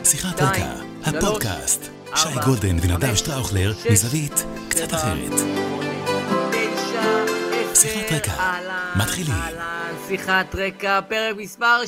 שיחת רקע, הפודקאסט. שי גולדן ונדב שטראוכלר מזווית קצת אחרת. שיחת רקע, מתחילים. שיחת רקע, פרק מספר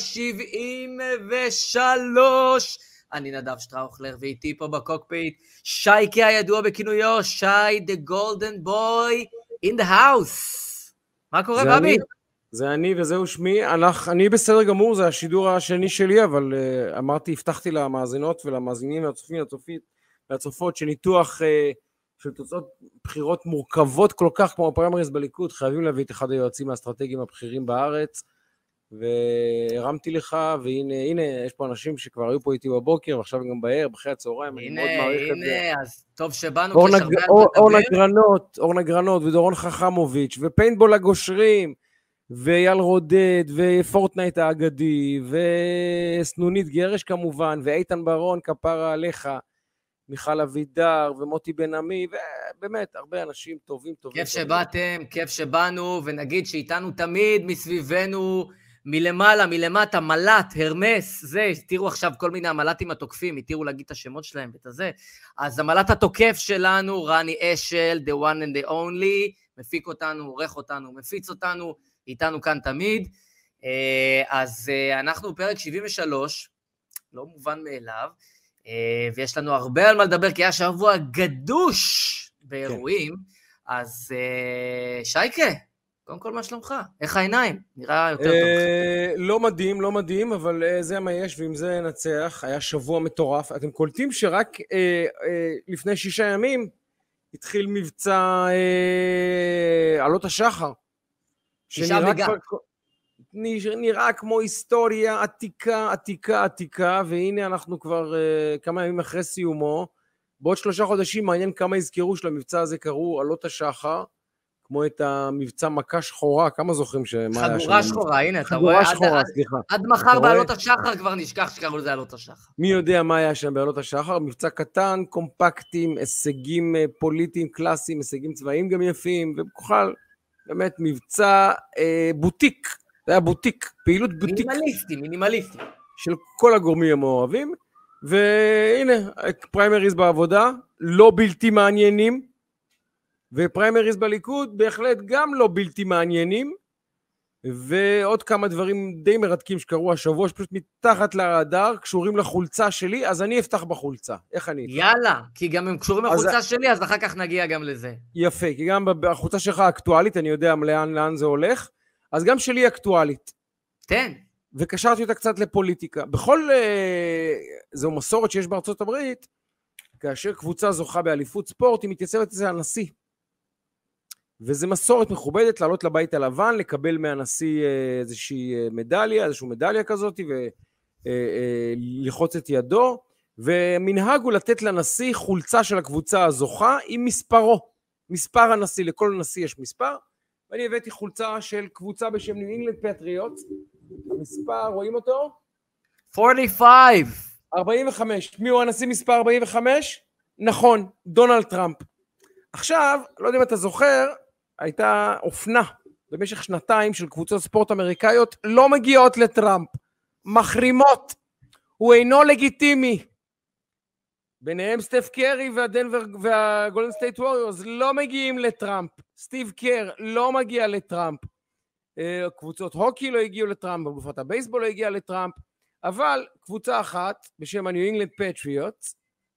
73. אני נדב שטראוכלר ואיתי פה בקוקפיט שייקה הידוע בכינויו שי the golden boy in the house. מה קורה בבי? זה אני וזהו שמי. אני בסדר גמור, זה השידור השני שלי, אבל אמרתי, הבטחתי למאזינות ולמאזינים והצופות שניתוח של תוצאות בחירות מורכבות כל כך כמו הפריימריז בליכוד, חייבים להביא את אחד היועצים האסטרטגיים הבכירים בארץ, והרמתי לך, והנה יש פה אנשים שכבר היו פה איתי בבוקר, ועכשיו גם בערב, אחרי הצהריים, אני מאוד מעריך את זה. הנה, אז טוב שבאנו כשרבה על לדבר. אורנה גרנות ודורון חכמוביץ' ופיינטבול הגושרים, ואייל רודד, ופורטנייט האגדי, וסנונית גרש כמובן, ואיתן ברון, כפרה עליך, מיכל אבידר, ומוטי בן עמי, ובאמת, הרבה אנשים טובים. כיף שבאתם, כיף שבאנו, ונגיד שאיתנו תמיד מסביבנו, מלמטה, מלט, הרמס, זה, תראו עכשיו כל מיני המלטים התוקפים, תראו להגיד את השמות שלהם ואת הזה, אז המלט התוקף שלנו, רני אשל, the one and the only, מפיק אותנו, עורך אותנו, מפיץ אותנו, איתנו כאן תמיד, אז אנחנו בפרק 73, לא מובן מאליו, ויש לנו הרבה על מה לדבר, כי היה שבוע גדוש באירועים, אז שייקה, קודם כל מה שלומך? איך העיניים? נראה יותר טוב. לא מדהים, אבל זה מה יש, ועם זה נצח, היה שבוע מטורף. אתם קולטים שרק לפני 6 ימים, התחיל מבצע עלות השחר, שנראה כמו היסטוריה עתיקה, והנה אנחנו כבר כמה ימים אחרי סיומו, בעוד 3 חודשים מעניין כמה יזכרו שלמבצע הזה קראו עלות השחר, כמו את המבצע מכה שחורה, כמה זוכרים חגורה שחורה, הנה אתה רואה, עד מחר בעלות השחר כבר נשכח שקראו לזה עלות השחר. מי יודע מה היה שם בעלות השחר, מבצע קטן, קומפקטים, הישגים פוליטיים קלאסיים, הישגים צבאיים גם יפים, ובכלל באמת מבצע בוטיק, זה היה בוטיק, פעילות בוטיק. מינימליסטי. של כל הגורמים המעורבים, והנה, פריימריז בעבודה, לא בלתי מעניינים, ופריימריז בליכוד בהחלט גם לא בלתי מעניינים, ועוד כמה דברים די מרתקים שקרו השבוע, שפשוט מתחת לרדאר, קשורים לחולצה שלי, אז אני אפתח בחולצה. איך אני? יאללה, כי גם הם קשורים לחולצה שלי, אז אחר כך נגיע גם לזה. יפה, כי גם בחולצה שלך אקטואלית, אני יודע לאן זה הולך, אז גם שלי אקטואלית. תן. וקשרתי אותה קצת לפוליטיקה. זו מסורת שיש בארצות הברית, כאשר קבוצה זוכה באליפות ספורט, היא מתייצבת אצל הנשיא. וזה מסורת מכובדת לעלות לבית הלבן, לקבל מהנשיא איזושהי מדליה כזאת, ולחוץ את ידו, ומנהג הוא לתת לנשיא חולצה של הקבוצה הזוכה עם מספר הנשיא, לכל נשיא יש מספר, ואני הבאתי חולצה של קבוצה בשם ניו אינגלנד פטריוטס, המספר, רואים אותו? 45. מי הוא הנשיא מספר 45? נכון, דונלד טראמפ. עכשיו, לא יודע אם אתה זוכר, הייתה אופנה במשך 2 של קבוצות ספורט אמריקאיות, לא מגיעות לטראמפ, מחרימות, הוא אינו לגיטימי. ביניהם סטף קרי והגולדן סטייט ווריורס לא מגיעים לטראמפ, סטיב קר לא מגיע לטראמפ, קבוצות הוקי לא הגיעו לטראמפ, קבוצת הבייסבול לא הגיעה לטראמפ, אבל קבוצה אחת בשם הניו אינגלנד פטריוטס,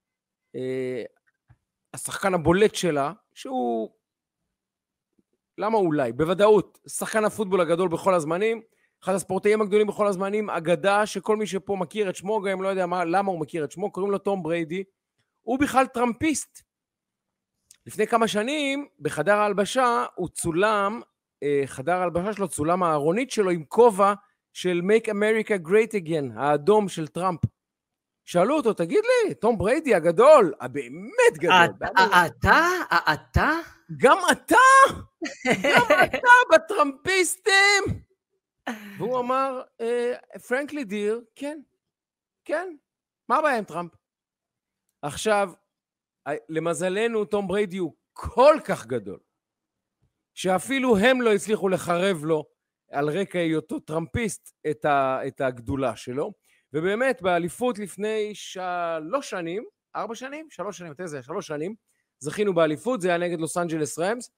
השחקן הבולט שלה, שהוא, למה אולי? בוודאות, שחקן הפוטבול הגדול בכל הזמנים, אחד הספורטאים הגדולים בכל הזמנים, אגדה שכל מי שפה מכיר את שמו, גם לא יודע למה הוא מכיר את שמו, קוראים לו תום בריידי, הוא בכלל טראמפיסט. לפני כמה שנים, בחדר ההלבשה, הוא צולם, חדר ההלבשה שלו, צולם הארונית שלו עם כובע של Make America Great Again, האדום של טראמפ. שאלו אותו, תגיד לי, תום בריידי הגדול, הבאמת גדול. אתה? גם אתה בטראמפיסטים. והוא אמר, פרנקלי דיר, כן, מה הבעיה עם טראמפ? עכשיו, למזלנו, תום בריידי הוא כל כך גדול, שאפילו הם לא הצליחו לחרב לו, על רקע היותו טראמפיסט, את הגדולה שלו, ובאמת, באליפות לפני 3 שנים, 4 שנים? 3 שנים, מתי זה? 3 שנים, זכינו באליפות, זה היה נגד לוס אנג'לס רמס,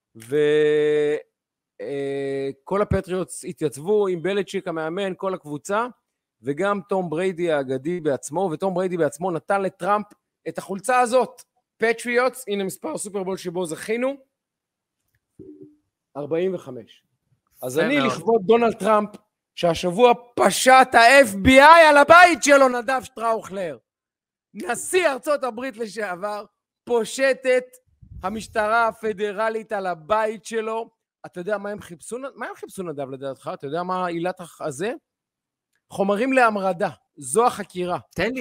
וכל הפטריוטס התייצבו עם בלצ'יק המאמן, כל הקבוצה, וגם תום בריידי האגדי בעצמו, ותום בריידי בעצמו נתן לטראמפ את החולצה הזאת, פטריוטס, הנה מספר סופרבול שבו זכינו, 45. אז אני לכבוד דונלד טראמפ, שהשבוע פשט ה-FBI על הבית שלו, נדב שטראוכלר. נשיא ארצות הברית לשעבר, פושטת המשטרה הפדרלית על הבית שלו. אתה יודע מה הם חיפשו? מה הם חיפשו, נדב, לדעתך? אתה יודע מה עילת הזה? חומרים להמרדה. זו החקירה. תן לי.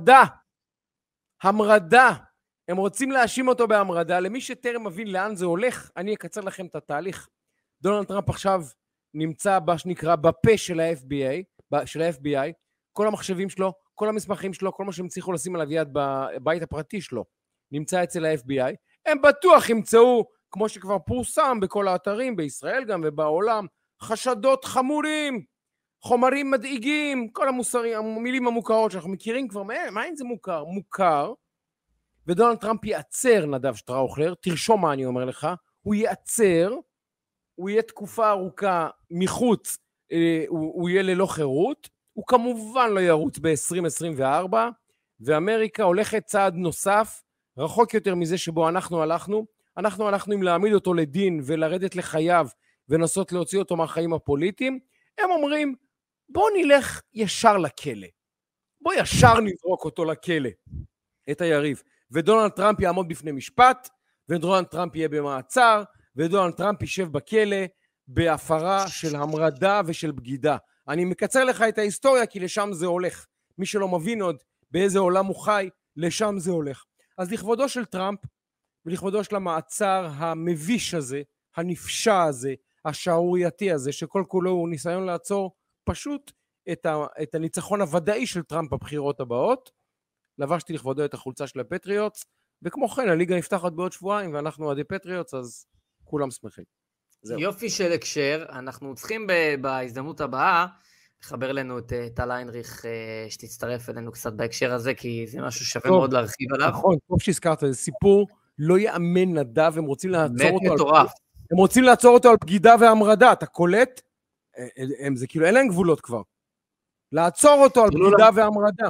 המרדה. הם רוצים להאשים אותו בהמרדה. למי שטרם מבין לאן זה הולך, אני אקצר לכם את התהליך. דונלד טראמפ עכשיו נמצא שנקרא בפה של ה-FBI, כל המחשבים שלו, כל המסמכים שלו, כל מה שהם צריכו לשים עליו יד בבית הפרטי שלו, נמצא אצל ה-FBI. הם בטוח ימצאו, כמו שכבר פורסם בכל האתרים, בישראל גם ובעולם, חשדות חמורים, חומרים מדאיגים, כל המילים המוכרות שאנחנו מכירים כבר, מה אין זה מוכר? מוכר, ודונלד טראמפ יעצר, נדב שטראוכלר, תרשום מה אני אומר לך, הוא יעצר, הוא יהיה תקופה ארוכה מחוץ, הוא יהיה ללא חירות, הוא כמובן לא ירוץ ב-2024, ואמריקה הולכת צעד נוסף, רחוק יותר מזה שבו אנחנו הלכנו עם להעמיד אותו לדין ולרדת לחייו, ונסות להוציא אותו מהחיים הפוליטיים. הם אומרים, בוא נלך ישר לכלא, בוא ישר נזרוק אותו לכלא, את היריב, ודונלד טראמפ יעמוד בפני משפט, ודונלד טראמפ יהיה במעצר, ודונלד טראמפ יישב בכלא בהפרה של המרדה ושל בגידה. אני מקצר לך את ההיסטוריה, כי לשם זה הולך. מי שלא מבין עוד באיזה עולם הוא חי, לשם זה הולך. אז לכבודו של טראמפ, ולכבודו של המעצר המביש הזה, הנפשע הזה, השערורייתי הזה, שכל כולו הוא ניסיון לעצור פשוט את הניצחון הוודאי של טראמפ בבחירות הבאות, לבשתי לכבודו את החולצה של הפטריוטס, וכמו כן, הליגה נפתחת בעוד שבועיים, ואנחנו עדי פטריוטס, אז כולם שמחים. יופי של הקשר, אנחנו צריכים בהזדמנות הבאה, לחבר לנו את טל איינריך, שתצטרף אלינו קצת בהקשר הזה, כי זה משהו שווה מאוד להרחיב עליו. נכון, טוב שהזכרת, זה סיפור לא יאמן נדב, הם רוצים לעצור אותו מטורף. הם רוצים לעצור אותו על בגידה והמרדה, אתה קולט? זה כאילו, אין להם גבולות כבר. לעצור אותו על בגידה והמרדה.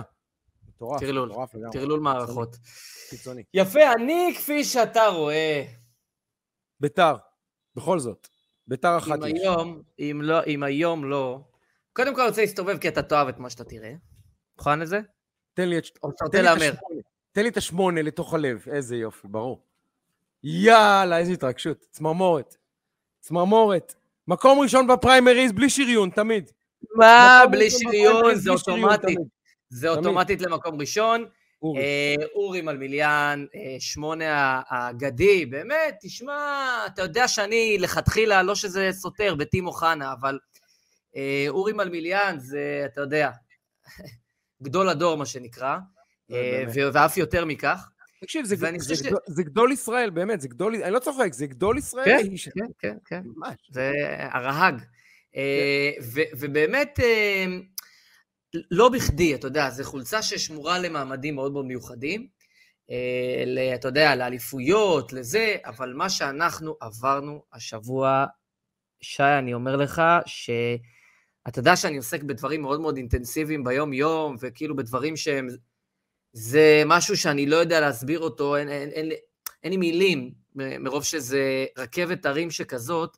תרלול מערכות. יפה, אני כפי שאתה רואה. ביתר, בכל זאת. ביתר אחת יש. אם היום לא. קודם כל רוצה להסתובב כי אתה תאהב את מה שאתה תראה. מוכן לזה? תן לי את 8 לתוך הלב. איזה יופי, ברור. יאללה, איזה התרגשות. צמרמורת. מקום ראשון בפריימריז בלי שריון, תמיד. מה? בלי שריון, זה אוטומטית. זה אוטומטית למקום ראשון. אורי מלמיליאן, 8 האגדי, באמת, תשמע, אתה יודע שאני לכתחילה, לא שזה סותר בטים אוחנה, אבל אורי מלמיליאן זה, אתה יודע, גדול הדור מה שנקרא, ואף יותר מכך. תקשיב, זה גדול ישראל, באמת, זה גדול, אני לא צוחק, זה גדול ישראל. כן, זה הרהג. ובאמת, לא בכדי, אתה יודע, זו חולצה ששמורה למעמדים מאוד מאוד מיוחדים, אתה יודע, לאליפויות, לזה, אבל מה שאנחנו עברנו השבוע, שי, אני אומר לך, שאתה יודע שאני עוסק בדברים מאוד מאוד אינטנסיביים ביום יום, וכאילו בדברים שהם, זה משהו שאני לא יודע להסביר אותו, אין לי מילים, מרוב שזה רכבת הרים שכזאת,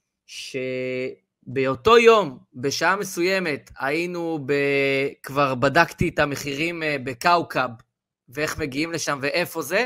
באותו יום, בשעה מסוימת, היינו כבר בדקתי את המחירים בקאוקאב, ואיך מגיעים לשם ואיפה זה,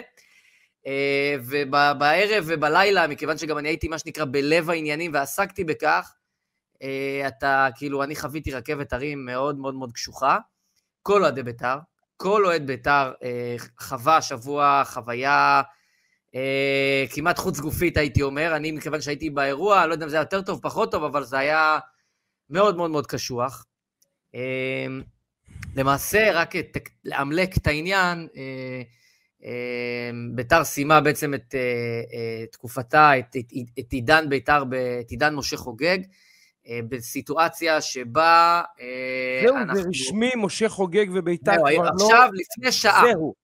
ובערב ובלילה, מכיוון שגם אני הייתי מה שנקרא בלב העניינים, ועסקתי בכך, כאילו אני חוויתי רכבת הרים מאוד מאוד מאוד קשוחה, כל אוהד בית"ר חווה שבוע, חוויה, כמעט חוץ גופית הייתי אומר, אני מכיוון שהייתי באירוע, לא יודע אם זה היה יותר טוב, פחות טוב, אבל זה היה מאוד מאוד מאוד קשוח. למעשה, רק להמלק את העניין, בית"ר סיימה בעצם את תקופתה, את עידן בית"ר, את עידן משה חוגג, בסיטואציה שבה זהו, זה רשמי, משה חוגג וביתר כבר לא... עכשיו, לפני שעה.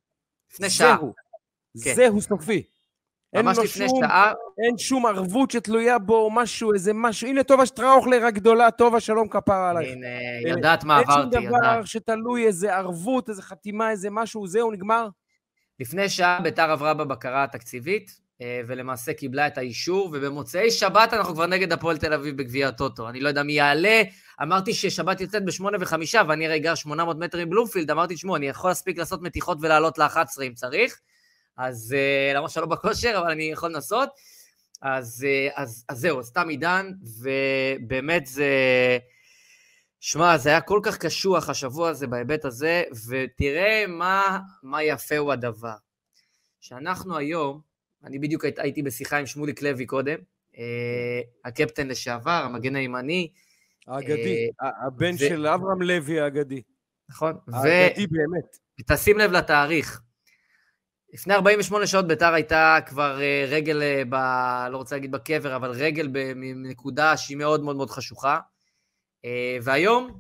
זהו סופי. ממש לפני שעה. אין שום ערבות שתלויה בו, משהו, איזה משהו. הנה טובה שטראוכלר הגדולה, טובה שלום כפרה עלייך. הנה, יודעת מה עברתי, אין שום דבר שתלוי, איזה ערבות, איזה חתימה, איזה משהו, זהו, נגמר. לפני שעה ביתר עברה בבקרה התקציבית, ולמעשה קיבלה את האישור, ובמוצאי שבת אנחנו כבר נגד הפועל תל אביב בגביע הטוטו. אני לא יודע מי יעלה, אמרתי ששבת יוצאת ב8:05, ואני הרי גר 800 מטר עם בלומפילד, אמרתי, שמו, אני יכול להספיק לעשות מתיחות ולעלות ל-11 אם צריך, אז למה שלא בכושר, אבל אני יכול לנסות. אז זהו, סתם עידן, ובאמת זה... שמע, זה היה כל כך קשוח השבוע הזה בהיבט הזה, ותראה מה יפה הוא הדבר. שאנחנו היום, אני בדיוק הייתי בשיחה עם שמוליק לוי קודם, הקפטן לשעבר, המגן הימני. האגדי, הבן של אברהם לוי האגדי. נכון. האגדי באמת. ותשים לב לתאריך. לפני 48 שעות ביתר הייתה כבר רגל, לא רוצה להגיד בקבר, אבל רגל בנקודה שהיא מאוד מאוד מאוד חשוכה. והיום,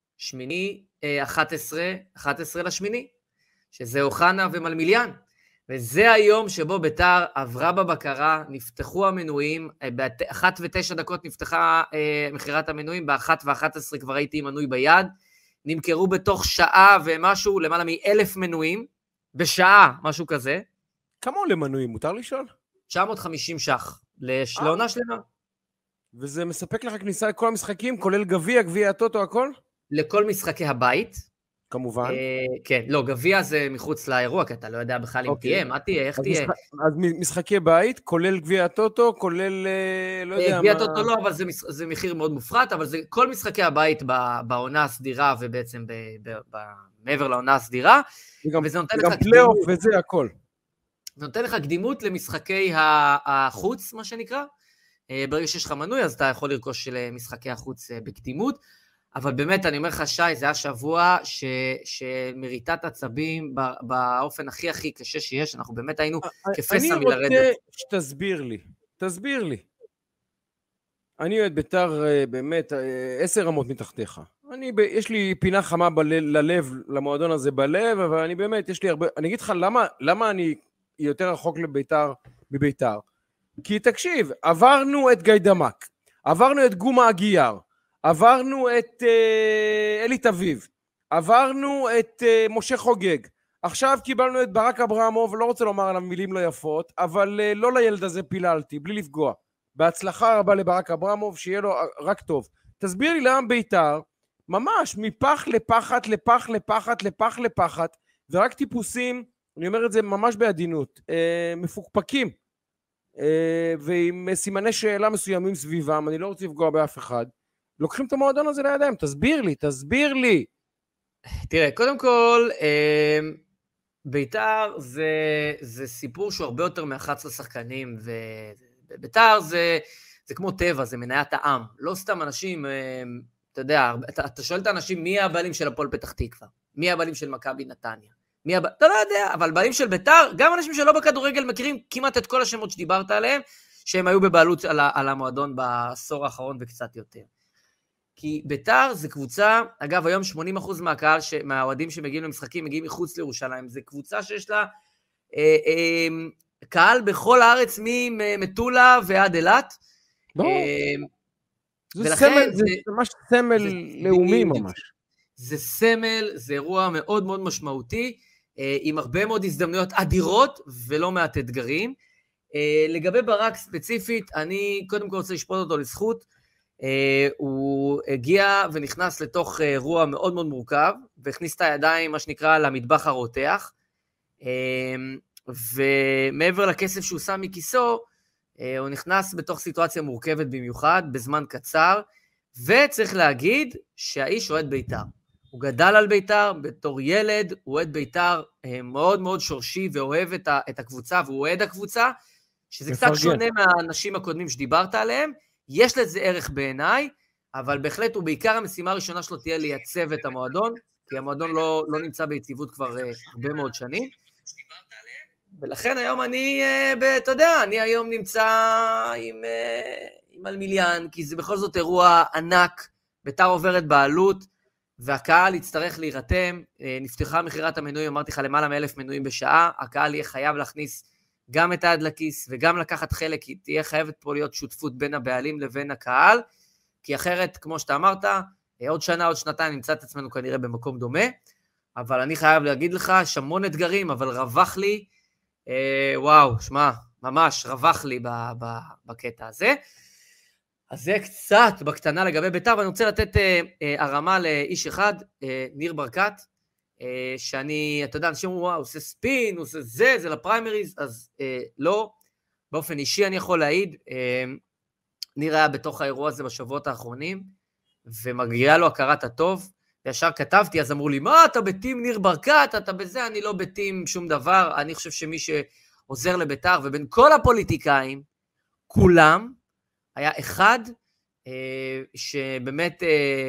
11 לשמיני, שזה אוחנה ומלמיליאן. וזה היום שבו ביתר עברה בבקרה, נפתחו המנויים, ב-1:09 נפתחה מחירת המנויים, ב-1:11 כבר הייתי עם מנוי ביד, נמכרו בתוך שעה ומשהו, למעלה מ1,000 מנויים, בשעה, משהו כזה. כמה עולה מנויים, מותר לשאול? 950 ש"ח, לעונה שלמה. וזה מספק לך כניסה לכל המשחקים, כולל גביע הטוטו, הכל? לכל משחקי הבית. כמובן. כן, לא, גביע זה מחוץ לאירוע, כי אתה לא יודע בכלל אם תהיה, מה תהיה, איך תהיה. אז משחקי בית, כולל גביע הטוטו, כולל, לא יודע מה... גביע הטוטו לא, אבל זה מחיר מאוד מופרט, אבל זה כל משחקי הבית בעונה הסדירה, ובעצם מעבר לעונה הסדירה, וזה נותן לך קדימות. גם פלייאוף וזה הכל. זה נותן לך קדימות למשחקי החוץ, מה שנקרא. ברגע שיש לך מנוי, אז אתה יכול לרכוש משחקי החוץ בקדימות. אבל באמת, אני אומר לך, שי, זה היה שבוע שמריטת עצבים באופן הכי הכי קשה שיש, אנחנו באמת היינו כפסע מלרדת. אני רוצה תסביר לי. אני אוהד ביתר באמת 10 רמות מתחתיך. יש לי פינה חמה ללב, למועדון הזה בלב, אבל אני באמת, יש לי הרבה... אני אגיד לך, למה אני יותר רחוק מביתר? כי תקשיב, עברנו את גיידמק, עברנו את גומה אגייר, עברנו את אלי תביב, עברנו את משה חוגג, עכשיו קיבלנו את ברק אברמוב, לא רוצה לומר עליו מילים לא יפות, אבל לא לילד הזה פיללתי, בלי לפגוע. בהצלחה רבה לברק אברמוב, שיהיה לו רק טוב. תסביר לי למה ביתר, ממש מפח לפחת, לפח לפחת, לפח לפחת, ורק טיפוסים, אני אומר את זה ממש בעדינות, מפוקפקים, ועם סימני שאלה מסוימים סביבם, אני לא רוצה לפגוע באף אחד, לוקחים את המועדון הזה לידיים, תסביר לי. תראה, קודם כל, ביתר זה סיפור שהוא הרבה יותר מ11 שחקנים, וביתר זה כמו טבע, זה מניית העם, לא סתם אנשים, אתה יודע, אתה שואל את האנשים מי הבעלים של הפועל פתח תקווה, מי הבעלים של מכבי נתניה, אתה לא יודע, אבל בעלים של ביתר, גם אנשים שלא בכדורגל מכירים כמעט את כל השמות שדיברת עליהם, שהם היו בבעלות על המועדון בעשור האחרון וקצת יותר. כי ביתר זה קבוצה, אגב היום 80% מהקהל, מהאוהדים שמגיעים למשחקים, מגיעים מחוץ לירושלים, זה קבוצה שיש לה קהל בכל הארץ, ממטולה ועד אילת. זה סמל, זה ממש סמל לאומי ממש. זה סמל, זה אירוע מאוד מאוד משמעותי, עם הרבה מאוד הזדמנויות אדירות ולא מעט אתגרים. לגבי ברק ספציפית, אני קודם כל רוצה לשפוט אותו לזכות, הוא הגיע ונכנס לתוך אירוע מאוד מאוד מורכב, והכניס את הידיים, מה שנקרא, למטבח הרותח, ומעבר לכסף שהוא שם מכיסו, הוא נכנס בתוך סיטואציה מורכבת במיוחד, בזמן קצר, וצריך להגיד שהאיש אוהד ביתר. הוא גדל על ביתר, בתור ילד, הוא אוהד ביתר מאוד מאוד שורשי, ואוהב את הקבוצה, והוא אוהד הקבוצה, שזה קצת שונה מהאנשים הקודמים שדיברת עליהם, יש לזה ערך בעיניי, אבל בהחלט הוא בעיקר המשימה הראשונה שלו תהיה לייצב את המועדון, כי המועדון לא נמצא ביציבות כבר הרבה מאוד שנים, ולכן היום אתה יודע, אני היום נמצא עם אלמיליאן, כי זה בכל זאת אירוע ענק, ביתר עוברת בעלות, והקהל יצטרך להירתם, נפתחה מחירת המנויים, אמרתי לך למעלה מ1,000 מנויים בשעה, הקהל יהיה חייב להכניס גם את היד לכיס, וגם לקחת חלק, כי תהיה חייבת פה להיות שותפות בין הבעלים לבין הקהל, כי אחרת, כמו שאתה אמרת, עוד שנה, עוד שנתיים, נמצא את עצמנו כנראה במקום דומה, אבל אני חייב להגיד לך, יש המון אתגרים, אבל רווח לי, וואו, שמע, ממש רווח לי בקטע הזה. אז זה קצת בקטנה לגבי ביתר, ואני רוצה לתת הרמה לאיש אחד, ניר ברקת, שאני, אתה יודע, אנשים אומרים, וואו, עושה ספין, עושה זה לפריימריז, אז לא, באופן אישי אני יכול להעיד, ניר היה בתוך האירוע הזה בשבועות האחרונים, ומגיעה לו הכרת הטוב, וישר כתבתי, אז אמרו לי, מה, אתה בטים ניר ברקת, אתה בזה, אני לא בטים שום דבר, אני חושב שמי שעוזר לביתר, ובין כל הפוליטיקאים, כולם, היה אחד שבאמת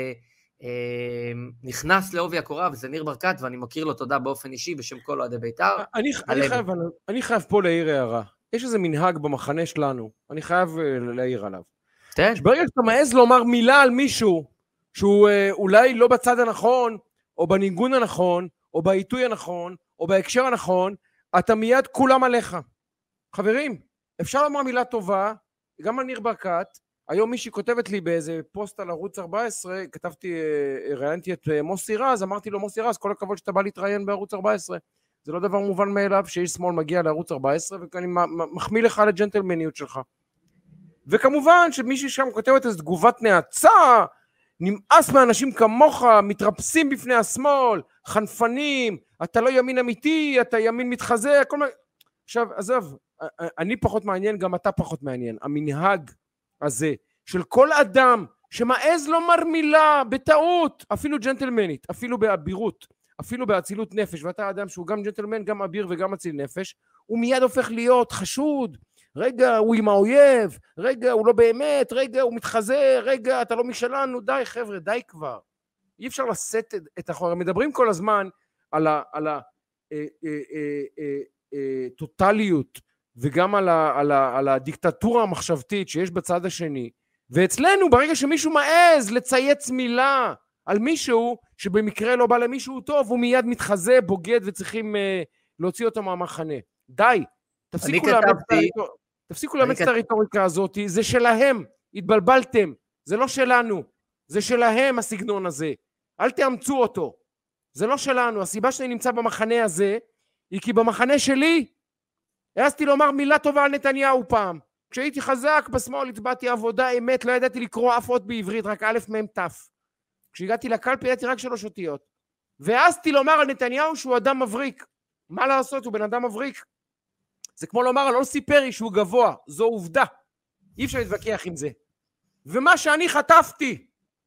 נכנס לעובי הקורה, וזה ניר ברקת, ואני מכיר לו תודה באופן אישי, בשם כל אוהדי ביתר. אני חייב פה להעיר הערה. יש איזה מנהג במחנה שלנו, אני חייב להעיר עליו. שברגע שאתה מעז לומר מילה על מישהו, שהוא אולי לא בצד הנכון, או בניגון הנכון, או בעיתוי הנכון, או בהקשר הנכון, אתה מיד כולם עליך. חברים, אפשר לומר מילה טובה, גם על ניר ברקת, היום מישהי כותבת לי באיזה פוסט על ערוץ 14, ראיינתי את מוסי רז, אמרתי לו מוסי רז, כל הכבוד שאתה בא להתראיין בערוץ 14, זה לא דבר מובן מאליו שאיש שמאל מגיע לערוץ 14, ואני מחמיא לך על הג'נטלמניות שלך. וכמובן שמישהי שם כותבת איזו תגובת נאצה, נמאס מאנשים כמוך, מתרפסים בפני השמאל, חנפנים, אתה לא ימין אמיתי, אתה ימין מתחזה, הכל... עכשיו, עזוב, אני פחות מעניין, גם אתה פחות מעניין. המנהג הזה של כל אדם שמעז לומר מילה בטעות, אפילו ג'נטלמנית, אפילו באבירות, אפילו באצילות נפש, ואתה אדם שהוא גם ג'נטלמן, גם אביר וגם אציל נפש, הוא מיד הופך להיות חשוד. רגע, הוא עם האויב, רגע, הוא לא באמת, רגע, הוא מתחזה, רגע, אתה לא משלנו, די חבר'ה, די כבר. אי אפשר לשאת את החור. מדברים כל הזמן על הטוטליות, וגם על הדיקטטורה המחשבתית שיש בצד השני, ואצלנו ברגע שמישהו מעז לצייץ מילה על מישהו שבמקרה לא בא למישהו טוב, הוא מיד מתחזה, בוגד, וצריכים להוציא אותו מהמחנה. די, תפסיקו לאמץ את הרטוריקה הזאת, זה שלהם, התבלבלתם, זה לא שלנו, זה שלהם הסגנון הזה, אל תאמצו אותו, זה לא שלנו, הסיבה שאני נמצא במחנה הזה, היא כי במחנה שלי, העזתי לומר מילה טובה על נתניהו פעם. כשהייתי חזק בשמאל, הצבעתי עבודה, אמת, לא ידעתי לקרוא אף אות בעברית, רק א' מ' ת'. כשהגעתי לקלפי, ידעתי רק 3 אותיות. והעזתי לומר על נתניהו שהוא אדם מבריק. מה לעשות? הוא בן אדם מבריק. זה כמו לומר על אוסי פרי שהוא גבוה. זו עובדה. אי אפשר להתווכח עם זה. ומה שאני חטפתי,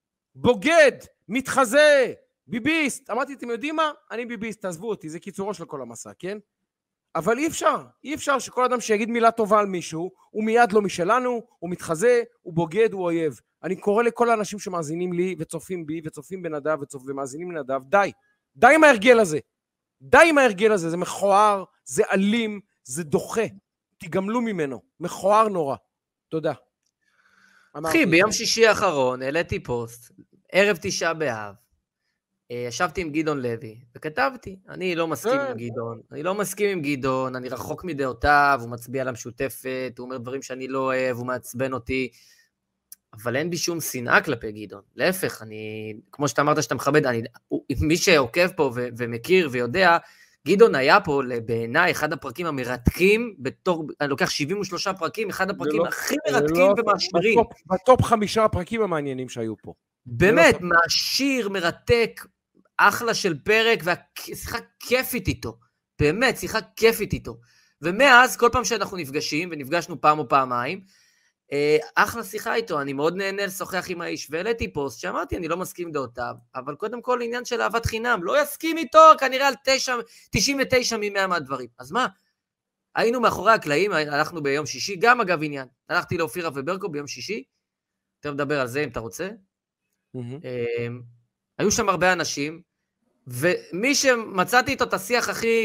בוגד, מתחזה, ביביסט, אמרתי, אתם יודעים מה? אני ביביסט, תעזבו אותי, זה קיצורו של כל המסע, כן? אבל אי אפשר שכל אדם שיגיד מילה טובה על מישהו, הוא מיד לא משלנו, הוא מתחזה, הוא בוגד, הוא אויב. אני קורא לכל האנשים שמאזינים לי וצופים בי וצופים בנדב ומאזינים לנדב, די עם ההרגל הזה. די עם ההרגל הזה, זה מכוער, זה אלים, זה דוחה. תיגמלו ממנו, מכוער נורא. תודה. אחי, ביום שישי האחרון העליתי פוסט, ערב 9 באב, ישבתי עם גדעון לוי, וכתבתי, אני לא מסכים עם גדעון, אני רחוק מדעותיו, הוא מצביע על המשותפת, הוא אומר דברים שאני לא אוהב, הוא מעצבן אותי, אבל אין בי שום שנאה כלפי גדעון, להפך, כמו שאתה אמרת שאתה מכבד, מי שעוקב פה ומכיר ויודע, גדעון היה פה בעיניי אחד הפרקים המרתקים, אני לוקח 73 פרקים, אחד הפרקים הכי מרתקים ומעשירים. בטופ 5 הפרקים המעניינים שהיו פה. באמת, מעשיר, מרתק, אחלה של פרק, והשיחה כיפית איתו, באמת, שיחה כיפית איתו. ומאז, כל פעם שאנחנו נפגשים, ונפגשנו פעם או פעמיים, אחלה שיחה איתו, אני מאוד נהנה לשוחח עם האיש, והעליתי פוסט שאמרתי, אני לא מסכים עם דעותיו, אבל קודם כל עניין של אהבת חינם, לא יסכים איתו, כנראה על 99 מ-100 מהדברים. אז מה? היינו מאחורי הקלעים, הלכנו ביום שישי, גם אגב עניין, הלכתי לאופירה וברקו ביום שישי, אתה מדבר על זה אם אתה רוצה, היו שם הרבה אנשים, ומי שמצאתי איתו את השיח הכי,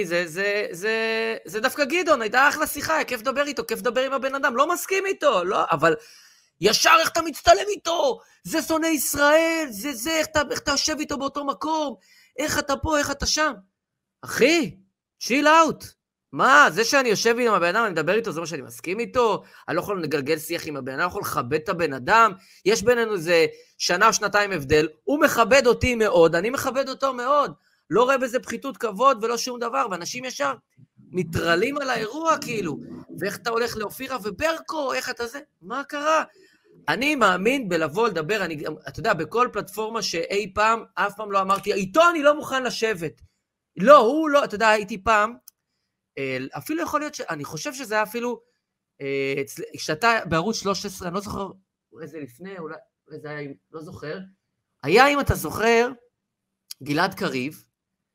זה דווקא גדעון, הייתה אחלה שיחה, כיף לדבר איתו, כיף לדבר עם הבן אדם, לא מסכים איתו, לא, אבל ישר איך אתה מצטלם איתו, זה שונא ישראל, זה איך אתה יושב איתו באותו מקום, איך אתה פה, איך אתה שם. אחי, chill out. מה, זה שאני יושב עם הבן אדם, אני מדבר איתו, זה מה שאני מסכים איתו, אני לא יכול לגלגל שיח עם הבן אדם, אני לא יכול לכבד את הבן אדם, יש בינינו איזה שנה או שנתיים הבדל, הוא מכבד אותי מאוד, אני מכבד אותו מאוד, לא רואה בזה פחיתות כבוד ולא שום דבר, ואנשים ישר מתרלים על האירוע כאילו, ואיך אתה הולך לאופירה וברקו, איך אתה זה, מה קרה? אני מאמין בלבוא לדבר, אתה יודע, בכל פלטפורמה שאי פעם, אף פעם לא אמרתי, איתו אני לא מוכן לשבת. לא, הוא לא, אתה יודע, הייתי פעם, אפילו יכול להיות אני חושב שזה היה אפילו, כשאתה בערוץ 13, אני לא זוכר איזה לפני, אולי זה היה, לא זוכר, היה, אם אתה זוכר, גלעד קריב,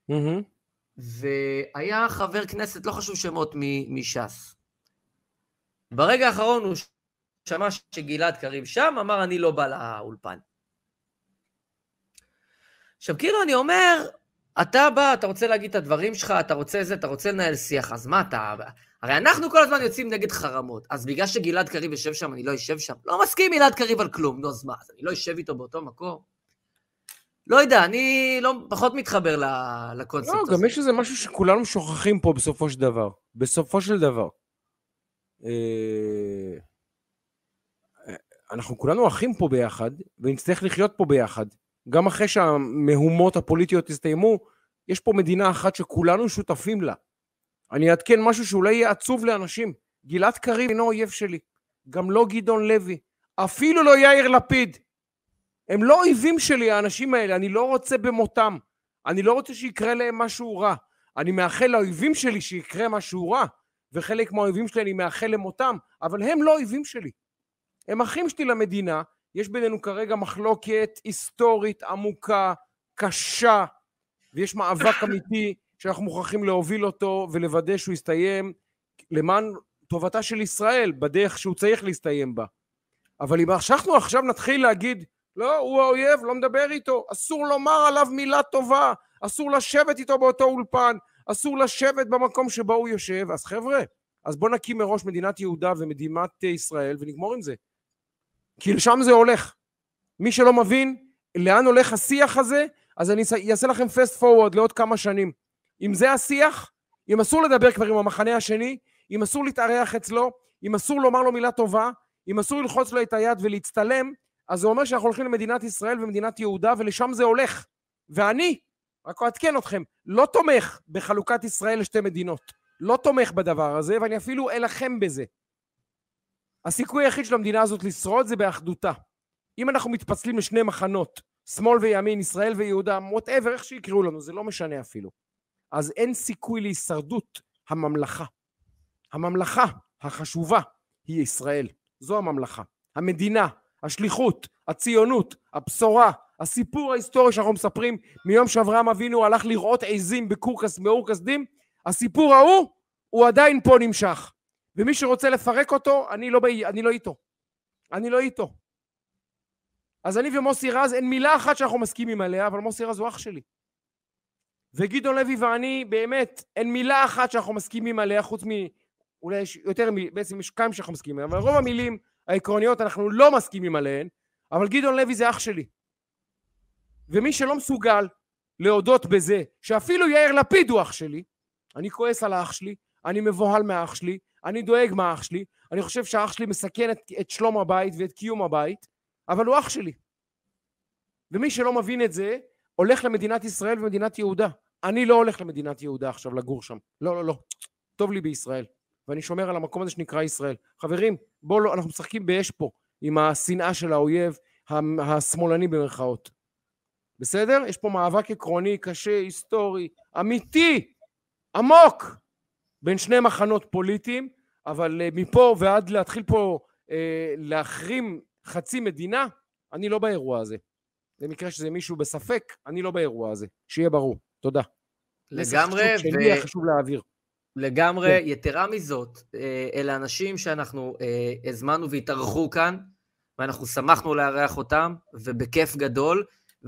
והיה חבר כנסת, לא חשוב שמות, מש"ס. ברגע האחרון הוא שמע שגלעד קריב שם, אמר אני לא בא לאולפן. עכשיו כאילו אני אומר, אתה בא, אתה רוצה להגיד את הדברים שלך, אתה רוצה זה, אתה רוצה לנהל שיח, אז מה אתה... הרי אנחנו כל הזמן יוצאים נגד חרמות, אז בגלל שגלעד קריב יושב שם, אני לא יושב שם, לא מסכים גלעד קריב על כלום, נו אז מה, אז אני לא יושב איתו באותו מקום? לא יודע, אני לא פחות מתחבר לקונספט הזה. לא, גם יש איזה משהו שכולנו שוכחים פה בסופו של דבר. בסופו של דבר. אנחנו כולנו אחים פה ביחד, ונצטרך לחיות פה ביחד. גם אחרי שהמהומות הפוליטיות הסתיימו, יש פה מדינה אחת שכולנו שותפים לה. אני אעדכן משהו שאולי יהיה עצוב לאנשים. גלעד קריב אינו אויב שלי. גם לא גדעון לוי. אפילו לא יאיר לפיד. הם לא אויבים שלי, האנשים האלה. אני לא רוצה במותם. אני לא רוצה שיקרה להם משהו רע. אני מאחל לאויבים שלי שיקרה משהו רע. וחלק מהאויבים שלי אני מאחל למותם. אבל הם לא אויבים שלי. הם אחים שלי למדינה. יש בינינו כרגע מחלוקת היסטורית, עמוקה, קשה. ויש מאבק אמיתי שאנחנו מוכרחים להוביל אותו ולוודא שהוא יסתיים למען טובתה של ישראל, בדרך שהוא צריך להסתיים בה. אבל אם אנחנו עכשיו נתחיל להגיד, לא, הוא האויב, לא מדבר איתו, אסור לומר עליו מילה טובה, אסור לשבת איתו באותו אולפן, אסור לשבת במקום שבו הוא יושב, אז חבר'ה, אז בוא נקים מראש מדינת יהודה ומדינת ישראל ונגמור עם זה. כי לשם זה הולך. מי שלא מבין לאן הולך השיח הזה, אז אני אעשה לכם fast forward לעוד כמה שנים. אם זה השיח, אם אסור לדבר כבר עם המחנה השני, אם אסור להתארח אצלו, אם אסור לומר לו מילה טובה, אם אסור ללחוץ לו את היד ולהצטלם, אז זה אומר שאנחנו הולכים למדינת ישראל ומדינת יהודה, ולשם זה הולך. ואני, רק אעדכן אתכם, לא תומך בחלוקת ישראל לשתי מדינות. לא תומך בדבר הזה, ואני אפילו אלחם בזה. הסיכוי היחיד של המדינה הזאת לשרוד זה באחדותה. אם אנחנו מתפצלים לשני מחנות, שמאל וימין, ישראל ויהודה, whatever, איך שיקראו לנו, זה לא משנה אפילו. אז אין סיכוי להישרדות הממלכה. הממלכה החשובה היא ישראל. זו הממלכה. המדינה, השליחות, הציונות, הבשורה, הסיפור ההיסטורי שאנחנו מספרים מיום שאברהם אבינו הלך לראות עזים באור כסדים, הסיפור ההוא הוא עדיין פה נמשך. ומי שרוצה לפרק אותו, אני לא איתו. אני לא איתו. אז אני ומוסי רז, אין מילה אחת שאנחנו מסכימים עליה, אבל מוסי רז הוא אח שלי. וגדעון לוי ואני, באמת, אין מילה אחת שאנחנו מסכימים עליה, חוץ אולי יותר, בעצם יש כמה שאנחנו מסכימים עליה, אבל רוב המילים העקרוניות אנחנו לא מסכימים עליהן, אבל גדעון לוי זה אח שלי. ומי שלא מסוגל להודות בזה, שאפילו יאיר לפיד הוא אח שלי, אני כועס על האח שלי, אני מבוהל מהאח שלי, אני דואג מהאח שלי, אני חושב שהאח שלי מסכן את שלום הבית ואת קיום הבית, אבל הוא אח שלי. ומי שלא מבין את זה, הולך למדינת ישראל ומדינת יהודה. אני לא הולך למדינת יהודה עכשיו לגור שם. לא, לא, לא. טוב לי בישראל. ואני שומר על המקום הזה שנקרא ישראל. חברים, בואו לא, אנחנו משחקים באש פה, עם השנאה של האויב, השמאלני במרכאות. בסדר? יש פה מאבק עקרוני, קשה, היסטורי, אמיתי, עמוק, בין שני מחנות פוליטיים, אבל מפה ועד להתחיל פה להחרים חצי מדינה, אני לא באירוע הזה. במקרה שזה מישהו בספק, אני לא באירוע הזה. שיהיה ברור. תודה. לגמרי. שלי חשוב להעביר. לגמרי. יתרה מזאת, אלה אנשים שאנחנו הזמנו והתארחו כאן, ואנחנו שמחנו לארח אותם, ובכיף גדול,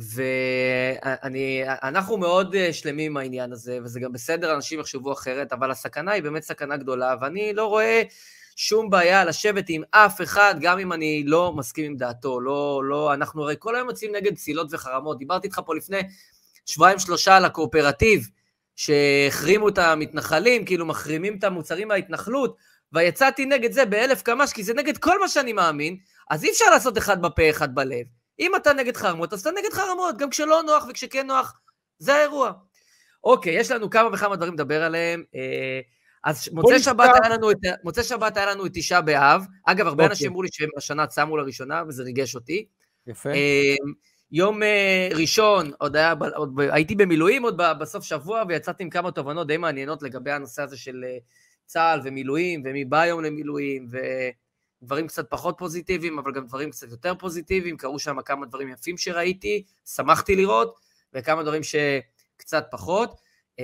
ואנחנו מאוד שלמים עם העניין הזה, וזה גם בסדר, אנשים יחשבו אחרת, אבל הסכנה היא באמת סכנה גדולה, ואני לא רואה שום בעיה לשבת עם אף אחד, גם אם אני לא מסכים עם דעתו, לא, אנחנו הרי כל היום יוצאים נגד פסילות וחרמות, דיברתי איתך פה לפני 2-3 על הקואופרטיב, שהחרימו את המתנחלים, כאילו מחרימים את המוצרים מההתנחלות, ויצאתי נגד זה באלף קמ"ש, כי זה נגד כל מה שאני מאמין, אז אי אפשר לעשות אחד בפה, אחד בלב. אם אתה נגד חרמות, אז אתה נגד חרמות, גם כשלא נוח וכשכן נוח, זה האירוע. אוקיי, יש לנו כמה וכמה דברים לדבר עליהם, אז מוצא שבת היה לנו את 9 באב, אגב, הרבה אנשים אמרו לי שהשנה צמו לראשונה, וזה ריגש אותי. יפה. יום ראשון, הייתי במילואים עוד בסוף שבוע, ויצאתי עם כמה תובנות די מעניינות לגבי הנושא הזה של צה"ל ומילואים, ומי בא יום למילואים, ודברים קצת פחות פוזיטיביים, אבל גם דברים קצת יותר פוזיטיביים, קראו שם כמה דברים יפים שראיתי, שמחתי לראות, וכמה דברים שקצת פחות.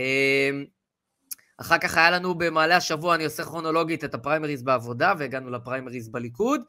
אחר כך היה לנו במעלה השבוע, אני עושה כרונולוגית את הפריימריז בעבודה, והגענו לפריימריז בליכוד.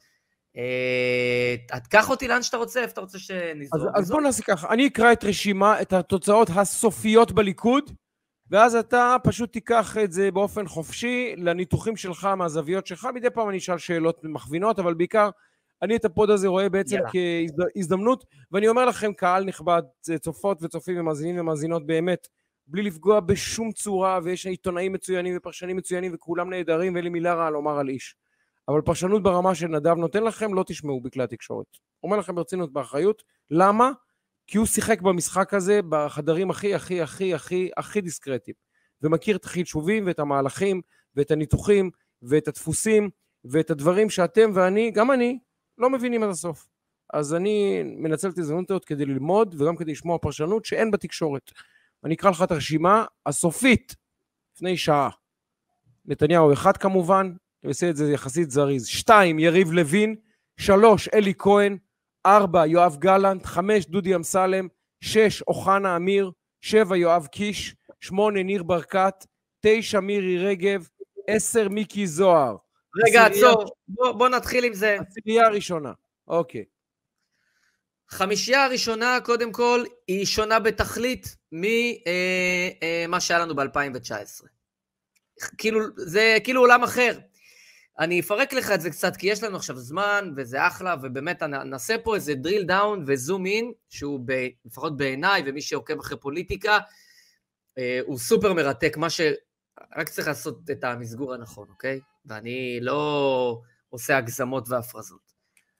תקח אותי לאן שאתה רוצה, איפה אתה רוצה שנזרום? אז בוא נעשה ככה, אני אקרא את התוצאות הסופיות בליכוד, ואז אתה פשוט תיקח את זה באופן חופשי לניתוחים שלך, מהזוויות שלך, מדי פעם אני אשאל שאלות מכווינות, אבל בעיקר אני את הפוד הזה רואה בעצם כהזדמנות, ואני אומר לכם, קהל נכבד, צופות וצופים ומאזינים ומאזינות באמת, בלי לפגוע בשום צורה, ויש עיתונאים מצוינים ופרשנים מצוינים, וכולם נהדרים, ואין לי מילה רעה לומר על איש. אבל פרשנות ברמה של נדב נותן לכם, לא תשמעו בכלי התקשורת. אומר לכם ברצינות באחריות, למה? כי הוא שיחק במשחק הזה בחדרים הכי דיסקרטיים, ומכיר את החישובים ואת המהלכים ואת הניתוחים ואת הדפוסים ואת הדברים שאתם ואני, גם אני, לא מבינים עד הסוף. אז אני מנצל את ההזדמנות כדי ללמוד וגם כדי לשמוע פרשנות שאין בתקשורת. אני אקרא לך את הרשימה הסופית לפני שעה. נתניהו 1 כמובן, אני אעשה את זה יחסית זריז. 2 יריב לוין, 3 אלי כהן, 4 יואב גלנט, 5 דודי אמסלם, 6 אוחנה אמיר, 7 יואב קיש, 8 ניר ברקת, 9 מירי רגב, 10 מיקי זוהר. רגע, עצור, בוא נתחיל עם זה. עשירייה הראשונה, אוקיי. 5 הראשונה, קודם כל, היא שונה בתכלית ממה שהיה לנו ב-2019. זה כאילו עולם אחר. אני אפרק לך את זה קצת, כי יש לנו עכשיו זמן, וזה אחלה, ובאמת נעשה פה איזה drill down וזום אין, שהוא לפחות בעיניי, ומי שעוקב אחרי פוליטיקה, הוא סופר מרתק, רק צריך לעשות את המסגור הנכון, אוקיי? ואני לא עושה הגזמות והפרזות.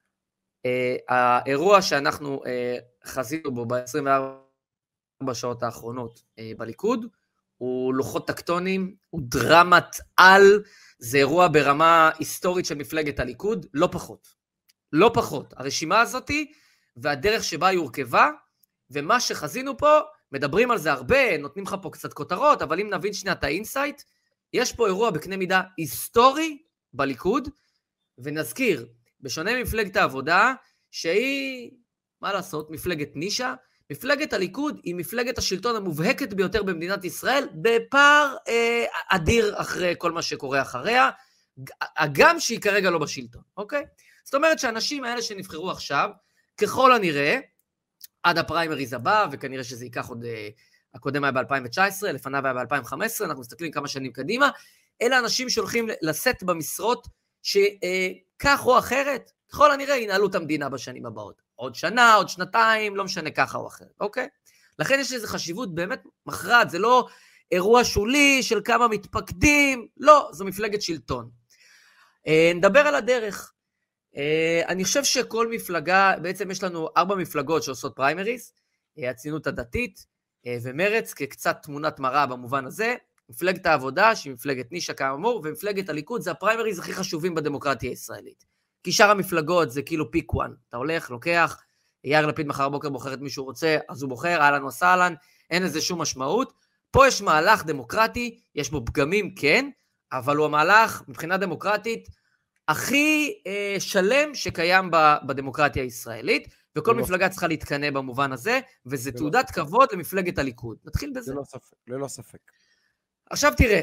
האירוע שאנחנו חזינו בו ב-24 שעות האחרונות בליכוד, הוא לוחות טקטונים, הוא דרמת על, זה אירוע ברמה היסטורית של מפלגת הליכוד, לא פחות. לא פחות. הרשימה הזאת והדרך שבה היא הורכבה, ומה שחזינו פה, מדברים על זה הרבה, נותנים לך פה קצת כותרות, אבל אם נבין שנייה את האינסייט, יש פה אירוע בקנה מידה היסטורי בליכוד, ונזכיר, בשונה מפלגת העבודה, שהיא, מה לעשות, מפלגת נישה, מפלגת הליכוד היא מפלגת השלטון המובהקת ביותר במדינת ישראל, בפער אדיר אחרי כל מה שקורה אחריה, גם שהיא כרגע לא בשלטון, אוקיי? זאת אומרת שהאנשים האלה שנבחרו עכשיו, ככל הנראה, עד הפריימריז הבא, וכנראה שזה ייקח עוד, הקודם היה ב-2019, לפניו היה ב-2015, אנחנו מסתכלים כמה שנים קדימה, אלה אנשים שהולכים לשאת במשרות שכך או אחרת, ככל הנראה ינהלו את המדינה בשנים הבאות. עוד שנה, עוד שנתיים, לא משנה ככה או אחרת, אוקיי? לכן יש איזו חשיבות באמת מכרעת, זה לא אירוע שולי של כמה מתפקדים, לא, זו מפלגת שלטון. נדבר על הדרך. אני חושב שכל מפלגה, בעצם יש לנו 4 מפלגות שעושות פריימריז, הציונות הדתית ומרץ, כקצת תמונת מראה במובן הזה, מפלגת העבודה, שהיא מפלגת נישה כאמור, ומפלגת הליכוד, זה הפריימריז הכי חשובים בדמוקרטיה הישראלית. כי שאר המפלגות זה כאילו פיק וואן, אתה הולך, לוקח, יאיר לפיד מחר בוקר בוחר את מי שהוא רוצה, אז הוא בוחר, אהלן וסהלן, אין לזה שום משמעות. פה יש מהלך דמוקרטי, יש בו פגמים, כן, אבל הוא המהלך מבחינה דמוקרטית הכי שלם שקיים בדמוקרטיה הישראלית, וכל מפלגה צריכה להתקנא במובן הזה, וזה תעודת כבוד למפלגת הליכוד. נתחיל בזה. ללא ספק. עכשיו תראה,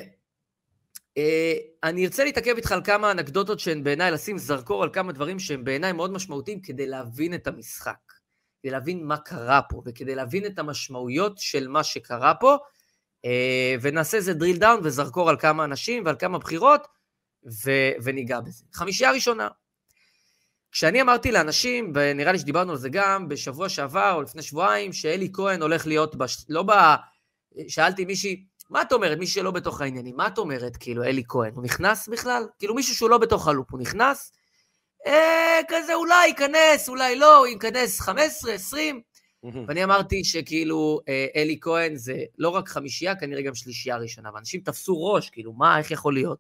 אני ארצה להתעכב איתך על כמה אנקדוטות שהן בעיניי, לשים זרקור על כמה דברים שהם בעיניי מאוד משמעותיים, כדי להבין את המשחק, כדי להבין מה קרה פה, וכדי להבין את המשמעויות של מה שקרה פה, ונעשה איזה drill down וזרקור על כמה אנשים ועל כמה בחירות, וניגע בזה. חמישייה ראשונה. כשאני אמרתי לאנשים, ונראה לי שדיברנו על זה גם בשבוע שעבר או לפני שבועיים, שאלי כהן הולך להיות, שאלתי מישהי, מה את אומרת? מישהו שלא בתוך העניינים, מה את אומרת? כאילו, אלי כהן, הוא נכנס בכלל? כאילו, מישהו שהוא לא בתוך הלופ, הוא נכנס? כזה אולי ייכנס, אולי לא, הוא ייכנס 15, 20. ואני אמרתי שכאילו, אלי כהן זה לא רק חמישייה, כנראה גם שלישייה ראשונה, ואנשים תפסו ראש, כאילו, מה, איך יכול להיות?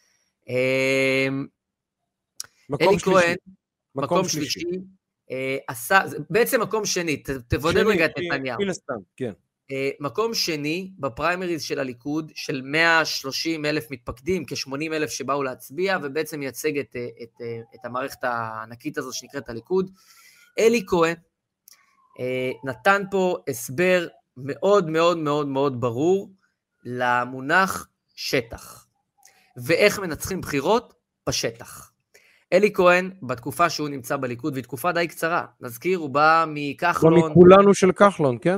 אלי כהן, מקום שלישי, בעצם מקום שני, תבודד רגע את נתניהו. כן. מקום שני בפריימריז של הליכוד, של 130,000 מתפקדים, כ-80,000 שבאו להצביע, ובעצם מייצג את המערכת הענקית הזו שנקראת הליכוד. אלי כהן נתן פה הסבר מאוד מאוד מאוד מאוד ברור למונח שטח, ואיך מנצחים בחירות בשטח. אלי כהן, בתקופה שהוא נמצא בליכוד, והיא תקופה די קצרה, נזכיר, הוא בא מכחלון. מכולנו של כחלון, כן?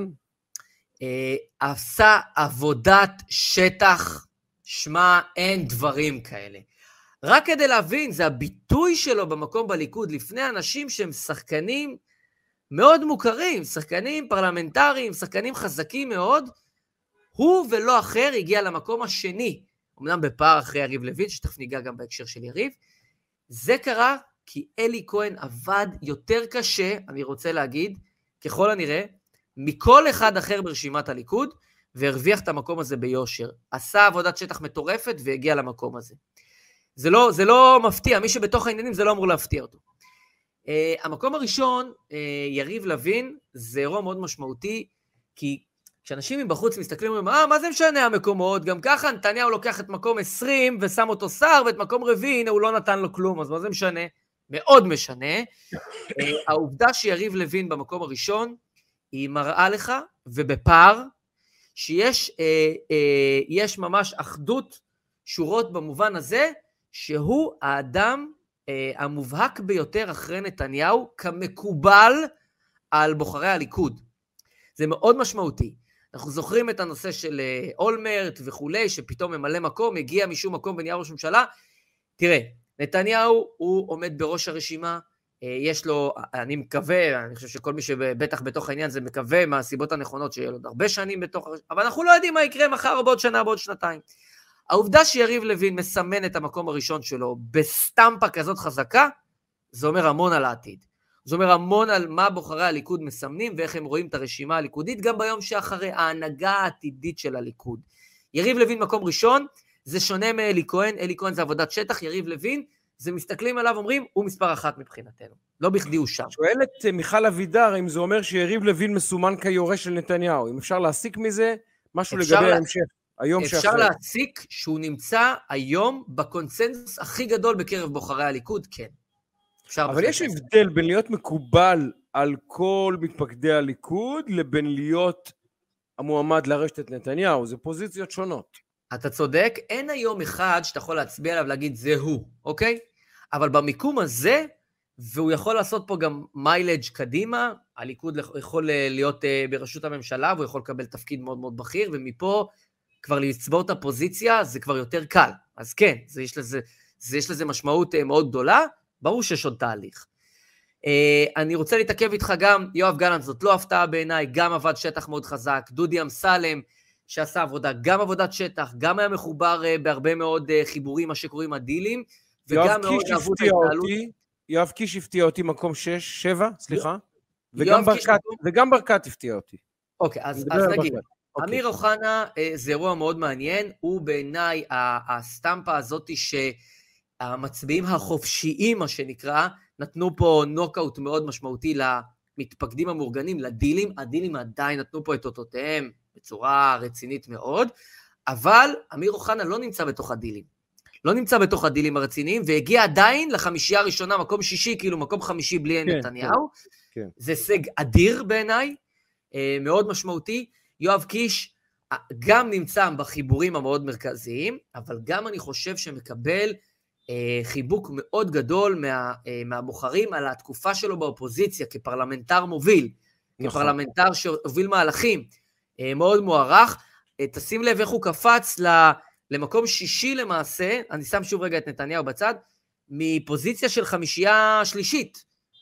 עשה עבודת שטח, שמה, אין דברים כאלה. רק כדי להבין, זה הביטוי שלו במקום בליכוד, לפני אנשים שהם שחקנים מאוד מוכרים, שחקנים פרלמנטריים, שחקנים חזקים מאוד, הוא ולא אחר הגיע למקום השני, אמנם בפער אחרי יריב לוין, שתכף ניגע גם בהקשר של יריב. זה קרה כי אלי כהן עבד יותר קשה, אני רוצה להגיד, ככל הנראה, מכל אחד אחר ברשימת הליכוד, והרוויח את המקום הזה ביושר. עשה עבודת שטח מטורפת והגיע למקום הזה. זה לא מפתיע, מי שבתוך העניינים זה לא אמור להפתיע אותו. המקום הראשון, יריב לוין, זה אירוע מאוד משמעותי, כי כשאנשים מבחוץ מסתכלים ואומרים, מה זה משנה המקומות? גם ככה נתניהו לוקח את מקום 20 ושם אותו שר, ואת מקום רביעי, הנה הוא לא נתן לו כלום, אז מה זה משנה? מאוד משנה. העובדה שיריב לוין במקום הראשון, היא מראה לך, ובפער, שיש ממש אחדות שורות במובן הזה, שהוא האדם המובהק ביותר אחרי נתניהו, כמקובל על בוחרי הליכוד. זה מאוד משמעותי. אנחנו זוכרים את הנושא של אולמרט וכולי, שפתאום ממלא מקום, הגיע משום מקום ונהיה ראש ממשלה. תראה, נתניהו הוא עומד בראש הרשימה, יש לו, אני מקווה, אני חושב שכל מי שבטח בתוך העניין זה מקווה מהסיבות הנכונות שיהיה לו עוד הרבה שנים בתוך הרשימה, אבל אנחנו לא יודעים מה יקרה מחר או בעוד שנה או בעוד שנתיים. העובדה שיריב לוין מסמן את המקום הראשון שלו בסטמפה כזאת חזקה, זה אומר המון על העתיד. זה אומר המון על מה בוחרי הליכוד מסמנים ואיך הם רואים את הרשימה הליכודית, גם ביום שאחרי ההנהגה העתידית של הליכוד. יריב לוין מקום ראשון, זה שונה מאלי כהן, אלי כהן זה עבודת שטח, יריב לוין, זה מסתכלים עליו אומרים, הוא מספר אחת מבחינתנו. לא בכדי הוא שם. שואלת מיכל אבידר, אם זה אומר שיריב לוין מסומן כיורש של נתניהו, אם אפשר להסיק מזה משהו לגבי ההמשך. אפשר להסיק שהוא נמצא היום בקונצנזוס הכי גדול בקרב בוחרי הליכוד, כן. אבל יש הבדל בין להיות מקובל על כל מתפקדי הליכוד, לבין להיות המועמד לרשת את נתניהו, זה פוזיציות שונות. אתה צודק, אין היום אחד שאתה יכול להצביע עליו ולהגיד זה הוא, אוקיי? אבל במיקום הזה, והוא יכול לעשות פה גם מיילג' קדימה, הליכוד יכול להיות בראשות הממשלה, והוא יכול לקבל תפקיד מאוד מאוד בכיר, ומפה כבר לצבור את הפוזיציה, זה כבר יותר קל. אז כן, יש לזה משמעות מאוד גדולה, ברור שיש עוד תהליך. אני רוצה להתעכב איתך גם, יואב גלנט, זאת לא הפתעה בעיניי, גם עבד שטח מאוד חזק, דודי אמסלם, שעשה עבודה, גם עבודת שטח, גם היה מחובר בהרבה מאוד חיבורים, מה שקוראים הדילים, וגם מאוד אהבו את ההתנהלות. יואב קיש הפתיע אותי מקום 6-7, סליחה, וגם ברקת הפתיע אותי. אוקיי, אז נגיד, אמיר אוחנה זה אירוע מאוד מעניין, הוא בעיניי הסטמפה הזאת שהמצביעים החופשיים, מה שנקרא, נתנו פה נוקאוט מאוד משמעותי למתפקדים המאורגנים, לדילים, הדילים עדיין נתנו פה את אותותיהם בצורה רצינית מאוד, אבל אמיר אוחנה לא נמצא בתוך הדילים, לא נמצא בתוך הדילים הרציניים, והגיע עדיין לחמישייה הראשונה, מקום שישי, כאילו מקום חמישי בלי נתניהו, זה הישג אדיר בעיניי, מאוד משמעותי. יואב קיש גם נמצא בחיבורים המאוד מרכזיים, אבל גם אני חושב שמקבל חיבוק מאוד גדול מהבוחרים על התקופה שלו באופוזיציה, כפרלמנטר מוביל, כפרלמנטר שהוביל מהלכים, מאוד מוערך. תשים לב איך הוא קפץ למקום שישי למעשה, אני שם שוב רגע את נתניהו בצד, מפוזיציה של חמישייה שלישית.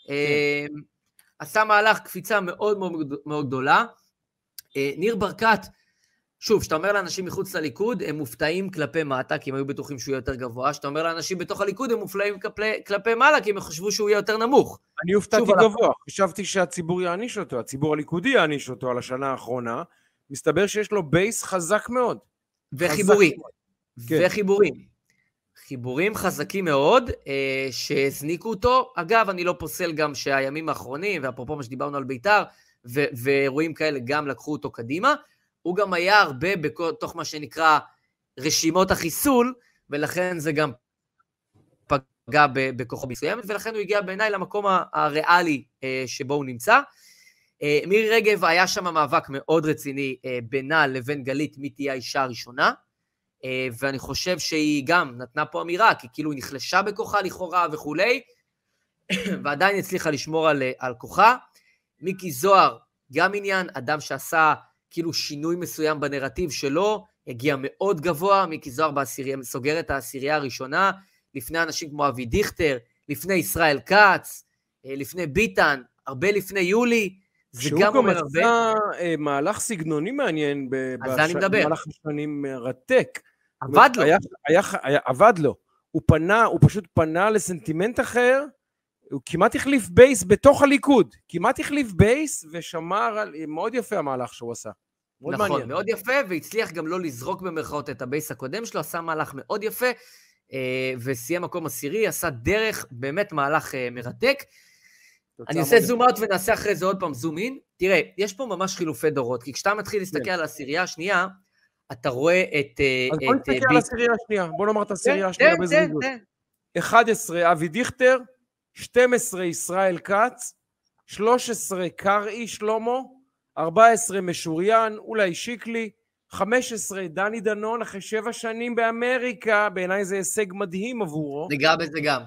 עשה מהלך קפיצה מאוד מאוד מאוד גדולה. ניר ברקת, שוב, שאתה אומר לאנשים מחוץ לליכוד, הם מופתעים כלפי מטה, כי הם היו בטוחים שהוא יהיה יותר גבוה, שאתה אומר לאנשים בתוך הליכוד, הם מופתעים כלפי מעלה, כי הם חשבו שהוא יהיה יותר נמוך. אני הופתעתי גבוה, חשבתי שהציבור יעניש אותו, הציבור הליכודי יעניש אותו על השנה האחרונה, מסתבר שיש לו בייס חזק מאוד. וחיבורים. וחיבורים. חיבורים חזקים מאוד, שהזניקו אותו. אגב, אני לא פוסל גם שהימים האחרונים, ואפרופו מה שדיברנו על ביתר, ואירועים כאלה גם לקחו אותו קדימה, הוא גם היה הרבה בתוך מה שנקרא רשימות החיסול, ולכן זה גם פגע בכוחו מסוימת, ולכן הוא הגיע בעיניי למקום הריאלי שבו הוא נמצא. מירי רגב היה שם מאבק מאוד רציני בינה לבין גלית, מי תהיה האישה הראשונה, ואני חושב שהיא גם נתנה פה אמירה, כי כאילו היא נחלשה בכוחה לכאורה וכולי, ועדיין הצליחה לשמור על כוחה. מיקי זוהר, גם עניין, אדם שעשה כאילו שינוי מסוים בנרטיב שלו, הגיע מאוד גבוה, מיקי זוהר סוגר את העשירייה הראשונה, לפני אנשים כמו אבי דיכטר, לפני ישראל כץ, לפני ביטן, הרבה לפני יולי, זה גם אומר הרבה. שהוא גם עשה מהלך סגנוני מעניין, במהלך השנים מרתק. עבד לו. עבד לו. הוא פשוט פנה לסנטימנט אחר, הוא כמעט החליף בייס בתוך הליכוד, כמעט החליף בייס ושמר על, מאוד יפה המהלך שהוא עשה. מאוד נכון, מעניין. מאוד יפה, והצליח גם לא לזרוק במרכאות את הבייס הקודם שלו, עשה מהלך מאוד יפה, וסיים מקום עשירי, עשה דרך, באמת מהלך מרתק. אני עושה זום אאוט ונעשה אחרי זה עוד פעם זום אין. תראה, יש פה ממש חילופי דורות, כי כשאתה מתחיל להסתכל על העשירייה השנייה, אתה רואה את... אז בוא נסתכל על העשירייה השנייה, בוא נאמר את העשירייה השנייה בזריזות. 11 אבי דיכטר, 12 ישראל כץ, 13 קראי שלמה, 14 משוריין, אולי שיקלי, 15 דני דנון, אחרי 7 שנים באמריקה, בעיניי זה הישג מדהים עבורו. ניגע בזה גם.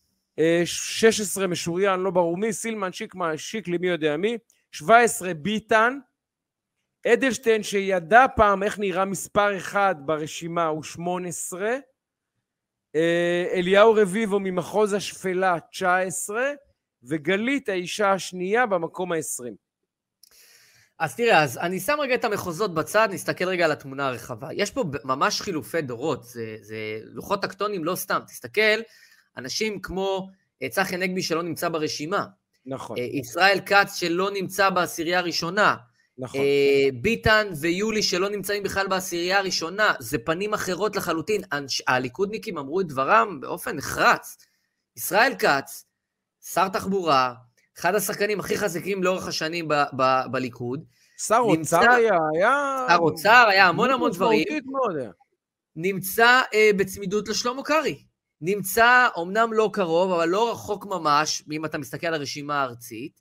16 משוריין, לא ברור מי, סילמן, שיקלי, מי יודע מי, 17 ביטן, אדלשטיין שידע פעם איך נראה מספר 1 ברשימה הוא 18, אליהו רביבו ממחוז השפלה 19, וגלית האישה השנייה במקום ה-20. אז תראה, אז אני שם רגע את המחוזות בצד, נסתכל רגע על התמונה הרחבה. יש פה ממש חילופי דורות, זה לוחות טקטונים לא סתם, תסתכל, אנשים כמו צחי הנגבי שלא נמצא ברשימה, נכון. ישראל כץ שלא נמצא בעשירייה הראשונה, נכון. ביטן ויולי שלא נמצאים בכלל בעשירייה הראשונה, זה פנים אחרות לחלוטין, הליכודניקים אמרו את דברם באופן נחרץ, ישראל כץ, שר תחבורה, אחד השחקנים הכי חזקים לאורך השנים בליכוד, שר אוצר היה המון המון דברים, נמצא בצמידות לשלמה קרעי, נמצא אומנם לא קרוב, אבל לא רחוק ממש, אם אתה מסתכל על הרשימה הארצית,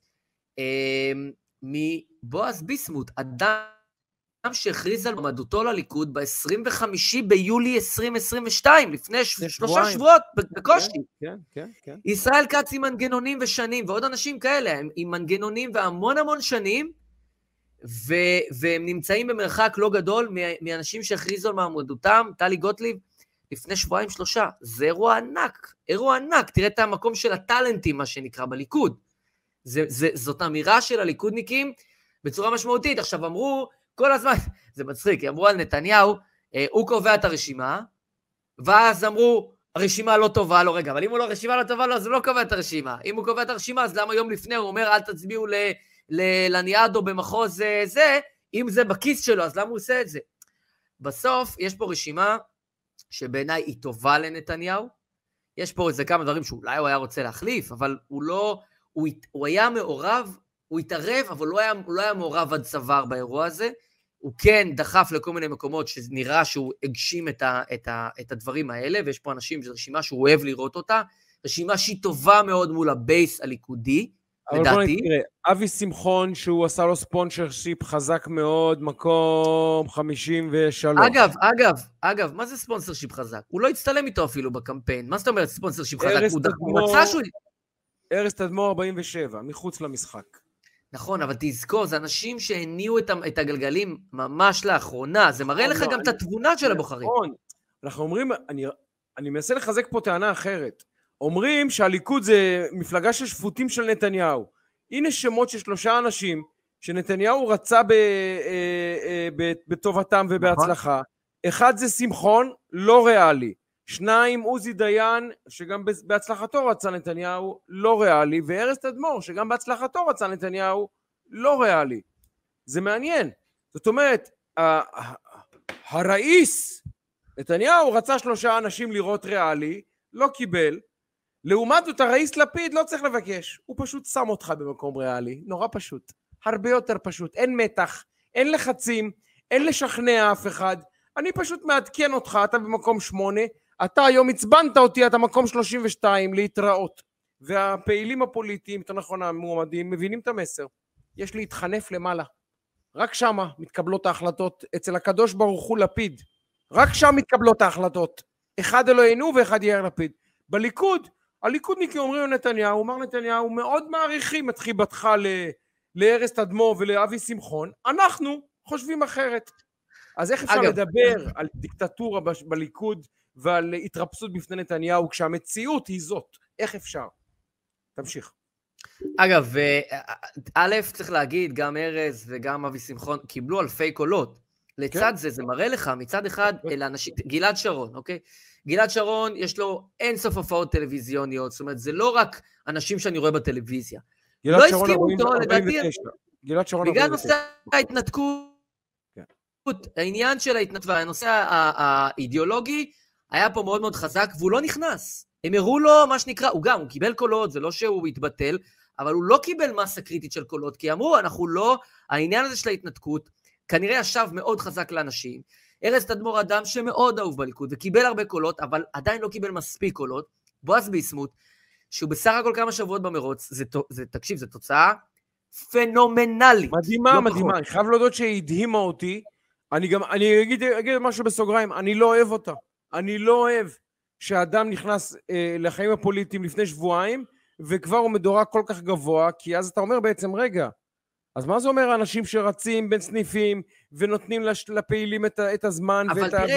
מבועז ביסמוט, אדם שהכריז על מועמדותו לליכוד ב-25 ביולי 2022, לפני 3 שבועות בקושי. כן. ישראל כץ עם מנגנונים ושנים, ועוד אנשים כאלה, עם מנגנונים והמון המון שנים, והם נמצאים במרחק לא גדול מאנשים שהכריזו על מועמדותם, טלי גוטליב, לפני 2-3 שבועות. זה אירוע ענק, תראה את המקום של הטלנטים, מה שנקרא בליכוד. זאת אמירה של הליכודניקים בצורה משמעותית. עכשיו אמרו, כל הזמן, זה מצחיק, אמרו על נתניהו, הוא קובע את הרשימה, ואז אמרו, הרשימה לא טובה, לא רגע, אבל אם הרשימה לא טובה, אז הוא לא קובע את הרשימה. אם הוא קובע את הרשימה, אז למה יום לפני הוא אומר, אל תצביעו לניאדו במחוז זה, אם זה בכיס שלו, אז למה הוא עושה את זה? בסוף, יש פה רשימה שבעיניי היא טובה לנתניהו, יש פה איזה כמה דברים שאולי הוא היה רוצה להחליף, אבל הוא היה מעורב, הוא התערב, אבל הוא לא היה מעורב עד צוואר באירוע הזה, הוא כן דחף לכל מיני מקומות שנראה שהוא הגשים את הדברים האלה, ויש פה אנשים, זו רשימה שהוא אוהב לראות אותה, רשימה שהיא טובה מאוד מול הבייס הליכודי, אבל לדעתי. בוא נתראה, אבי שמחון, שהוא עשה לו ספונסרשיפ חזק מאוד, מקום 53. אגב, מה זה ספונסרשיפ חזק? הוא לא הצטלם איתו אפילו בקמפיין, מה זאת אומרת ספונסרשיפ חזק? ארז תדמור 47, מחוץ למשחק. נכון, אבל תזכור, זה אנשים שהניעו את הגלגלים ממש לאחרונה, זה מראה לך גם את התבונה של הבוחרים. אנחנו אומרים, אני מנסה לחזק פה טענה אחרת. אומרים שהליכוד זה מפלגה של שפוטים של נתניהו. הנה שמות של 3 אנשים שנתניהו רצה בטובתם ובהצלחה. אחד זה שמחון, לא ריאלי. 2, עוזי דיין, שגם בהצלחתו רצה נתניהו, לא ריאלי. וארז תדמור, שגם בהצלחתו רצה נתניהו, לא ריאלי. זה מעניין. זאת אומרת, הראיס, נתניהו רצה 3 אנשים לראות ריאלי, לא קיבל. לעומת זאת, הראיס לפיד לא צריך לבקש. הוא פשוט שם אותך במקום ריאלי. נורא פשוט. הרבה יותר פשוט. אין מתח, אין לחצים, אין לשכנע אף אחד. אני פשוט מעדכן אותך, אתה במקום 8, אתה היום הצבנת אותי, אתה מקום 32, להתראות. והפעילים הפוליטיים, יותר נכון המועמדים, מבינים את המסר. יש להתחנף למעלה. רק שמה מתקבלות ההחלטות, אצל הקדוש ברוך הוא לפיד. רק שם מתקבלות ההחלטות. אחד אלוהינו ואחד יאיר לפיד. בליכוד, הליכודניקים אומרים לנתניהו, אומר נתניהו, מאוד מעריכים את חיבתך לארז תדמור ולאבי שמחון, אנחנו חושבים אחרת. אז איך אפשר לדבר על דיקטטורה בליכוד ועל התרפסות בפני נתניהו כשהמציאות היא זאת? איך אפשר? תמשיך. אגב, א', צריך להגיד, גם ארז וגם אבי שמחון קיבלו אלפי קולות. לצד זה, זה מראה לך, מצד אחד, גלעד שרון, אוקיי? גלעד שרון, יש לו אין סוף הופעות טלוויזיוניות, זאת אומרת, זה לא רק אנשים שאני רואה בטלוויזיה. לא הסכימו אותו, לדעתי, בגלל נושא ההתנתקות, העניין של ההתנתקות והנושא האידיאולוגי, היה פה מאוד מאוד חזק, והוא לא נכנס. הם הראו לו מה שנקרא, הוא קיבל קולות, זה לא שהוא התבטל, אבל הוא לא קיבל מסה קריטית של קולות, כי אמרו, אנחנו לא, העניין הזה של ההתנתקות, כנראה ישב מאוד חזק לאנשים, ארז תדמור אדם שמאוד אהוב בליכוד, וקיבל הרבה קולות, אבל עדיין לא קיבל מספיק קולות, בועז ביסמוט, שהוא בסך הכל כמה שבועות במרוץ, תקשיב, זו תוצאה פנומנלית. מדהימה, מדהימה, אני חייב להודות שהדהימה אותי, אני אגיד משהו בסוגריים, אני לא אוהב אותה, אני לא אוהב שהאדם נכנס לחיים הפוליטיים לפני שבועיים, וכבר הוא מדורג כל כך גבוה, כי אז אתה אומר בעצם, רגע, אז מה זה אומר האנשים שרצים בין סניפים, ונותנים לפעילים את הזמן, אבל תראה,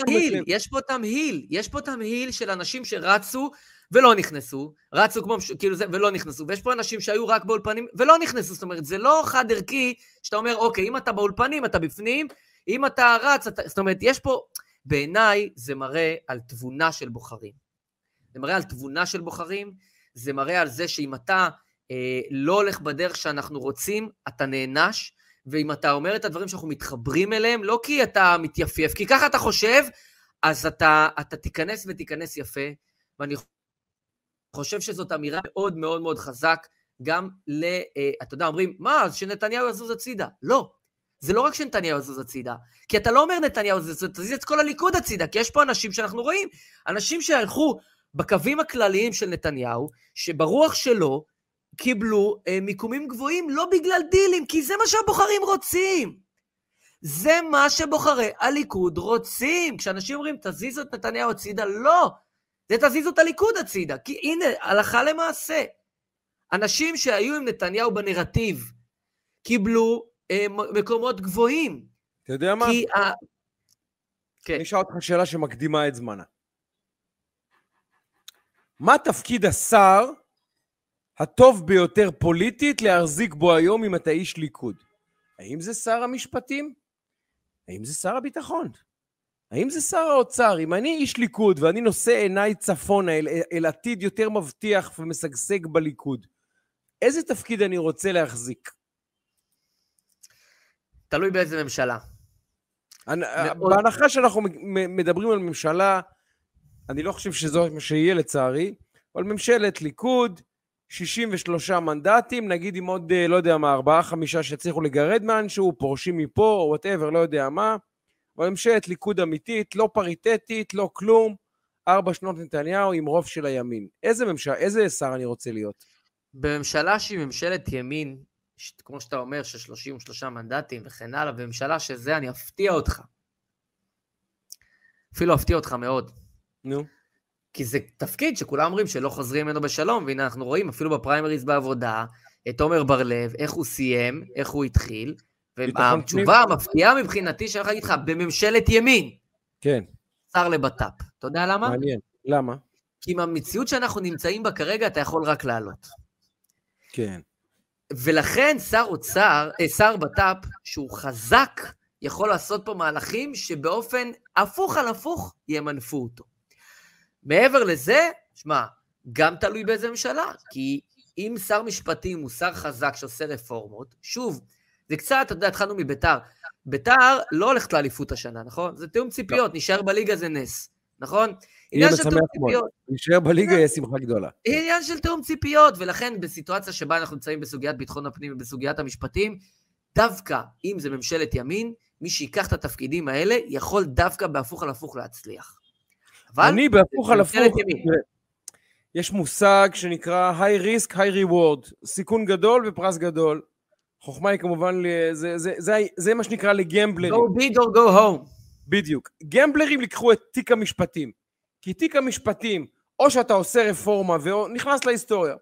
יש פה תמהיל של אנשים שרצו ולא נכנסו, רצו כמו, כאילו זה, ולא נכנסו, ויש פה אנשים שהיו רק באולפנים ולא נכנסו, זאת אומרת, זה לא חד ערכי, שאתה אומר, אוקיי, אם אתה באולפנים, אתה בפנים, אם אתה רץ, זאת אומרת, יש פה, בעיניי זה מראה על תבונה של בוחרים. זה מראה על תבונה של בוחרים, זה מראה על זה שאם אתה לא הולך בדרך שאנחנו רוצים, אתה נענש, ואם אתה אומר את הדברים שאנחנו מתחברים אליהם, לא כי אתה מתייפייף, כי ככה אתה חושב, אז אתה תיכנס ותיכנס יפה, ואני חושב שזאת אמירה מאוד מאוד מאוד חזק, גם אתה יודע, אומרים, מה, שנתניהו יזוז הצידה? לא. זה לא רק שנתניהו יזוז הצידה, כי אתה לא אומר נתניהו, זה תזיז את כל הליכוד הצידה, כי יש פה אנשים שאנחנו רואים, אנשים שהלכו בקווים הכלליים של נתניהו, שברוח שלו קיבלו מיקומים גבוהים, לא בגלל דילים, כי זה מה שהבוחרים רוצים. זה מה שבוחרי הליכוד רוצים. כשאנשים אומרים, תזיזו את נתניהו הצידה, לא. זה תזיזו את הליכוד הצידה, כי הנה, הלכה למעשה. אנשים שהיו עם נתניהו בנרטיב, קיבלו מקומות גבוהים. אתה יודע מה? כן. אני אשאל אותך שאלה שמקדימה את זמנה. מה תפקיד השר הטוב ביותר פוליטית להחזיק בו היום אם אתה איש ליכוד? האם זה שר המשפטים? האם זה שר הביטחון? האם זה שר האוצר? אם אני איש ליכוד ואני נושא עיניי צפונה אל עתיד יותר מבטיח ומשגשג בליכוד, איזה תפקיד אני רוצה להחזיק? תלוי באיזה ממשלה. בהנחה שאנחנו מדברים על ממשלה, אני לא חושב שזו מה שיהיה לצערי, אבל ממשלת ליכוד, 63 מנדטים, נגיד עם עוד, לא יודע מה, 4-5 שצריכו לגרד מאנשהו, פורשים מפה, או whatever, לא יודע מה, אבל ממשלת ליכוד אמיתית, לא פריטטית, לא כלום, 4 שנות נתניהו עם רוב של הימין. איזה שר אני רוצה להיות? בממשלה שהיא ממשלת ימין, כמו שאתה אומר, של 33 מנדטים וכן הלאה, בממשלה שזה אני אפתיע אותך. אפילו אפתיע אותך מאוד. נו. כי זה תפקיד שכולם אומרים שלא חוזרים ממנו בשלום, והנה אנחנו רואים אפילו בפריימריז בעבודה, את עומר בר-לב, איך הוא סיים, איך הוא התחיל, והתשובה המפתיעה מבחינתי שאני יכול להגיד לך, בממשלת ימין. כן. שר לבט"פ. אתה יודע למה? מעניין. למה? כי עם המציאות שאנחנו נמצאים בה כרגע, אתה יכול רק לעלות. כן. ולכן שר בט"פ, שהוא חזק, יכול לעשות פה מהלכים שבאופן הפוך על הפוך ימנפו אותו. מעבר לזה, שמע, גם תלוי באיזה ממשלה, כי אם שר משפטים הוא שר חזק שעושה רפורמות, שוב, זה קצת, אתה יודע, התחלנו מביתר, ביתר לא הולכת לאליפות השנה, נכון? זה תיאום ציפיות, נשאר בליגה זה נס, נכון? עניין של תיאום ציפיות. נשאר בליגה יהיה שמחה גדולה. עניין של תיאום ציפיות, ולכן בסיטואציה שבה אנחנו נמצאים בסוגיית ביטחון הפנים ובסוגיית המשפטים, דווקא אם זה ממשלת ימין, מי שיקח את התפקידים האלה, יכול דווקא בהפוך על הפוך להצליח. אני בהפוך על הפוך, יש מושג שנקרא high risk, high reward, סיכון גדול ופרס גדול. חוכמה היא כמובן, זה מה שנקרא לגמבלרים. Go big or go home. בדיוק. גמבלרים לקחו את תיק המשפטים. כי תיק המשפטים, או שאתה עושה רפורמה ונכנס להיסטוריה,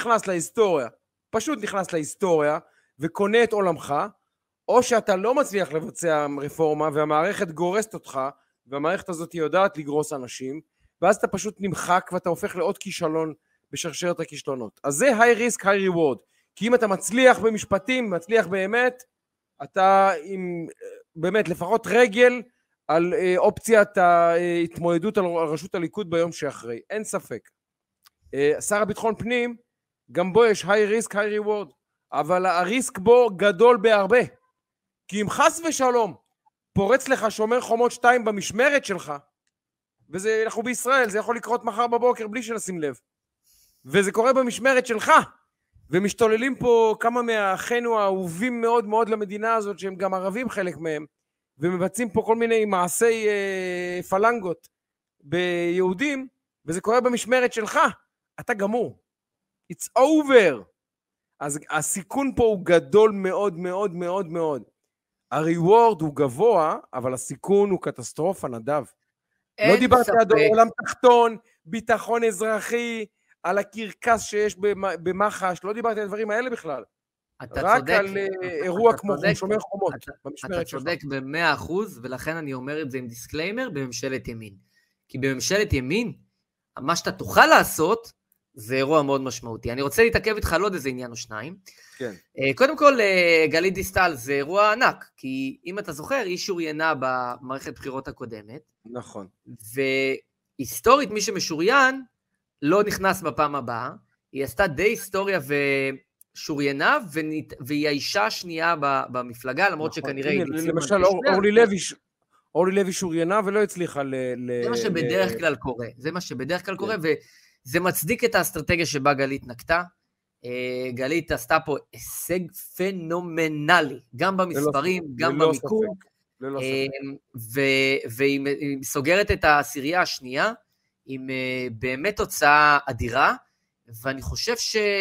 פשוט נכנס להיסטוריה, וקונה את עולמך, או שאתה לא מצליח לבצע רפורמה, והמערכת גורסת אותך, והמערכת הזאת יודעת לגרוס אנשים, ואז אתה פשוט נמחק, ואתה הופך לעוד כישלון בשרשרת הכישלונות. אז זה high risk, high reward. כי אם אתה מצליח במשפטים, מצליח באמת, אתה עם באמת לפחות רגל על אופציית ההתמודדות על רשות הליכוד ביום שאחרי. אין ספק. שר הביטחון פנים, גם בו יש high risk, high reward, אבל הריסק בו גדול בהרבה. כי אם חס ושלום פורץ לך שומר חומות 2 במשמרת שלך, וזה, אנחנו בישראל, זה יכול לקרות מחר בבוקר בלי שנשים לב. וזה קורה במשמרת שלך. ומשתוללים פה כמה מאחינו האהובים מאוד מאוד למדינה הזאת, שהם גם ערבים חלק מהם, ומבצעים פה כל מיני מעשי פלנגות ביהודים, וזה קורה במשמרת שלך. אתה גמור. It's over. אז הסיכון פה הוא גדול מאוד מאוד מאוד מאוד. הריוורד הוא גבוה, אבל הסיכון הוא קטסטרופה, נדב. לא דיברתי על עולם תחתון, ביטחון אזרחי, על הקרקס שיש במחש, לא דיברתי על הדברים האלה בכלל. רק על אירוע כמו שומר חומות. אתה צודק ב100%, ולכן אני אומר את זה עם דיסקליימר, בממשלת ימין. כי בממשלת ימין, מה שאתה תוכל לעשות, זה אירוע מאוד משמעותי. אני רוצה להתעכב איתך על עוד איזה עניין או שניים. כן. קודם כל, גלית דיסטל זה אירוע ענק, כי אם אתה זוכר, היא שוריינה במערכת בחירות הקודמת. נכון. והיסטורית, מי שמשוריין, לא נכנס בפעם הבאה. היא עשתה די היסטוריה ושוריינה, והיא האישה השנייה במפלגה, למרות שכנראה... למשל, אורלי לוי שוריינה ולא הצליחה זה מה שבדרך כלל קורה. זה מה שבדרך כלל קורה, וזה מצדיק את האסטרטגיה שבה גלית נקטה. גלית עשתה פה הישג פנומנלי, גם במספרים, גם במיקום, והיא סוגרת את העשירייה השנייה, עם באמת תוצאה אדירה, ואני חושב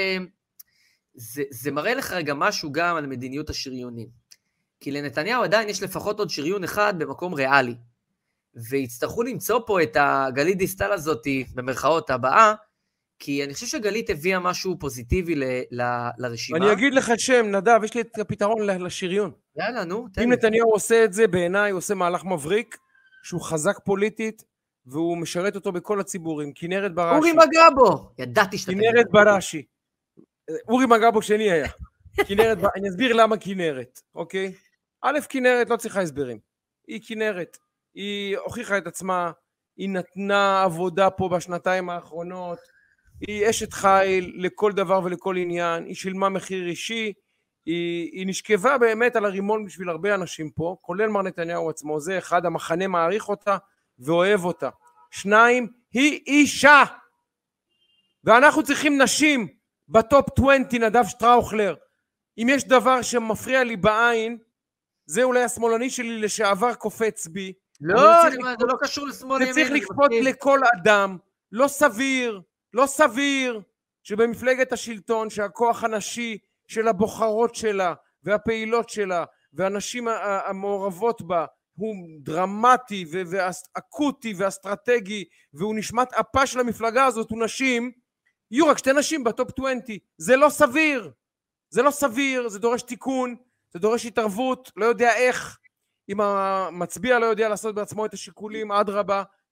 שזה מראה לך רגע משהו גם על מדיניות השריונים. כי לנתניהו עדיין יש לפחות עוד שריון אחד במקום ריאלי, והצטרכו למצוא פה את הגלית דיסטל הזאת במרכאות הבאה, כי אני חושב שגלית הביאה משהו פוזיטיבי לרשימה. אני אגיד לך שם, נדב, יש לי את הפתרון לשריון. יאללה, נו. אם נתניהו עושה את זה, בעיניי הוא עושה מהלך מבריק, שהוא חזק פוליטית, והוא משרת אותו בכל הציבורים. כנרת בראשי. אורי מגבו. ידעתי שאתה... כנרת בראשי. אורי מגבו שני היה. אני אסביר למה כנרת, אוקיי? א', כנרת לא צריכה הסברים. היא כנרת. היא הוכיחה את עצמה, היא נתנה עבודה פה בשנתיים האחרונות, היא אשת חיל לכל דבר ולכל עניין, היא שילמה מחיר אישי, היא נשכבה באמת על הרימון בשביל הרבה אנשים פה, כולל מר נתניהו עצמו. זה אחד, המחנה מעריך אותה ואוהב אותה. 2, היא אישה, ואנחנו צריכים נשים בטופ 20, נדב שטראוכלר. אם יש דבר שמפריע לי בעין, זה אולי השמאלני שלי לשעבר קופץ בי. לא, זה לא קשור לשמאל ימין. זה צריך לקפוץ לכל אדם. לא סביר שבמפלגת השלטון, שהכוח הנשי של הבוחרות שלה והפעילות שלה והנשים המעורבות בה הוא דרמטי ואקוטי ואסטרטגי, והוא נשמת אפה של המפלגה הזאת, הוא נשים, יהיו רק 2 נשים בטופ 20. זה לא סביר, זה דורש תיקון, זה דורש התערבות, לא יודע איך. אם המצביע לא יודע לעשות בעצמו את השיקולים, אדרבה,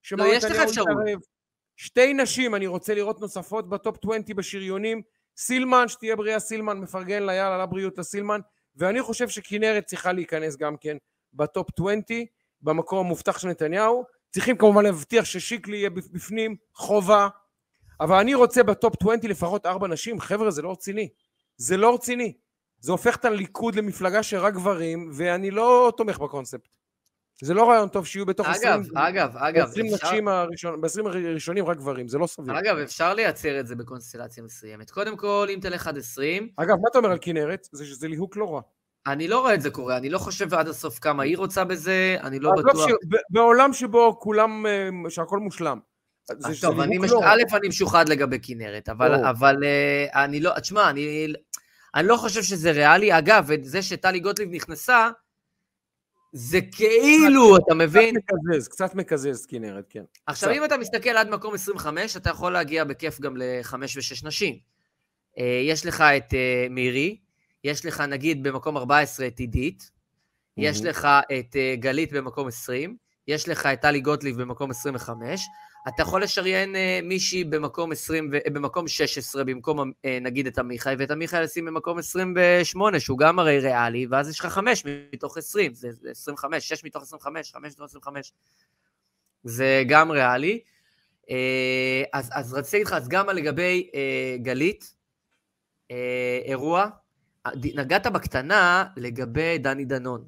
לא, יש לך אפשרות. שתי נשים אני רוצה לראות נוספות בטופ 20 בשריונים, סילמן, שתהיה בריאה סילמן, מפרגן לה, יאללה, לבריאות לסילמן, ואני חושב שכנרת צריכה להיכנס גם כן בטופ 20, במקום המובטח של נתניהו, צריכים כמובן להבטיח ששיקלי יהיה בפנים, חובה, אבל אני רוצה בטופ 20 לפחות 4 נשים, חבר'ה, זה לא רציני, זה לא רציני, זה הופך את הליכוד למפלגה שרק גברים, ואני לא תומך בקונספט. זה לא רעיון טוב שיהיו בתוך 20 נשים הראשונים רק גברים, זה לא סביר. אגב, אפשר לייצר את זה בקונסטלציה מסוימת. קודם כל, אם תלך עד 20... אגב, מה אתה אומר על כנרת? זה שזה ליהוק לא רע. אני לא רואה את זה קורה, אני לא חושב עד הסוף כמה היא רוצה בזה, אני לא בטוח... בעולם שבו כולם, שהכל מושלם. טוב, אני משוחד לגבי כנרת, אבל אני לא... תשמע, אני לא חושב שזה ריאלי. אגב, זה שטלי גוטליב נכנסה, זה כאילו, אתה מבין? קצת מקזז, כנרת, כן. עכשיו, אם אתה מסתכל עד מקום 25, אתה יכול להגיע בכיף גם ל5 ו6 נשים. יש לך את מירי, יש לך נגיד במקום 14 את עידית, יש לך את גלית במקום 20, יש לך את טלי גוטליב במקום 25, אתה יכול לשריין מישהי במקום 16 במקום נגיד את עמיחי, ואת עמיחי לשים במקום 28, שהוא גם הרי ריאלי, ואז יש לך 5 מתוך 20, זה 25, 6 מתוך 25, 5 מתוך 25, זה גם ריאלי. אז רציתי איתך, אז גם לגבי גלית, אירוע, נגעת בקטנה לגבי דני דנון.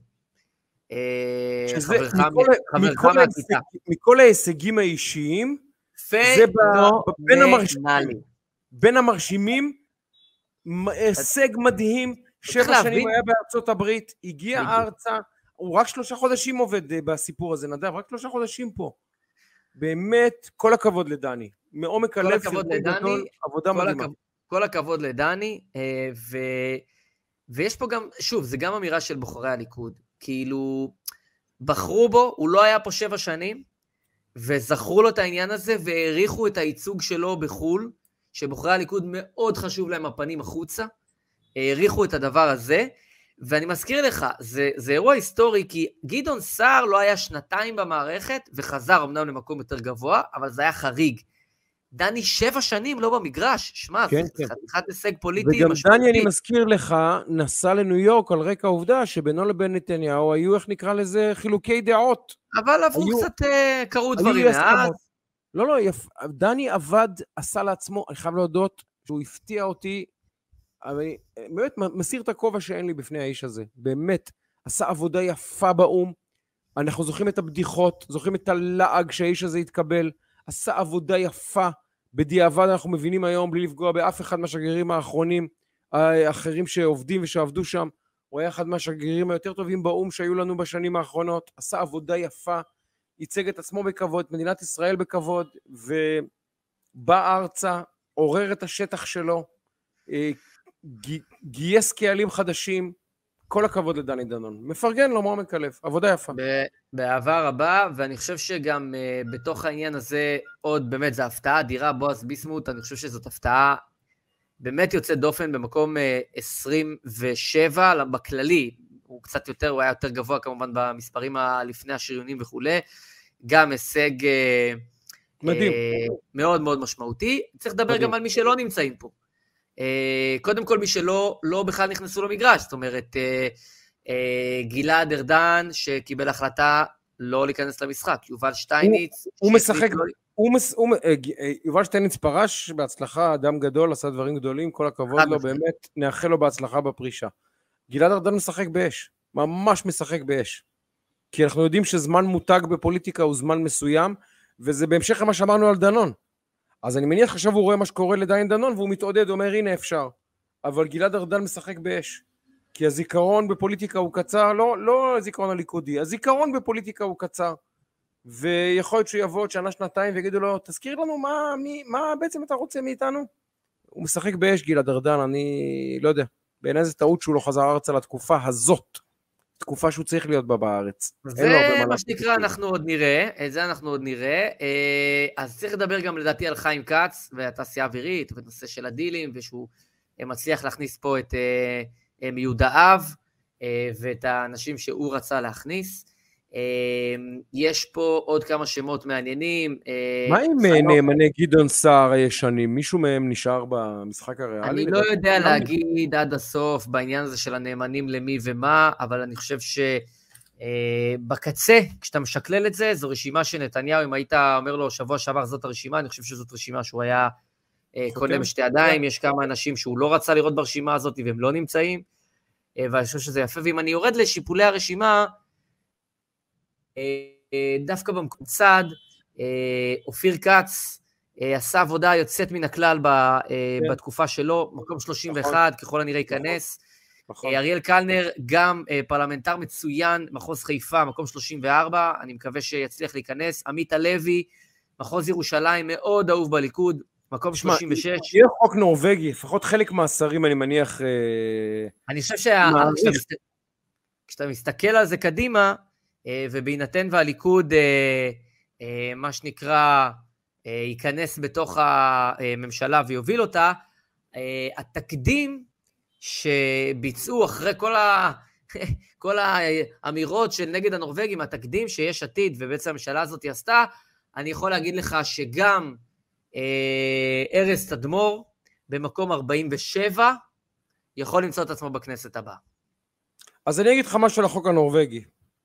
מכל ההישגים האישיים, זה בין המרשימים, הישג מדהים, 7 שנים היה בארצות הברית, הגיע ארצה, הוא רק 3 חודשים עובד בסיפור הזה, נדב, רק 3 חודשים פה. באמת, כל הכבוד לדני, מעומק הלב, עבודה מדהימה. כל הכבוד לדני, ויש פה גם, שוב, זה גם אמירה של בוחרי הליכוד, כאילו, בחרו בו, הוא לא היה פה 7 שנים, וזכרו לו את העניין הזה, והעריכו את הייצוג שלו בחול, שבוחרי הליכוד מאוד חשוב להם הפנים החוצה, העריכו את הדבר הזה, ואני מזכיר לך, זה אירוע היסטורי, כי גדעון סער לא היה 2 במערכת, וחזר אמנם למקום יותר גבוה, אבל זה היה חריג. דני 7 שנים לא במגרש, שמע, זה חתיכת הישג פוליטי משמעותי. וגם דני, אני מזכיר לך, נסע לניו יורק על רקע העובדה שבינו לבין נתניהו היו, איך נקרא לזה, חילוקי דעות. אבל עברו קצת, קרו דברים מאז. לא, דני עבד, עשה לעצמו, אני חייב להודות, שהוא הפתיע אותי, אבל באמת מסיר את הכובע שאין לי בפני האיש הזה, באמת, עשה עבודה יפה באום, אנחנו זוכרים את הבדיחות, זוכרים את הלעג שהאיש הזה התקבל, עשה עבודה יפה, בדיעבד אנחנו מבינים היום, בלי לפגוע באף אחד מהשגרירים האחרונים, האחרים שעובדים ושעבדו שם, הוא היה אחד מהשגרירים היותר טובים באום שהיו לנו בשנים האחרונות, עשה עבודה יפה, ייצג את עצמו בכבוד, את מדינת ישראל בכבוד, ובא ארצה, עורר את השטח שלו, גייס קהלים חדשים, כל הכבוד לדני דנון. מפרגן לו מעומק הלב, עבודה יפה. באהבה רבה, ואני חושב שגם בתוך העניין הזה, עוד באמת, זו הפתעה אדירה, בועז ביסמוט, אני חושב שזאת הפתעה באמת יוצאת דופן במקום 27 בכללי, הוא קצת יותר, הוא היה יותר גבוה כמובן במספרים לפני השריונים וכו', גם הישג מדהים. מאוד מאוד משמעותי. צריך לדבר גם על מי שלא נמצאים פה. קודם כל מי שלא בכלל נכנסו למגרש, זאת אומרת, גלעד ארדן שקיבל החלטה לא להיכנס למשחק, יובל שטייניץ, הוא משחק, יובל שטייניץ פרש בהצלחה, אדם גדול, עשה דברים גדולים, כל הכבוד לו, באמת נאחל לו בהצלחה בפרישה. גלעד ארדן משחק באש, ממש משחק באש, כי אנחנו יודעים שזמן מותג בפוליטיקה הוא זמן מסוים, וזה בהמשך למה שאמרנו על דנון. אז אני מניח עכשיו הוא רואה מה שקורה לדני דנון, והוא מתעודד, הוא אומר, הנה אפשר. אבל גלעד ארדן משחק באש. כי הזיכרון בפוליטיקה הוא קצר, לא הזיכרון הליכודי, הזיכרון בפוליטיקה הוא קצר. ויכול להיות שהוא יבוא עוד שנה, שנתיים, ויגידו לו, תזכיר לנו מה בעצם אתה רוצה מאיתנו? הוא משחק באש, גלעד ארדן, אני לא יודע. בעיניי זה טעות שהוא לא חזר ארצה לתקופה הזאת. תקופה שהוא צריך להיות בה בארץ. זה מה שנקרא, אנחנו עוד נראה, את זה אנחנו עוד נראה, אז צריך לדבר גם לדעתי על חיים כץ, והתעשייה האווירית, ונושא של הדילים, ושהוא מצליח להכניס פה את יהודה אב, ואת האנשים שהוא רצה להכניס, יש פה עוד כמה שמות מעניינים. מה עם נאמני גדעון סער הישנים? מישהו מהם נשאר במשחק הריאלי? אני לא יודע להגיד עד הסוף בעניין הזה של הנאמנים למי ומה, אבל אני חושב שבקצה, כשאתה משקלל את זה, זו רשימה שנתניהו, אם היית אומר לו שבוע שעבר זאת הרשימה, אני חושב שזאת רשימה שהוא היה קונה בשתי ידיים, יש כמה אנשים שהוא לא רצה לראות ברשימה הזאת והם לא נמצאים, ואני חושב שזה יפה, ואם אני יורד לשיפולי הרשימה, דווקא במקום צד, אופיר כץ עשה עבודה יוצאת מן הכלל בתקופה שלו, מקום 31, ככל הנראה ייכנס. אריאל קלנר, גם פרלמנטר מצוין, מחוז חיפה, מקום 34, אני מקווה שיצליח להיכנס. עמית הלוי, מחוז ירושלים, מאוד אהוב בליכוד, מקום 36. יהיה חוק נורווגי, לפחות חלק מהשרים, אני מניח... אני חושב כשאתה מסתכל על זה קדימה, ובהינתן והליכוד, מה שנקרא, ייכנס בתוך הממשלה ויוביל אותה, התקדים שביצעו אחרי כל האמירות של נגד הנורווגים, התקדים שיש עתיד, ובעצם הממשלה הזאת עשתה, אני יכול להגיד לך שגם ארז תדמור, במקום 47, יכול למצוא את עצמו בכנסת הבאה. אז אני אגיד לך משהו על החוק הנורווגי.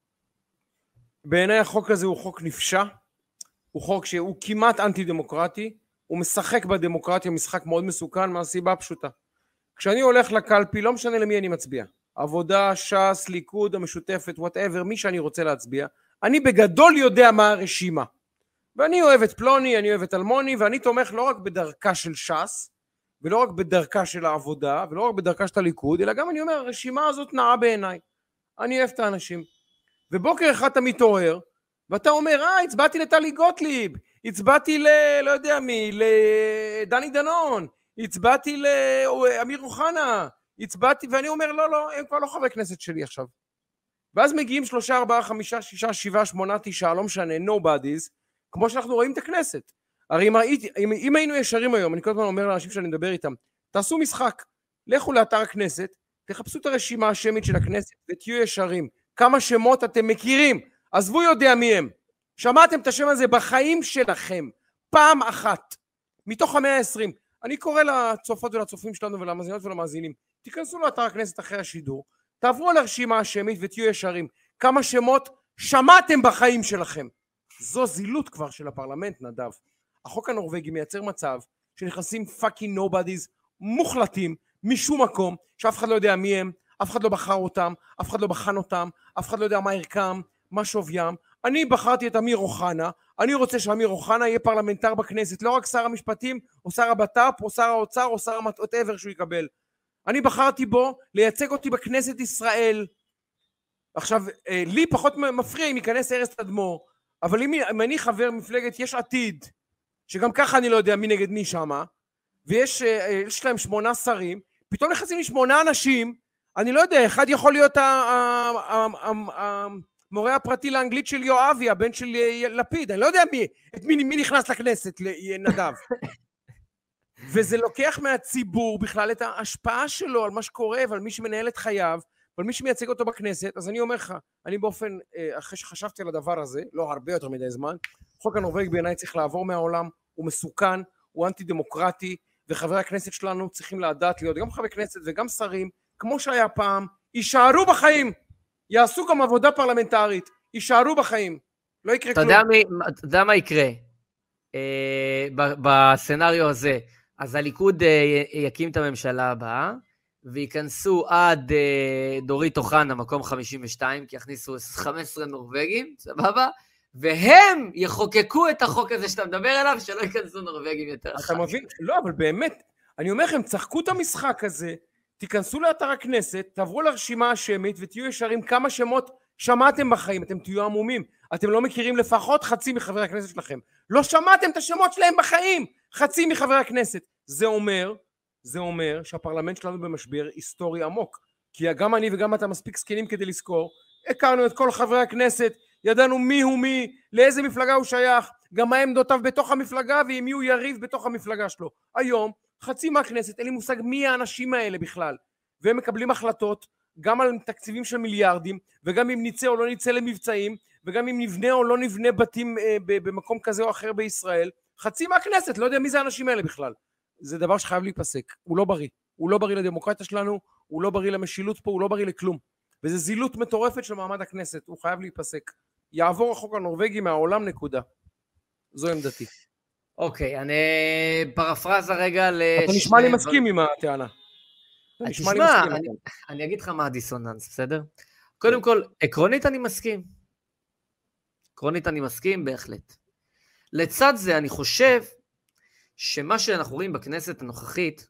בעיניי החוק הזה הוא חוק נפשע, הוא חוק שהוא כמעט אנטי-דמוקרטי, הוא משחק בדמוקרטיה משחק מאוד מסוכן, מהסיבה הפשוטה. כשאני הולך לקלפי, לא משנה למי אני מצביע, עבודה, ש"ס, ליכוד, המשותפת, whatever, מי שאני רוצה להצביע, אני בגדול יודע מה הרשימה. ואני אוהב את פלוני, אני אוהב את אלמוני, ואני תומך לא רק בדרכה של ש"ס, ולא רק בדרכה של העבודה, ולא רק בדרכה של הליכוד, אלא גם אני אומר, הרשימה הזאת נעה בעיניי. אני אוהב את האנשים. ובוקר אחד אתה מתעורר, ואתה אומר, הצבעתי לטלי גוטליב, הצבעתי לא יודע מי, לדני דנון, הצבעתי לאמיר אוחנה, הצבעתי, ואני אומר, לא, הם כבר לא חברי כנסת שלי עכשיו. ואז מגיעים 3, 4, 5, 6, 7, 8, 9, לא משנה, nobodies, כמו שאנחנו רואים את הכנסת. הרי אם היינו ישרים היום, אני כל הזמן אומר לאנשים שאני מדבר איתם, תעשו משחק, לכו לאתר הכנסת, תחפשו את הרשימה השמית של הכנסת, ותהיו ישרים. כמה שמות אתם מכירים, עזבו יודע מי הם. שמעתם את השם הזה בחיים שלכם, פעם אחת, מתוך 120. אני קורא לצופות ולצופים שלנו ולמאזינות ולמאזינים, תיכנסו לאתר הכנסת אחרי השידור, תעברו על הרשימה השמית ותהיו ישרים. כמה שמות שמעתם בחיים שלכם. זו זילות כבר של הפרלמנט, נדב. החוק הנורווגי מייצר מצב שנכנסים פאקינג נובדיז מוחלטים משום מקום, שאף אחד לא יודע מי הם, אף אחד לא בחר אותם, אף אחד לא בחן אותם, אף אחד לא יודע מה ערכם, מה שוויים. אני בחרתי את אמיר אוחנה, אני רוצה שאמיר אוחנה יהיה פרלמנטר בכנסת, לא רק שר המשפטים, או שר הבט"פ, או שר האוצר, או שר whatever שהוא יקבל. אני בחרתי בו לייצג אותי בכנסת ישראל. עכשיו, לי פחות מפריע אם ייכנס ארז תדמור, אבל אם אני חבר מפלגת יש עתיד, שגם ככה אני לא יודע מי נגד מי שמה, ויש להם 8 שרים, פתאום נכנסים לי 8 אנשים, אני לא יודע, אחד יכול להיות המורה הפרטי לאנגלית של יואבי, הבן של לפיד, אני לא יודע מי נכנס לכנסת, נדב. וזה לוקח מהציבור בכלל את ההשפעה שלו על מה שקורה, ועל מי שמנהל את חייו, ועל מי שמייצג אותו בכנסת. אז אני אומר לך, אני באופן, אחרי שחשבתי על הדבר הזה, לא הרבה יותר מדי זמן, חוק הנורווגי בעיניי צריך לעבור מהעולם, הוא מסוכן, הוא אנטי דמוקרטי, וחברי הכנסת שלנו צריכים לדעת להיות גם חברי כנסת וגם שרים, כמו שהיה פעם, יישארו בחיים, יעשו גם עבודה פרלמנטרית, יישארו בחיים, לא יקרה כלום. אתה יודע מה יקרה בסצנריו הזה? אז הליכוד יקים את הממשלה הבאה, וייכנסו עד דורית אוחנה, מקום 52, כי יכניסו 15 נורווגים, סבבה? והם יחוקקו את החוק הזה שאתה מדבר עליו, שלא ייכנסו נורווגים יותר. אתה מבין? לא, אבל באמת, אני אומר לכם, צחקו את המשחק הזה, תיכנסו לאתר הכנסת, תעברו לרשימה השמית, ותהיו ישרים כמה שמות שמעתם בחיים, אתם תהיו עמומים, אתם לא מכירים לפחות חצי מחברי הכנסת שלכם, לא שמעתם את השמות שלהם בחיים, חצי מחברי הכנסת. זה אומר שהפרלמנט שלנו במשבר היסטורי עמוק, כי גם אני וגם אתה מספיק סקנים כדי לזכור, הכרנו את כל חברי הכנסת, ידענו מי הוא מי, לאיזה מפלגה הוא שייך, גם מה עמדותיו בתוך המפלגה, ועם מי הוא יריב בתוך המפלגה שלו. היום, חצי מהכנסת, אין לי מושג מי האנשים האלה בכלל, והם מקבלים החלטות, גם על תקציבים של מיליארדים, וגם אם ניצא או לא ניצא למבצעים, וגם אם נבנה או לא נבנה בתים במקום כזה או אחר בישראל, חצי מהכנסת, לא יודע מי זה האנשים האלה בכלל. זה דבר שחייב להיפסק, הוא לא בריא. הוא לא בריא לדמוקרטיה שלנו, הוא לא בריא למשילות פה, הוא לא בריא לכלום. וזה זילות מטורפת של מעמד הכנסת, הוא חייב להיפסק. יעבור החוק הנורווגי מהעולם, נקודה. זו עמדתי. אוקיי, אני פרפרזה רגע אתה נשמע לי מסכים עם הטענה. תשמע, אני אגיד לך מה הדיסוננס, בסדר? קודם כל, עקרונית אני מסכים. עקרונית אני מסכים, בהחלט. לצד זה אני חושב שמה שאנחנו רואים בכנסת הנוכחית,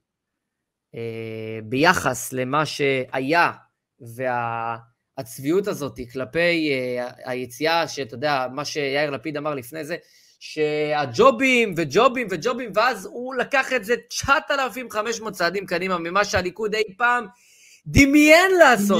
ביחס למה שהיה, והצביעות הזאת כלפי היציאה, שאתה יודע, מה שיאיר לפיד אמר לפני זה, שהג'ובים וג'ובים וג'ובים, ואז הוא לקח את זה 9,500 צעדים קדימה, ממה שהליכוד אי פעם דמיין לעשות.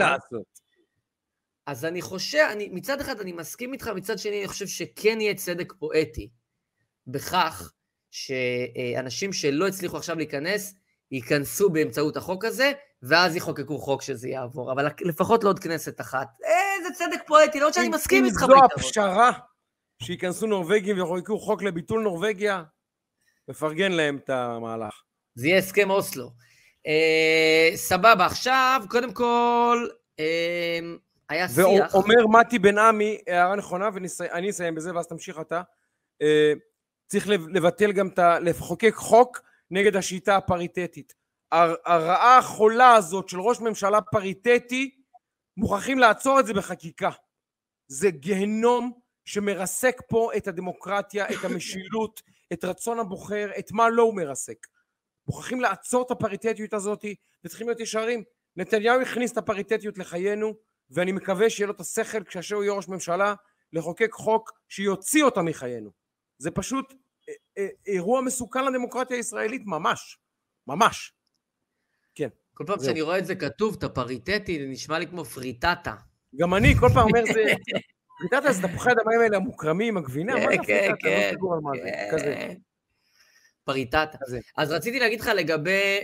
אז אני חושב, מצד אחד אני מסכים איתך, מצד שני אני חושב שכן יהיה צדק פואטי, בכך שאנשים שלא הצליחו עכשיו להיכנס, ייכנסו באמצעות החוק הזה, ואז יחוקקו חוק שזה יעבור, אבל לפחות לא עוד כנסת אחת. זה צדק פואטי, לא שאני מסכים איתך. אם זו הפשרה, שיכנסו נורווגים ויחוקקו חוק לביטול נורווגיה, מפרגן להם את המהלך. זה יהיה הסכם אוסלו. סבבה, עכשיו, קודם כל, היה שיח. ואומר מתי בן עמי, הערה נכונה, ואני אסיים בזה, ואז תמשיך אתה, צריך לבטל גם לחוקק חוק נגד השיטה הפריטטית. הרעה החולה הזאת של ראש ממשלה פריטטי, מוכרחים לעצור את זה בחקיקה. זה גהנום שמרסק פה את הדמוקרטיה, את המשילות, את רצון הבוחר, את מה לא הוא מרסק. מוכרחים לעצור את הפריטטיות הזאת, וצריכים להיות ישרים. נתניהו הכניס את הפריטטיות לחיינו, ואני מקווה שיהיה לו את השכל כשאשר הוא יהיה ראש ממשלה, לחוקק חוק שיוציא אותה מחיינו. זה פשוט אירוע מסוכן לדמוקרטיה הישראלית, ממש. ממש. כן. כל פעם שאני רואה את זה כתוב, את הפריטטי, זה נשמע לי כמו פריטטה. גם אני כל פעם אומר זה... פריטטה זה תפוחי האדמה האלה המוקרמים, הגבינה, מה זה פריטטה? כן, לא סגור על מה זה, כזה. פריטטה. אז רציתי להגיד לך לגבי...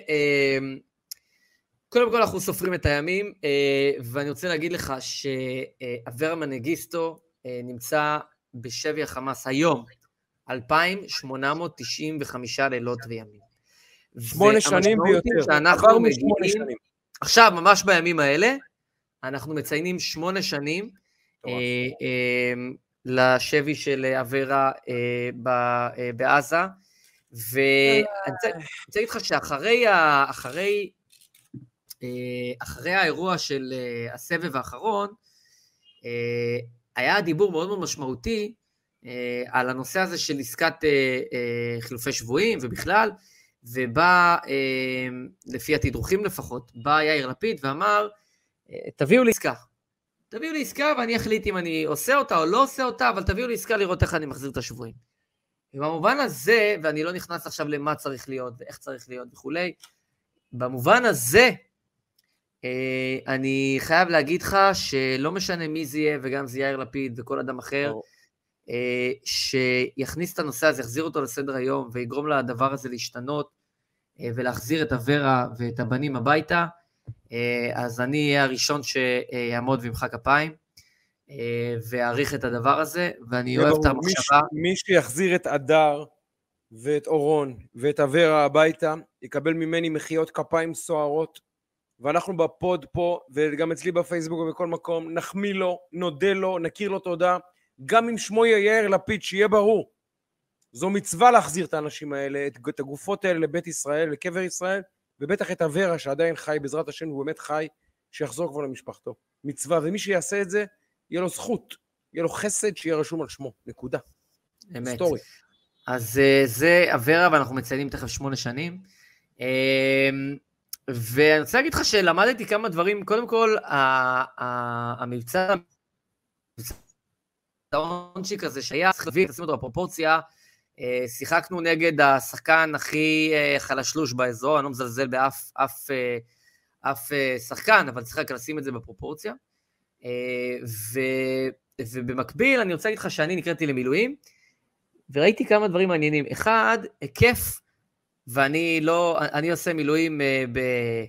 קודם כל אנחנו סופרים את הימים, ואני רוצה להגיד לך שאברה מנגיסטו נמצא בשבי החמאס היום, 2,895 לילות וימים. 8 שנים ויותר. עברנו 8 שנים. עכשיו, ממש בימים האלה, אנחנו מציינים 8 שנים לשבי של אברה בעזה, ואני רוצה להגיד לך שאחרי האירוע של הסבב האחרון, היה דיבור מאוד מאוד משמעותי על הנושא הזה של עסקת חילופי שבויים ובכלל, ובא, לפי התדרוכים לפחות, בא יאיר לפיד ואמר, תביאו לי עסקה ואני אחליט אם אני עושה אותה או לא עושה אותה, אבל תביאו לי עסקה לראות איך אני מחזיר את השבויים. ובמובן הזה, ואני לא נכנס עכשיו למה צריך להיות ואיך צריך להיות וכולי, במובן הזה, אני חייב להגיד לך שלא משנה מי זה יהיה, וגם זה יאיר לפיד וכל אדם אחר, שיכניס את הנושא הזה, יחזיר אותו לסדר היום, ויגרום לדבר הזה להשתנות, ולהחזיר את אברה ואת הבנים הביתה, אז אני אהיה הראשון שיעמוד וימחא כפיים, ויעריך את הדבר הזה, ואני אוהב את המחשבה. מי שיחזיר את אדר, ואת אורון, ואת אברה הביתה, יקבל ממני מחיאות כפיים סוערות, ואנחנו בפוד פה, וגם אצלי בפייסבוק ובכל מקום, נחמיא לו, נודה לו, נכיר לו תודה, גם אם שמו יאיר לפיד, שיהיה ברור. זו מצווה להחזיר את האנשים האלה, את הגופות האלה לבית ישראל, לקבר ישראל, ובטח את אברה שעדיין חי, בעזרת השם, הוא באמת חי, שיחזור כבר למשפחתו. מצווה, ומי שיעשה את זה, יהיה לו זכות, יהיה לו חסד שיהיה רשום על שמו, נקודה. אמת. היסטורי. אז זה אברה, ואנחנו מציינים תכף 8 שנים. ואני רוצה להגיד לך שלמדתי כמה דברים, קודם כל, המבצע העונשי כזה שהיה, צריך להביא, תשים אותו בפרופורציה, שיחקנו נגד השחקן הכי חלשלוש באזור, אני לא מזלזל באף שחקן, אבל צריך רק לשים את זה בפרופורציה, ובמקביל אני רוצה להגיד לך שאני נקראתי למילואים, וראיתי כמה דברים מעניינים. אחד, היקף, ואני עושה מילואים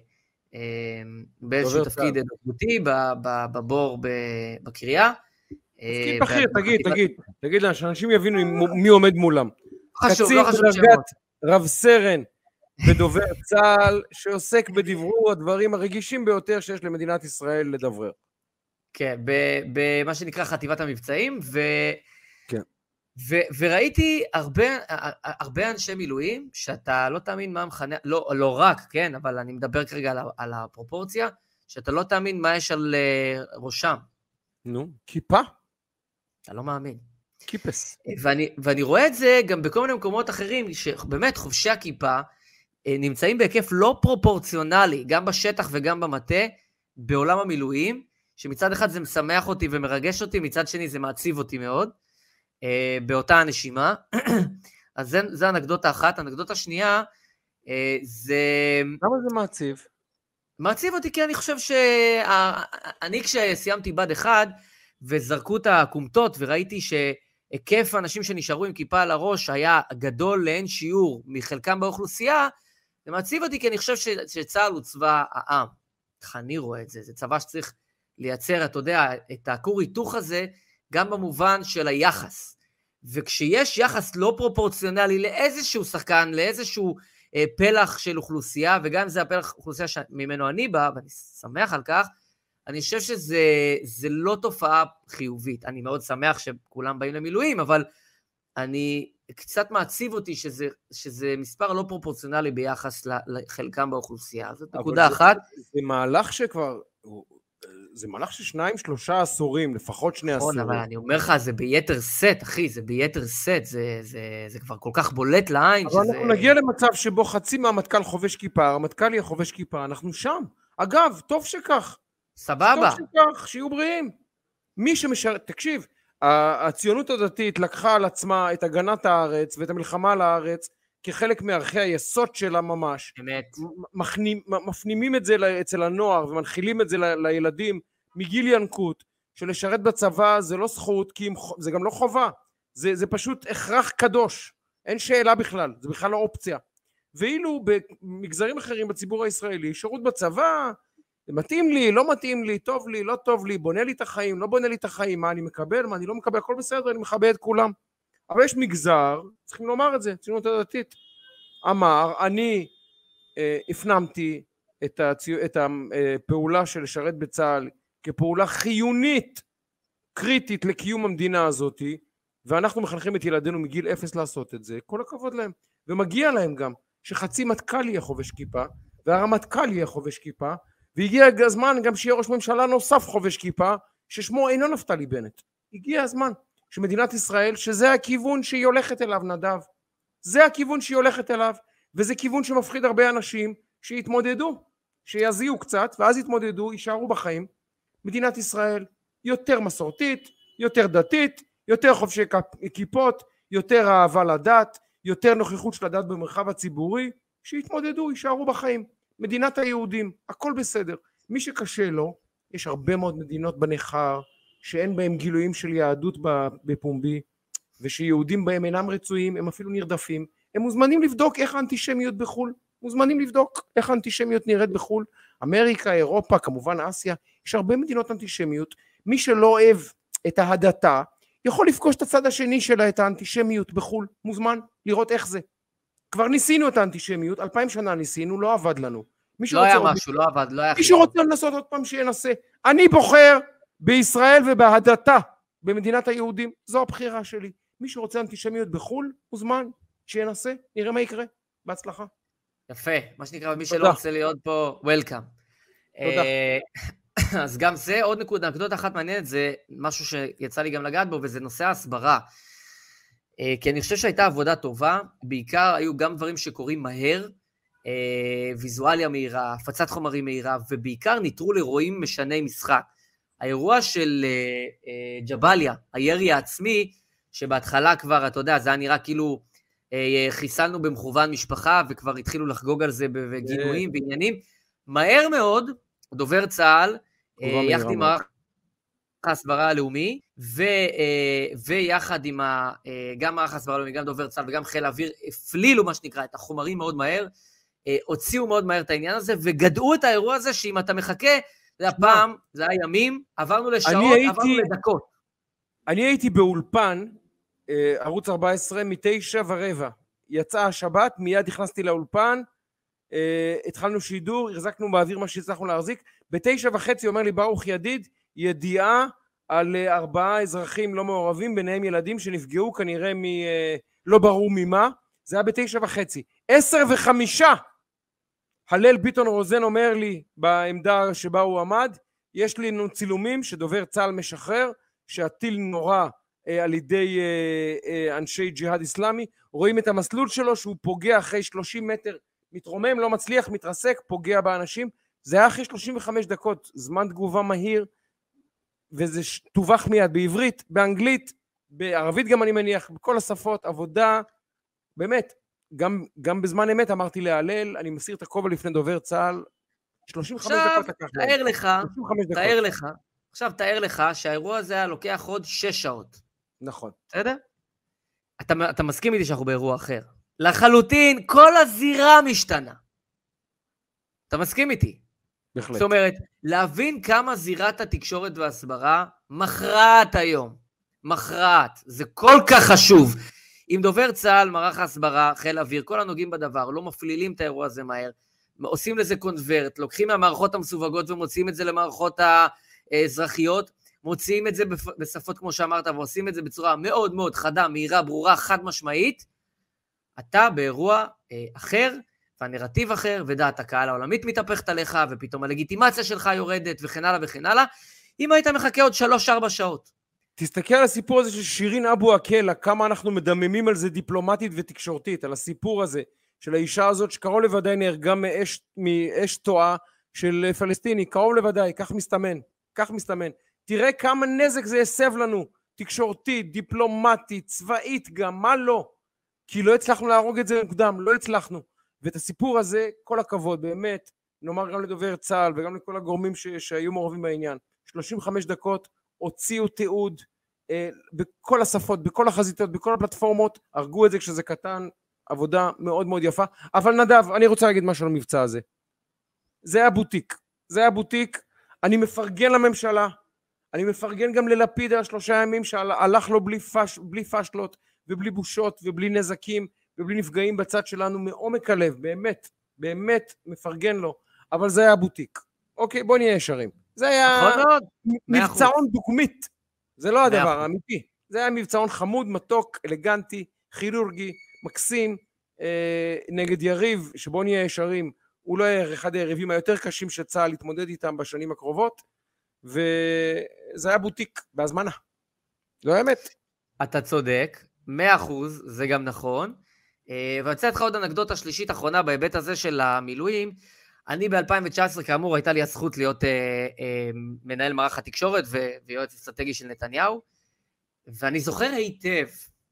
באיזשהו תפקיד דמותי, בבור בקריאה, תפקיד בכיר, תגיד לה, שאנשים יבינו מי עומד מולם. חשוב, לא חשוב קצין בדרגת רב סרן בדובר צה"ל, שעוסק בדברו הדברים הרגישים ביותר שיש למדינת ישראל לדברר. כן, במה שנקרא חטיבת המבצעים, כן. וראיתי הרבה אנשי מילואים, שאתה לא תאמין מה המחנה, לא רק, כן, אבל אני מדבר כרגע על הפרופורציה, שאתה לא תאמין מה יש על ראשם. נו, כיפה? אתה לא מאמין. כיפס. ואני רואה את זה גם בכל מיני מקומות אחרים, שבאמת חובשי הכיפה נמצאים בהיקף לא פרופורציונלי, גם בשטח וגם במטה, בעולם המילואים, שמצד אחד זה משמח אותי ומרגש אותי, מצד שני זה מעציב אותי מאוד, באותה הנשימה. אז זה אנקדוטה אחת. אנקדוטה שנייה, זה... למה זה מעציב? מעציב אותי כי אני חושב שאני כשסיימתי בד אחד, וזרקו את הקומטות, וראיתי שהיקף האנשים שנשארו עם כיפה על הראש, היה גדול לאין שיעור מחלקם באוכלוסייה, זה מעציב אותי כי אני חושב שצה"ל הוא צבא העם. איך אני רואה את זה? זה צבא שצריך לייצר, אתה יודע, את הכור היתוך הזה, גם במובן של היחס. וכשיש יחס לא פרופורציונלי לאיזשהו שחקן, לאיזשהו פלח של אוכלוסייה, וגם אם זה הפלח אוכלוסייה ממנו אני בא, ואני שמח על כך, אני חושב שזה לא תופעה חיובית. אני מאוד שמח שכולם באים למילואים, אבל אני קצת מעציב אותי שזה מספר לא פרופורציונלי ביחס לחלקם באוכלוסייה. זאת נקודה אחת. זה מהלך שכבר... זה מהלך של 2-3 עשורים, לפחות 2 עשורים. אבל אני אומר לך, זה ביתר סט, אחי, זה ביתר סט, זה כבר כל כך בולט לעין. אבל אנחנו נגיע למצב שבו חצי מהמטכ"ל חובש כיפה, המטכ"ל יהיה חובש כיפה, אנחנו שם. אגב, טוב שכך. סבבה. טוב שכך, שיהיו בריאים. מי שמשרת, תקשיב, הציונות הדתית לקחה על עצמה את הגנת הארץ ואת המלחמה על הארץ, כחלק מערכי היסוד שלה ממש. אמת. מפנימים את זה אצל הנוער ומנחילים את זה לילדים מגיל ינקות, שלשרת בצבא זה לא זכות, כי זה גם לא חובה. זה פשוט הכרח קדוש. אין שאלה בכלל, זה בכלל לא אופציה. ואילו במגזרים אחרים בציבור הישראלי, שירות בצבא, זה מתאים לי, לא מתאים לי, טוב לי, לא טוב לי, בונה לי את החיים, לא בונה לי את החיים, מה אני מקבל, מה אני לא מקבל, הכל בסדר, אני מכבד את כולם. אבל יש מגזר, צריכים לומר את זה, ציונות הדתית, אמר, אני הפנמתי את הפעולה של לשרת בצה"ל כפעולה חיונית, קריטית לקיום המדינה הזאת, ואנחנו מחנכים את ילדינו מגיל 0 לעשות את זה, כל הכבוד להם, ומגיע להם גם שחצי מטכ"ל יהיה חובש כיפה, והרמטכ"ל יהיה חובש כיפה, והגיע הזמן גם שיהיה ראש ממשלה נוסף חובש כיפה, ששמו אינו נפתלי בנט. הגיע הזמן שמדינת ישראל, שזה הכיוון שהיא הולכת אליו, נדב. זה הכיוון שהיא הולכת אליו, וזה כיוון שמפחיד הרבה אנשים שיתמודדו, שיזיעו קצת, ואז יתמודדו, יישארו בחיים. מדינת ישראל יותר מסורתית, יותר דתית, יותר חובשי כיפות, יותר אהבה לדת, יותר נוכחות של הדת במרחב הציבורי, שיתמודדו, יישארו בחיים. מדינת היהודים, הכל בסדר. מי שקשה לו, יש הרבה מאוד מדינות בנחר, שאין בהם גילויים של יהדות בפומבי, ושיהודים בהם אינם רצויים, הם אפילו נרדפים. הם מוזמנים לבדוק איך האנטישמיות בחול. מוזמנים לבדוק איך האנטישמיות נראית בחול. אמריקה, אירופה, כמובן אסיה, יש הרבה מדינות אנטישמיות. מי שלא אוהב את ההדתה, יכול לפגוש את הצד השני שלה, את האנטישמיות בחול. מוזמן לראות איך זה. כבר ניסינו את האנטישמיות, 2000 שנה ניסינו, לא עבד לנו. לא היה משהו, לא עבד, לא היה... מי שרוצה לנסות עוד פעם שינסה. אני בוחר בישראל ובהדתה, במדינת היהודים, זו הבחירה שלי. מי שרוצה אנטישמיות בחול, מוזמן שינסה, נראה מה יקרה. בהצלחה. יפה, מה שנקרא, מי שלא רוצה להיות פה, וולקאם. תודה. אז גם זה עוד נקודה אחת מעניינת, זה משהו שיצא לי גם לגעת בו, וזה נושא ההסברה. כי אני חושב שהייתה עבודה טובה, בעיקר היו גם דברים שקורים מהר, ויזואליה מהירה, הפצת חומרים מהירה, ובעיקר ניטרו לאירועים משני משחק. האירוע של ג'באליה, הירי העצמי, שבהתחלה כבר, אתה יודע, זה היה נראה כאילו חיסלנו במכוון משפחה, וכבר התחילו לחגוג על זה בגינויים ועניינים. מהר מאוד, דובר צה"ל, יחד עם מערך ההסברה הלאומי, ויחד עם גם מערך ההסברה הלאומי, גם דובר צה"ל וגם חיל האוויר, הפלילו מה שנקרא את החומרים מאוד מהר, הוציאו מאוד מהר את העניין הזה, וגדעו את האירוע הזה, שאם אתה מחכה, זה הפעם, זה היה ימים, עברנו לשעות, עברנו לדקות. אני הייתי באולפן, ערוץ 14, 9:15. יצאה השבת, מיד נכנסתי לאולפן, התחלנו שידור, החזקנו באוויר מה שהצלחנו להחזיק. ב9:30 אומר לי ברוך ידיד, ידיעה על 4 אזרחים לא מעורבים, ביניהם ילדים שנפגעו כנראה לא ברור ממה. זה היה ב9:30. 10:05 הלל ביטון רוזן אומר לי בעמדה שבה הוא עמד, יש לי צילומים שדובר צה"ל משחרר, שהטיל נורא על ידי אנשי ג'יהאד אסלאמי, רואים את המסלול שלו שהוא פוגע אחרי 30 מטר, מתרומם, לא מצליח, מתרסק, פוגע באנשים. זה היה אחרי 35 דקות, זמן תגובה מהיר, וזה תובח מיד בעברית, באנגלית, בערבית גם אני מניח, בכל השפות, עבודה, באמת, גם בזמן אמת אמרתי להלל, אני מסיר את הכובע לפני דובר צה"ל, 35 דקות לקח. עכשיו תאר לך שהאירוע הזה היה לוקח עוד 6 שעות. נכון. בסדר? אתה מסכים איתי שאנחנו באירוע אחר. לחלוטין, כל הזירה משתנה. אתה מסכים איתי? בהחלט. זאת אומרת, להבין כמה זירת התקשורת והסברה מכרעת היום. מכרעת. זה כל כך חשוב. אם דובר צה"ל, מערך ההסברה, חיל אוויר, כל הנוגעים בדבר, לא מפלילים את האירוע הזה מהר, עושים לזה קונברט, לוקחים מהמערכות המסווגות ומוציאים את זה למערכות האזרחיות, מוציאים את זה בשפות כמו שאמרת, ועושים את זה בצורה מאוד מאוד חדה, מהירה, ברורה, חד משמעית, אתה באירוע אחר, והנרטיב אחר, ודעת הקהל העולמית מתהפכת עליך, ופתאום הלגיטימציה שלך יורדת, וכן הלאה וכן הלאה, אם היית מחכה עוד 3-4 שעות. תסתכל על הסיפור הזה של שירין אבו עקלה, כמה אנחנו מדממים על זה דיפלומטית ותקשורתית, על הסיפור הזה של האישה הזאת שקרוב לוודאי נהרגה מאש תועה של פלסטיני, קרוב לוודאי, כך מסתמן. תראה כמה נזק זה יסב לנו, תקשורתית, דיפלומטית, צבאית גם, מה לא? כי לא הצלחנו להרוג את זה מוקדם, לא הצלחנו. ואת הסיפור הזה, כל הכבוד, באמת, נאמר גם לדובר צה"ל וגם לכל הגורמים שהיו מעורבים בעניין. 35 דקות, הוציאו תיעוד בכל השפות, בכל החזיתות, בכל הפלטפורמות, הרגו את זה כשזה קטן, עבודה מאוד מאוד יפה. אבל נדב, אני רוצה להגיד משהו על המבצע הזה. זה היה בוטיק, אני מפרגן לממשלה, אני מפרגן גם ללפיד על 3 ימים שהלך לו בלי פשלות ובלי בושות ובלי נזקים ובלי נפגעים בצד שלנו מעומק הלב, באמת מפרגן לו, אבל זה היה בוטיק. אוקיי, בוא נהיה ישרים. זה היה מבצעון דוגמית, זה לא הדבר האמיתי. זה היה מבצעון חמוד, מתוק, אלגנטי, כירורגי, מקסים, נגד יריב, שבוא נהיה ישרים, הוא לא היה אחד היריבים היותר קשים שצה"ל להתמודד איתם בשנים הקרובות, וזה היה בוטיק בהזמנה. לא האמת. אתה צודק, 100%, זה גם נכון. ויוצא לך עוד אנקדוטה שלישית אחרונה בהיבט הזה של המילואים. אני ב-2019 כאמור הייתה לי הזכות להיות מנהל מערך התקשורת ויועץ אסטרטגי של נתניהו, ואני זוכר היטב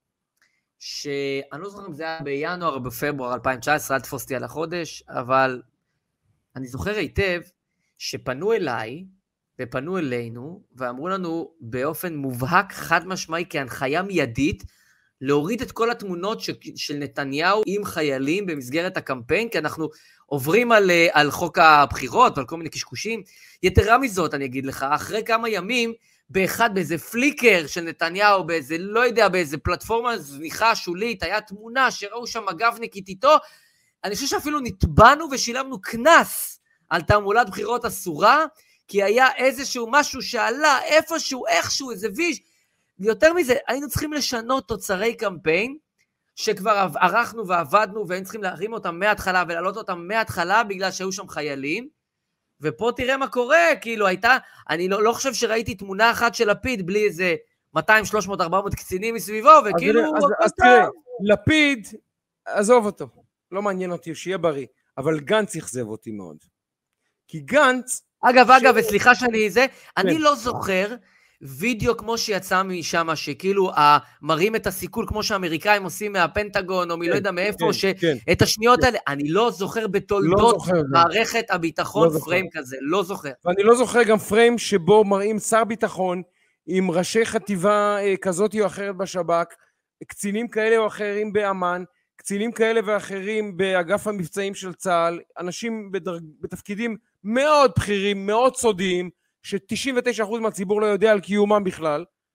שאני לא זוכר אם זה היה בינואר או בפברואר 2019, אל תפוסתי על החודש, אבל אני זוכר היטב שפנו אליי ופנו אלינו ואמרו לנו באופן מובהק חד משמעי כהנחיה מיידית להוריד את כל התמונות של נתניהו עם חיילים במסגרת הקמפיין, כי אנחנו עוברים על חוק הבחירות ועל כל מיני קשקושים. יתרה מזאת אני אגיד לך, אחרי כמה ימים באיזה פליקר של נתניהו, באיזה לא יודע, באיזה פלטפורמה זניחה שולית, היה תמונה שראו שם מג"בניקית איתו, אני חושב שאפילו נתבענו ושילמנו כנס על תעמולת בחירות אסורה, כי היה איזשהו משהו שעלה איכשהו, איזה ויש. יותר מזה, היינו צריכים לשנות תוצרי קמפיין, שכבר ערכנו ועבדנו, והיינו צריכים להרים אותם מההתחלה, ולהעלות אותם מההתחלה, בגלל שהיו שם חיילים, ופה תראה מה קורה, כאילו הייתה, אני לא חושב שראיתי תמונה אחת של לפיד, בלי איזה 200, 300, 400 קצינים מסביבו, וכאילו... אז תראה, לפיד, עזוב אותו, לא מעניין אותי, שיהיה בריא, אבל גנץ יחזב אותי מאוד. כי גנץ... אגב, סליחה שאני זה, אני לא זוכר וידאו כמו שיצא משם, שכאילו מראים את הסיכול, כמו שהאמריקאים עושים מהפנטגון, או מלא יודע מאיפה, שאת השניות האלה, אני לא זוכר בתולדות מערכת הביטחון פריים כזה, לא זוכר. ואני לא זוכר גם פריים שבו מראים שר ביטחון, עם ראשי חטיבה כזאת או אחרת בשב"כ, קצינים כאלה או אחרים באמן, קצינים כאלה ואחרים באגף המבצעים של צה"ל, אנשים בתפקידים מאוד בכירים, מאוד סודיים, ש99% מהציבור לא יודע על קיומם בכלל,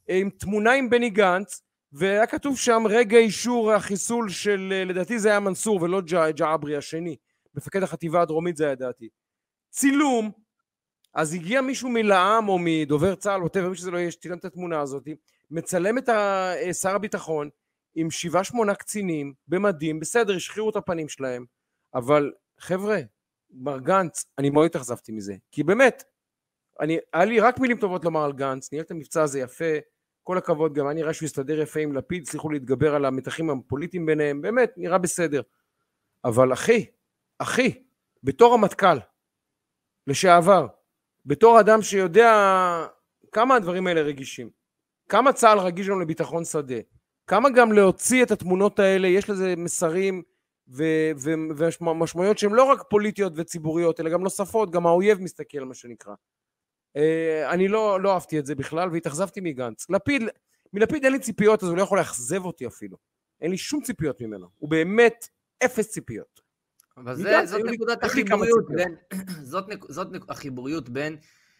עם תמונה עם בני גנץ, והיה כתוב שם רגע אישור החיסול של, לדעתי זה היה מנסור ולא ג'עברי השני, מפקד החטיבה הדרומית זה היה דעתי. צילום, אז הגיע מישהו מלעם או מדובר צה"ל, או מי שזה לא יהיה, שתילם את התמונה הזאת, מצלם את שר הביטחון עם 7-8 קצינים במדים, בסדר, השחירו את הפנים שלהם, אבל חבר'ה, מר גנץ, אני מאוד התאכזבתי מזה, כי באמת, היה לי רק מילים טובות לומר על גנץ, ניהל את המבצע הזה יפה, כל הכבוד, גם אני נראה שהוא יסתדר יפה עם לפיד, הצליחו להתגבר על המתחים הפוליטיים ביניהם, באמת, נראה בסדר. אבל אחי, בתור המטכ"ל, לשעבר, בתור אדם שיודע כמה הדברים האלה רגישים, כמה צה"ל רגיש לנו לביטחון שדה, כמה גם להוציא את התמונות האלה, יש לזה מסרים ומשמעויות שהן לא רק פוליטיות וציבוריות, אלא גם נוספות, גם האויב מסתכל, מה שנקרא. אני לא אהבתי את זה בכלל, והתאכזבתי מגנץ. מלפיד אין לי ציפיות, אז הוא לא יכול לאכזב אותי אפילו. אין לי שום ציפיות ממנו. הוא באמת אפס ציפיות. אבל זאת נקודת החיבוריות בין, זאת החיבוריות בין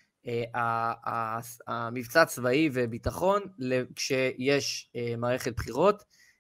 המבצע הצבאי וביטחון, כשיש מערכת בחירות,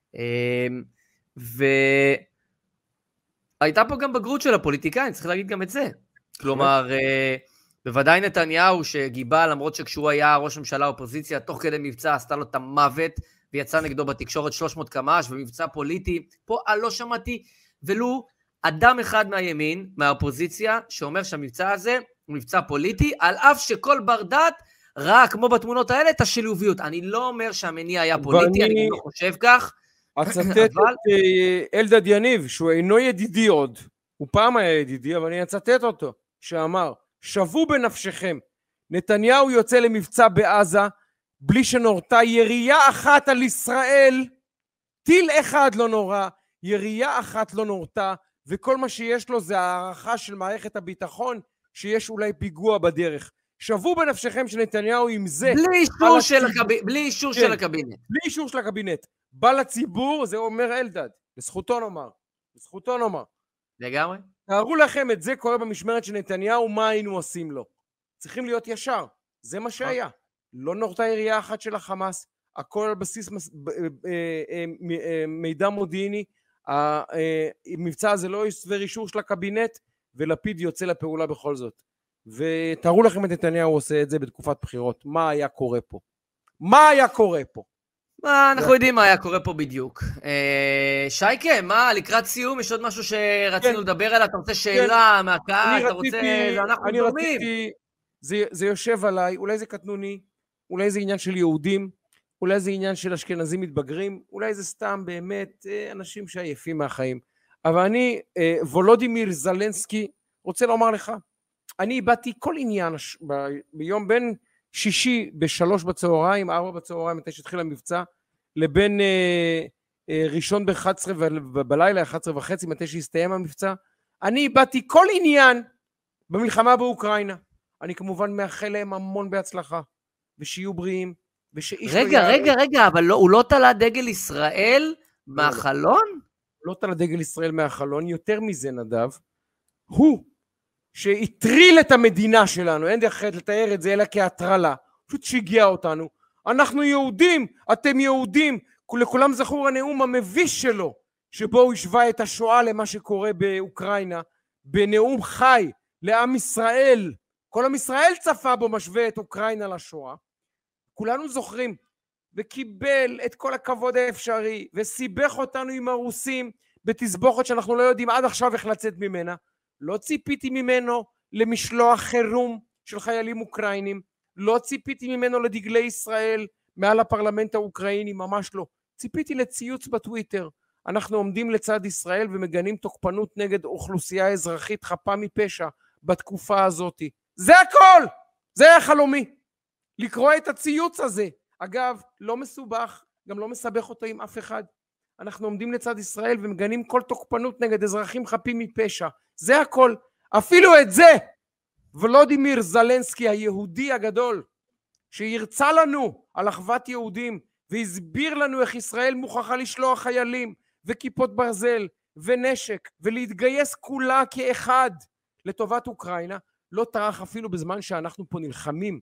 והייתה פה גם בגרות של הפוליטיקאים, צריך להגיד גם את זה. כלומר, בוודאי נתניהו שגיבה, למרות שכשהוא היה ראש ממשלה אופוזיציה, תוך כדי מבצע עשתה לו את המוות, ויצא נגדו בתקשורת 300 קמ"ש, ומבצע פוליטי, פה לא שמעתי ולו אדם אחד מהימין, מהאופוזיציה, שאומר שהמבצע הזה הוא מבצע פוליטי, על אף שכל בר דעת ראה, כמו בתמונות האלה, את השילוביות. אני לא אומר שהמניע היה פוליטי, אני לא חושב כך. אצטט את אלדד יניב, שהוא אינו ידידי עוד, הוא פעם היה ידידי, אבל אני אצטט אותו, שאמר, שבו בנפשכם, נתניהו יוצא למבצע בעזה, בלי שנורתה ירייה אחת על ישראל, טיל אחד לא נורא, ירייה אחת לא נורתה, וכל מה שיש לו זה הערכה של מערכת הביטחון, שיש אולי פיגוע בדרך. שבו בנפשכם שנתניהו עם זה... בלי אישור של הקבינט. בלי אישור של הקבינט. בא לציבור, זה אומר אלדד. לזכותו נאמר. לגמרי. תארו לכם את זה קורה במשמרת של נתניהו, מה היינו עושים לו? צריכים להיות ישר. זה מה שהיה. לא נורתה ירייה אחת של החמאס, הכל על בסיס מידע מודיעיני, המבצע הזה לא יסבר אישור של הקבינט, ולפיד יוצא לפעולה בכל זאת. ותארו לכם את נתניהו עושה את זה בתקופת בחירות. מה היה קורה פה? אנחנו יודעים מה היה קורה פה בדיוק. שייקה, מה, לקראת סיום, יש עוד משהו שרצינו לדבר עליו? אתה רוצה שאלה מהקהל? אתה רוצה... אנחנו דומים. זה יושב עליי, אולי זה קטנוני, אולי זה עניין של יהודים, אולי זה עניין של אשכנזים מתבגרים, אולי זה סתם באמת אנשים שעייפים מהחיים. אבל אני, וולודימיר זלנסקי, רוצה לומר לך, אני איבדתי כל עניין ביום בין שישי ב3 בצהריים, 4 בצהריים, מתי שהתחיל המבצע, לבין ראשון ב11 בלילה, 11:30, מתי שהסתיים המבצע. אני איבדתי כל עניין במלחמה באוקראינה. אני כמובן מאחל להם המון בהצלחה, ושיהיו בריאים, ושאיש... רגע, אבל הוא לא תלה דגל ישראל מהחלון? לא תלה דגל ישראל מהחלון, יותר מזה נדב, הוא שהטריל את המדינה שלנו, אין דרך אחרת לתאר את זה אלא כהטרלה, פשוט שהגיע אותנו, אנחנו יהודים, אתם יהודים, לכולם זכור הנאום המביש שלו, שבו הוא השווה את השואה למה שקורה באוקראינה, בנאום חי לעם ישראל, כל עם ישראל צפה בו משווה את אוקראינה לשואה, כולנו זוכרים, וקיבל את כל הכבוד האפשרי, וסיבך אותנו עם הרוסים, בתסבוכת שאנחנו לא יודעים עד עכשיו איך לצאת ממנה, לא ציפיתי ממנו למשלוח חירום של חיילים אוקראינים, לא ציפיתי ממנו לדגלי ישראל מעל הפרלמנט האוקראיני, ממש לא. ציפיתי לציוץ בטוויטר, אנחנו עומדים לצד ישראל ומגנים תוקפנות נגד אוכלוסייה אזרחית חפה מפשע בתקופה הזאת. זה הכל! זה היה חלומי. לקרוא את הציוץ הזה. אגב, לא מסובך, גם לא מסבך אותו עם אף אחד. אנחנו עומדים לצד ישראל ומגנים כל תוקפנות נגד אזרחים חפים מפשע. זה הכל. אפילו את זה, וולודימיר זלנסקי היהודי הגדול, שירצה לנו על אחוות יהודים, והסביר לנו איך ישראל מוכרחה לשלוח חיילים, וכיפות ברזל, ונשק, ולהתגייס כולה כאחד לטובת אוקראינה, לא טרח אפילו בזמן שאנחנו פה נלחמים,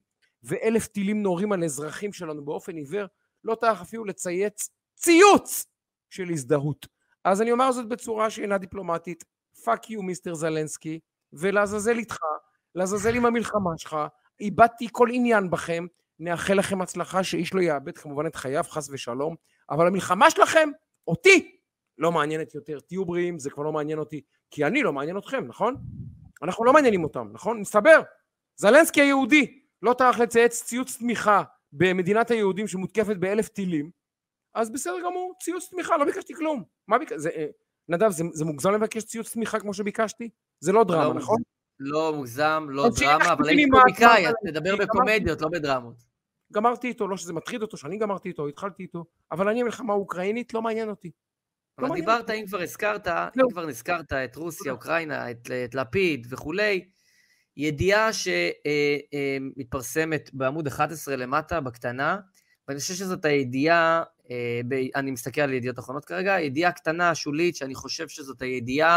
ו1,000 טילים נורים על אזרחים שלנו באופן עיוור, לא טרח אפילו לצייץ ציוץ של הזדהות. אז אני אומר זאת בצורה שאינה דיפלומטית, פאק יו מיסטר זלנסקי, ולעזאזל איתך, לעזאזל עם המלחמה שלך, איבדתי כל עניין בכם, נאחל לכם הצלחה שאיש לא יאבד כמובן את חייו, חס ושלום, אבל המלחמה שלכם, אותי, לא מעניינת יותר, תהיו בריאים, זה כבר לא מעניין אותי, כי אני לא מעניין אתכם, נכון? אנחנו לא מעניינים אותם, נכון? מסתבר, זלנסקי היהודי, לא טרח לצייץ ציוץ תמיכה במדינת היהודים שמותקפת ב1,000 טילים, אז בסדר גמור, ציוץ תמיכה, לא ביקשתי כלום. מה ביקשתי? נדב, זה מוגזם לבקש ציוץ תמיכה כמו שביקשתי? זה לא דרמה, נכון? לא מוגזם, לא דרמה, אבל אין קומיקאי, אז תדבר בקומדיות, לא בדרמות. גמרתי איתו, לא שזה מטריד אותו, שאני גמרתי איתו, התחלתי איתו, אבל אני המלחמה האוקראינית, לא מעניין אותי. אבל דיברת, אם כבר נזכרת את רוסיה, אוקראינה, את לפיד וכולי, ידיעה שמתפרסמת בעמוד 11 למטה, בקטנה, ואני חושב שזאת הידיעה, אני מסתכל על ידיעות אחרונות כרגע, ידיעה קטנה, שולית, שאני חושב שזאת הידיעה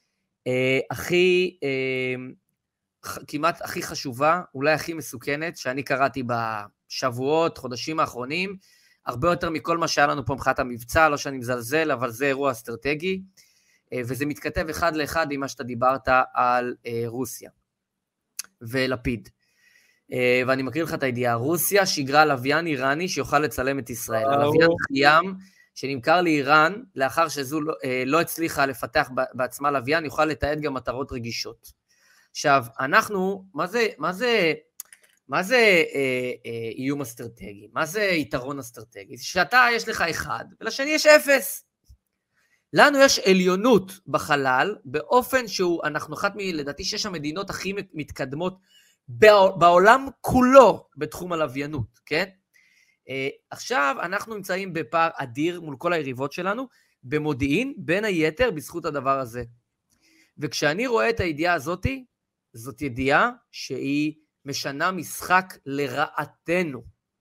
כמעט הכי חשובה, אולי הכי מסוכנת, שאני קראתי בשבועות, חודשים האחרונים, הרבה יותר מכל מה שהיה לנו פה מבחינת המבצע, לא שאני מזלזל, אבל זה אירוע אסטרטגי, וזה מתכתב אחד לאחד עם מה שאתה דיברת על רוסיה ולפיד. ואני מקריא לך את הידיעה, רוסיה שיגרה לוויין איראני שיוכל לצלם את ישראל. הלוויין חיים שנמכר לאיראן, לאחר שזו לא הצליחה לפתח בעצמה לוויין, יוכל לתעד גם מטרות רגישות. עכשיו, אנחנו, מה זה איום אסטרטגי? מה זה יתרון אסטרטגי? שאתה יש לך 1, ולשני יש 0. לנו יש עליונות בחלל, באופן שהוא, אנחנו אחת לדעתי 6 המדינות הכי מתקדמות בעולם כולו בתחום הלוויינות, כן? עכשיו אנחנו נמצאים בפער אדיר מול כל היריבות שלנו, במודיעין, בין היתר בזכות הדבר הזה. וכשאני רואה את הידיעה הזאת, זאת ידיעה שהיא משנה משחק לרעתנו.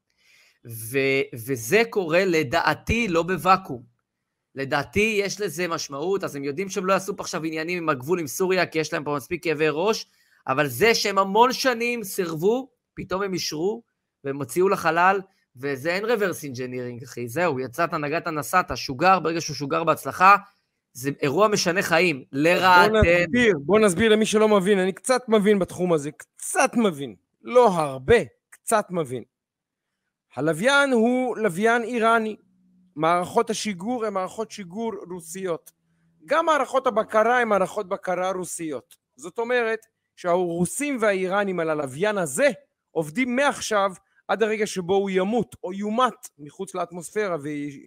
וזה קורה לדעתי לא בוואקום. לדעתי יש לזה משמעות, אז הם יודעים שהם לא יעשו פה עכשיו עניינים עם הגבול עם סוריה, כי יש להם פה מספיק כאבי ראש, אבל זה שהם המון שנים סירבו, פתאום הם ישרו, והם הוציאו לחלל, וזה אין רוורס אינג'ינירינג, אחי, זהו, יצאת, נגעת, נסעת, שוגר, ברגע שהוא שוגר בהצלחה, זה אירוע משנה חיים, לרעתנו. בוא נסביר למי שלא מבין, אני קצת מבין בתחום הזה, קצת מבין, לא הרבה, קצת מבין. הלוויין הוא לוויין איראני, מערכות השיגור הן מערכות שיגור רוסיות, גם מערכות הבקרה הן מערכות בקרה רוסיות, זאת אומרת שהרוסים והאיראנים על הלוויין הזה עובדים מעכשיו עד הרגע שבו הוא ימות או יומת מחוץ לאטמוספירה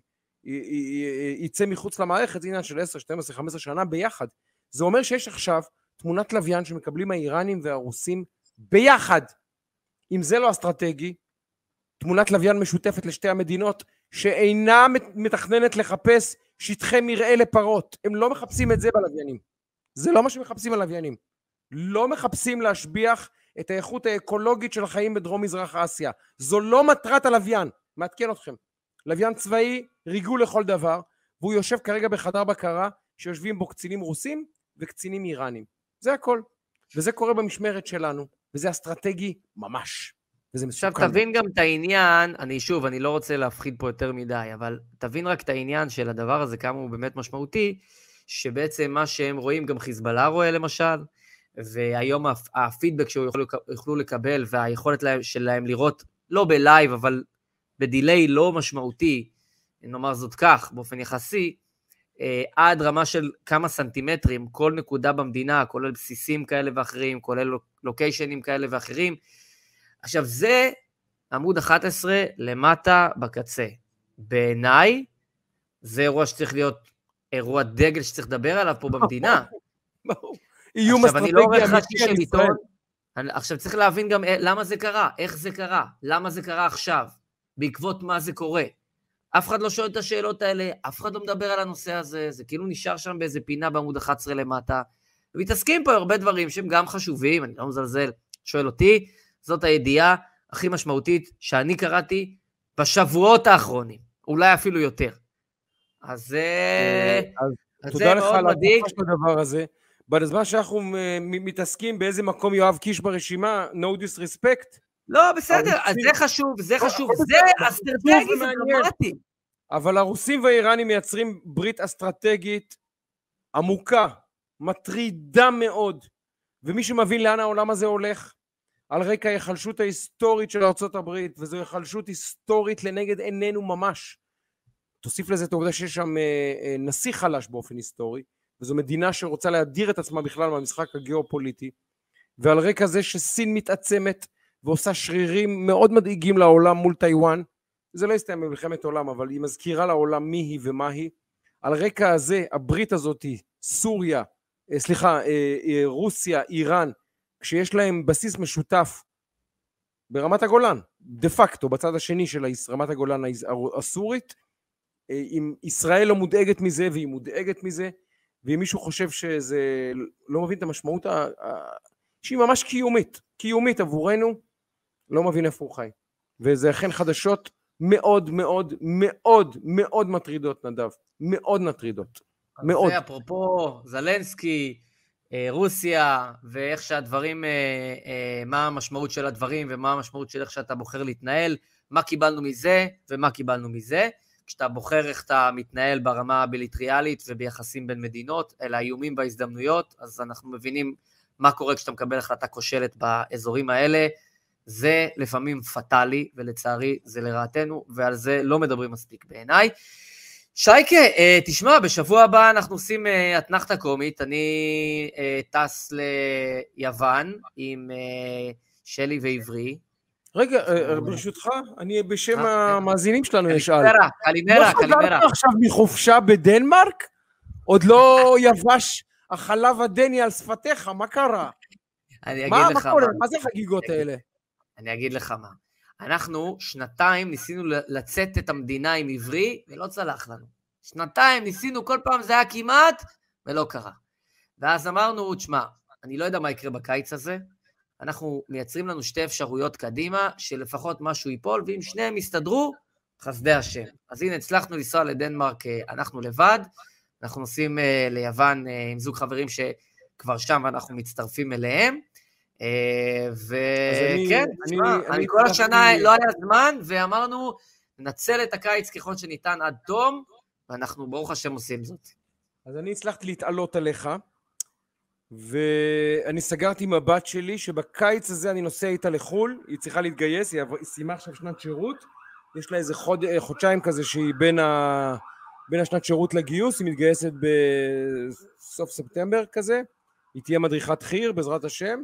ויצא מחוץ למערכת, זה עניין של 10, 12, 15 שנה ביחד. זה אומר שיש עכשיו תמונת לוויין שמקבלים האיראנים והרוסים ביחד. אם זה לא אסטרטגי, תמונת לוויין משותפת לשתי המדינות שאינה מתכננת לחפש שטחי מרעה לפרות. הם לא מחפשים את זה בלוויינים. זה לא מה שמחפשים הלוויינים. לא מחפשים להשביח את האיכות האקולוגית של החיים בדרום מזרח אסיה. זו לא מטרת הלוויין. מעדכן אתכם. לוויין צבאי, ריגול לכל דבר, והוא יושב כרגע בחדר בקרה שיושבים בו קצינים רוסים וקצינים איראנים. זה הכל. וזה קורה במשמרת שלנו, וזה אסטרטגי ממש. עכשיו תבין גם את העניין, אני לא רוצה להפחיד פה יותר מדי, אבל תבין רק את העניין של הדבר הזה, כמה הוא באמת משמעותי, שבעצם מה שהם רואים גם חיזבאללה רואה למשל, והיום הפידבק שיוכלו לקבל, והיכולת שלהם לראות, לא בלייב, אבל בדיליי לא משמעותי, נאמר זאת כך, באופן יחסי, עד רמה של כמה סנטימטרים, כל נקודה במדינה, כולל בסיסים כאלה ואחרים, כולל לוקיישנים כאלה ואחרים. עכשיו זה עמוד 11 למטה בקצה. בעיניי, זה אירוע שצריך להיות אירוע דגל שצריך לדבר עליו פה במדינה. איום אסטרטגיה של עיתון. עכשיו צריך להבין גם למה זה קרה, איך זה קרה, למה זה קרה עכשיו, בעקבות מה זה קורה. אף אחד לא שואל את השאלות האלה, אף אחד לא מדבר על הנושא הזה, זה כאילו נשאר שם באיזה פינה בעמוד 11 למטה, ומתעסקים פה הרבה דברים שהם גם חשובים, אני לא מזלזל, שואל אותי, זאת הידיעה הכי משמעותית שאני קראתי בשבועות האחרונים, אולי אפילו יותר. אז זה מאוד מדאיג. הדבר הזה. בזמן שאנחנו מתעסקים באיזה מקום יואב קיש ברשימה, no disrespect, לא, בסדר, אז זה חשוב, זה אסטרטגי, זה דרמטי. אבל הרוסים והאיראנים מייצרים ברית אסטרטגית עמוקה, מטרידה מאוד, ומי שמבין לאן העולם הזה הולך, על רקע ההיחלשות ההיסטורית של ארצות הברית, וזו היחלשות היסטורית לנגד עינינו ממש. תוסיף לזה את העובדה שיש שם נשיא חלש באופן היסטורי, וזו מדינה שרוצה להדיר את עצמה בכלל מהמשחק הגיאופוליטי, ועל רקע זה שסין מתעצמת, ועושה שרירים מאוד מדאיגים לעולם מול טיואן, זה לא יסתיים במלחמת עולם, אבל היא מזכירה לעולם מי היא ומה היא. על רקע הזה, הברית הזאת, רוסיה, איראן, כשיש להם בסיס משותף ברמת הגולן, דה פקטו, בצד השני של רמת הגולן הסורית, אם ישראל לא מודאגת מזה, והיא מודאגת מזה, ואם מישהו חושב שזה לא מבין את המשמעות, שהיא ממש קיומית עבורנו, לא מבין איפה הוא חי. וזה אכן חדשות מאוד מאוד מאוד מאוד מטרידות, נדב. מאוד מטרידות. מאוד. זה אפרופו זלנסקי, רוסיה, ואיך שהדברים, מה המשמעות של הדברים, ומה המשמעות של איך שאתה בוחר להתנהל, מה קיבלנו מזה, ומה קיבלנו מזה. כשאתה בוחר איך אתה מתנהל ברמה הביליטריאלית, וביחסים בין מדינות, אלה האיומים וההזדמנויות, אז אנחנו מבינים מה קורה כשאתה מקבל החלטה כושלת באזורים האלה, זה לפעמים פטלי, ולצערי זה לרעתנו, ועל זה לא מדברים מספיק בעיניי. שייקה, תשמע, בשבוע הבא אנחנו עושים אתנחתה קומית, אני טס ליוון עם שלי ועברי. רגע, ברשותך, אני בשם המאזינים שלנו אשאל. קלימרה. לא חזרת עכשיו מחופשה בדנמרק? עוד לא יבש החלב הדני על שפתיך, מה קרה? מה זה חגיגות האלה? אני אגיד לך מה. אנחנו שנתיים ניסינו לצאת את המדינה עם עברי, ולא צלח לנו. שנתיים ניסינו, כל פעם זה היה כמעט, ולא קרה. ואז אמרנו, תשמע, אני לא יודע מה יקרה בקיץ הזה, אנחנו מייצרים לנו שתי אפשרויות קדימה, שלפחות משהו ייפול, ואם שניהם יסתדרו, חסדי השם. אז הנה, הצלחנו לנסוע לדנמרק, אנחנו לבד, אנחנו נוסעים ליוון עם זוג חברים שכבר שם, ואנחנו מצטרפים אליהם, וכן, אני כל השנה לא היה זמן, ואמרנו, ננצל את הקיץ ככל שניתן עד תום, ואנחנו ברוך השם עושים זאת. אז אני הצלחתי להתעלות עליך, ואני סגרתי עם הבת שלי, שבקיץ הזה אני נוסע איתה לחול, היא צריכה להתגייס, היא סיימה עכשיו שנת שירות, יש לה איזה חודשיים כזה שהיא בין השנת שירות לגיוס, היא מתגייסת בסוף ספטמבר כזה, היא תהיה מדריכת חי"ר בעזרת השם,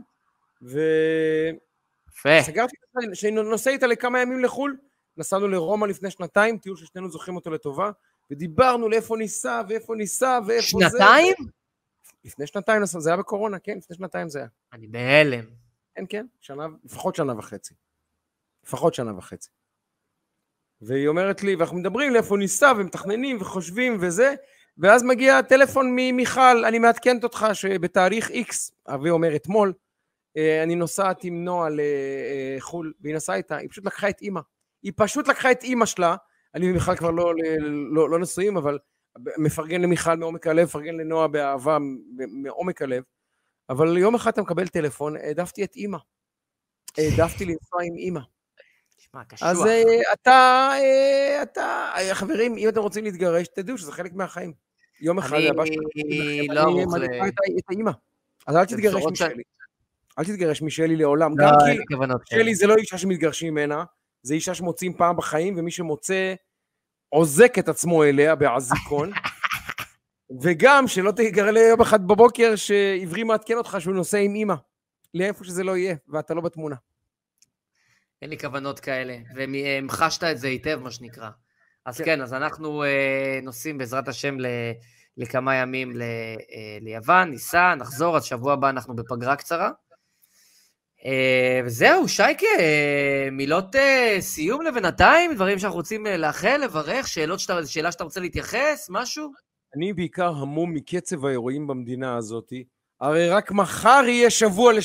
וסגרתי שאני נוסע איתה לכמה ימים לחול, נסענו לרומא לפני שנתיים, טיול ששנינו זוכרים אותו לטובה, ודיברנו לאיפה ניסע ואיפה ניסע ואיפה שנתיים? זה. שנתיים? לפני שנתיים נסע, זה היה בקורונה, כן, לפני שנתיים זה היה. אני בהלם. כן, לפחות שנה וחצי. והיא אומרת לי, ואנחנו מדברים לאיפה ניסע ומתכננים וחושבים וזה, ואז מגיע טלפון ממיכל, אני מעדכנת אותך שבתאריך X, אבי אומר אתמול, אני נוסעת עם נועה לחול, והיא נסעה איתה, היא פשוט לקחה את אמא שלה, אני ומיכל כבר לא נשואים, אבל מפרגן למיכל מעומק הלב, מפרגן לנועה באהבה מעומק הלב, אבל יום אחד אתה מקבל טלפון, העדפתי את אמא, העדפתי לנסוע עם אמא. אז אתה, חברים, אם אתם רוצים להתגרש, תדעו שזה חלק מהחיים. יום אחד הבא אני לא ערוך את האמא. אז אל תתגרש משלי. אל תתגרש משלי לעולם. גם כי שלי זה לא אישה שמתגרשים ממנה, זה אישה שמוצאים פעם בחיים, ומי שמוצא עוזק את עצמו אליה בעזיקון, וגם שלא תגרע ליום אחד בבוקר שעברי מעדכן אותך שהוא נוסע עם אמא, לאיפה שזה לא יהיה, ואתה לא בתמונה. אין לי כוונות כאלה, והמחשת את זה היטב, מה שנקרא. אז כן, אז אנחנו נוסעים בעזרת השם לכמה ימים ליוון, ניסע, נחזור, אז שבוע הבא אנחנו בפגרה קצרה. וזהו, שייקה, מילות סיום לבינתיים, דברים שאנחנו רוצים לאחל, לברך, שאלה שאתה רוצה להתייחס, משהו? אני בעיקר המום מקצב האירועים במדינה הזאת, הרי רק מחר יהיה שבוע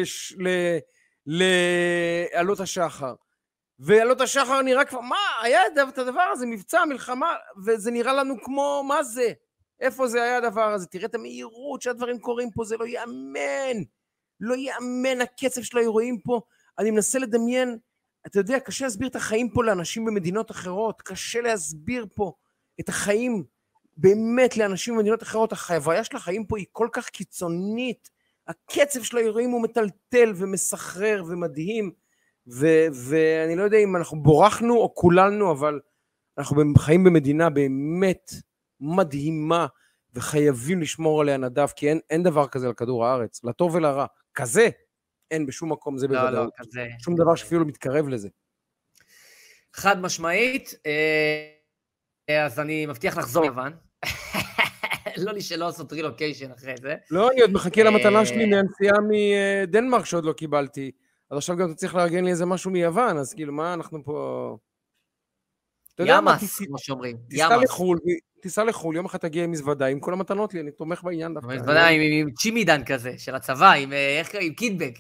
לעלות השחר, ועלות השחר נראה כבר, מה, היה את הדבר הזה, מבצע, מלחמה, וזה נראה לנו כמו, מה זה? איפה זה היה הדבר הזה? תראה את המהירות שהדברים קורים פה, זה לא יאמן, לא יאמן הקצב של האירועים פה, אני מנסה לדמיין, אתה יודע, קשה להסביר את החיים פה לאנשים במדינות אחרות, קשה להסביר פה את החיים באמת לאנשים במדינות אחרות, החוויה של החיים פה היא כל כך קיצונית, הקצב של האירועים הוא מטלטל ומסחרר ומדהים, ואני לא יודע אם אנחנו בורחנו או כולנו, אבל אנחנו חיים במדינה באמת מדהימה, וחייבים לשמור עליה נדב, כי אין דבר כזה על כדור הארץ, לטוב ולרע, כזה אין בשום מקום, זה בוודאות. לא, כזה. שום דבר שאפילו מתקרב לזה. חד משמעית, אז אני מבטיח לחזור יוון. לא לי שלא עשו טרילוקיישן אחרי זה. לא, אני עוד מחכה למתנה שלי מהנסיעה מדנמרק שעוד לא קיבלתי. אז עכשיו גם אתה צריך לארגן לי איזה משהו מיוון, אז כאילו מה אנחנו פה... ימאס, כמו שאומרים. תיסע לחול, יום אחד תגיע עם מזוודה, עם כל המתנות לי, אני תומך בעניין דווקא. מזוודה עם צ'ימידן כזה, של הצבא, עם קידבק.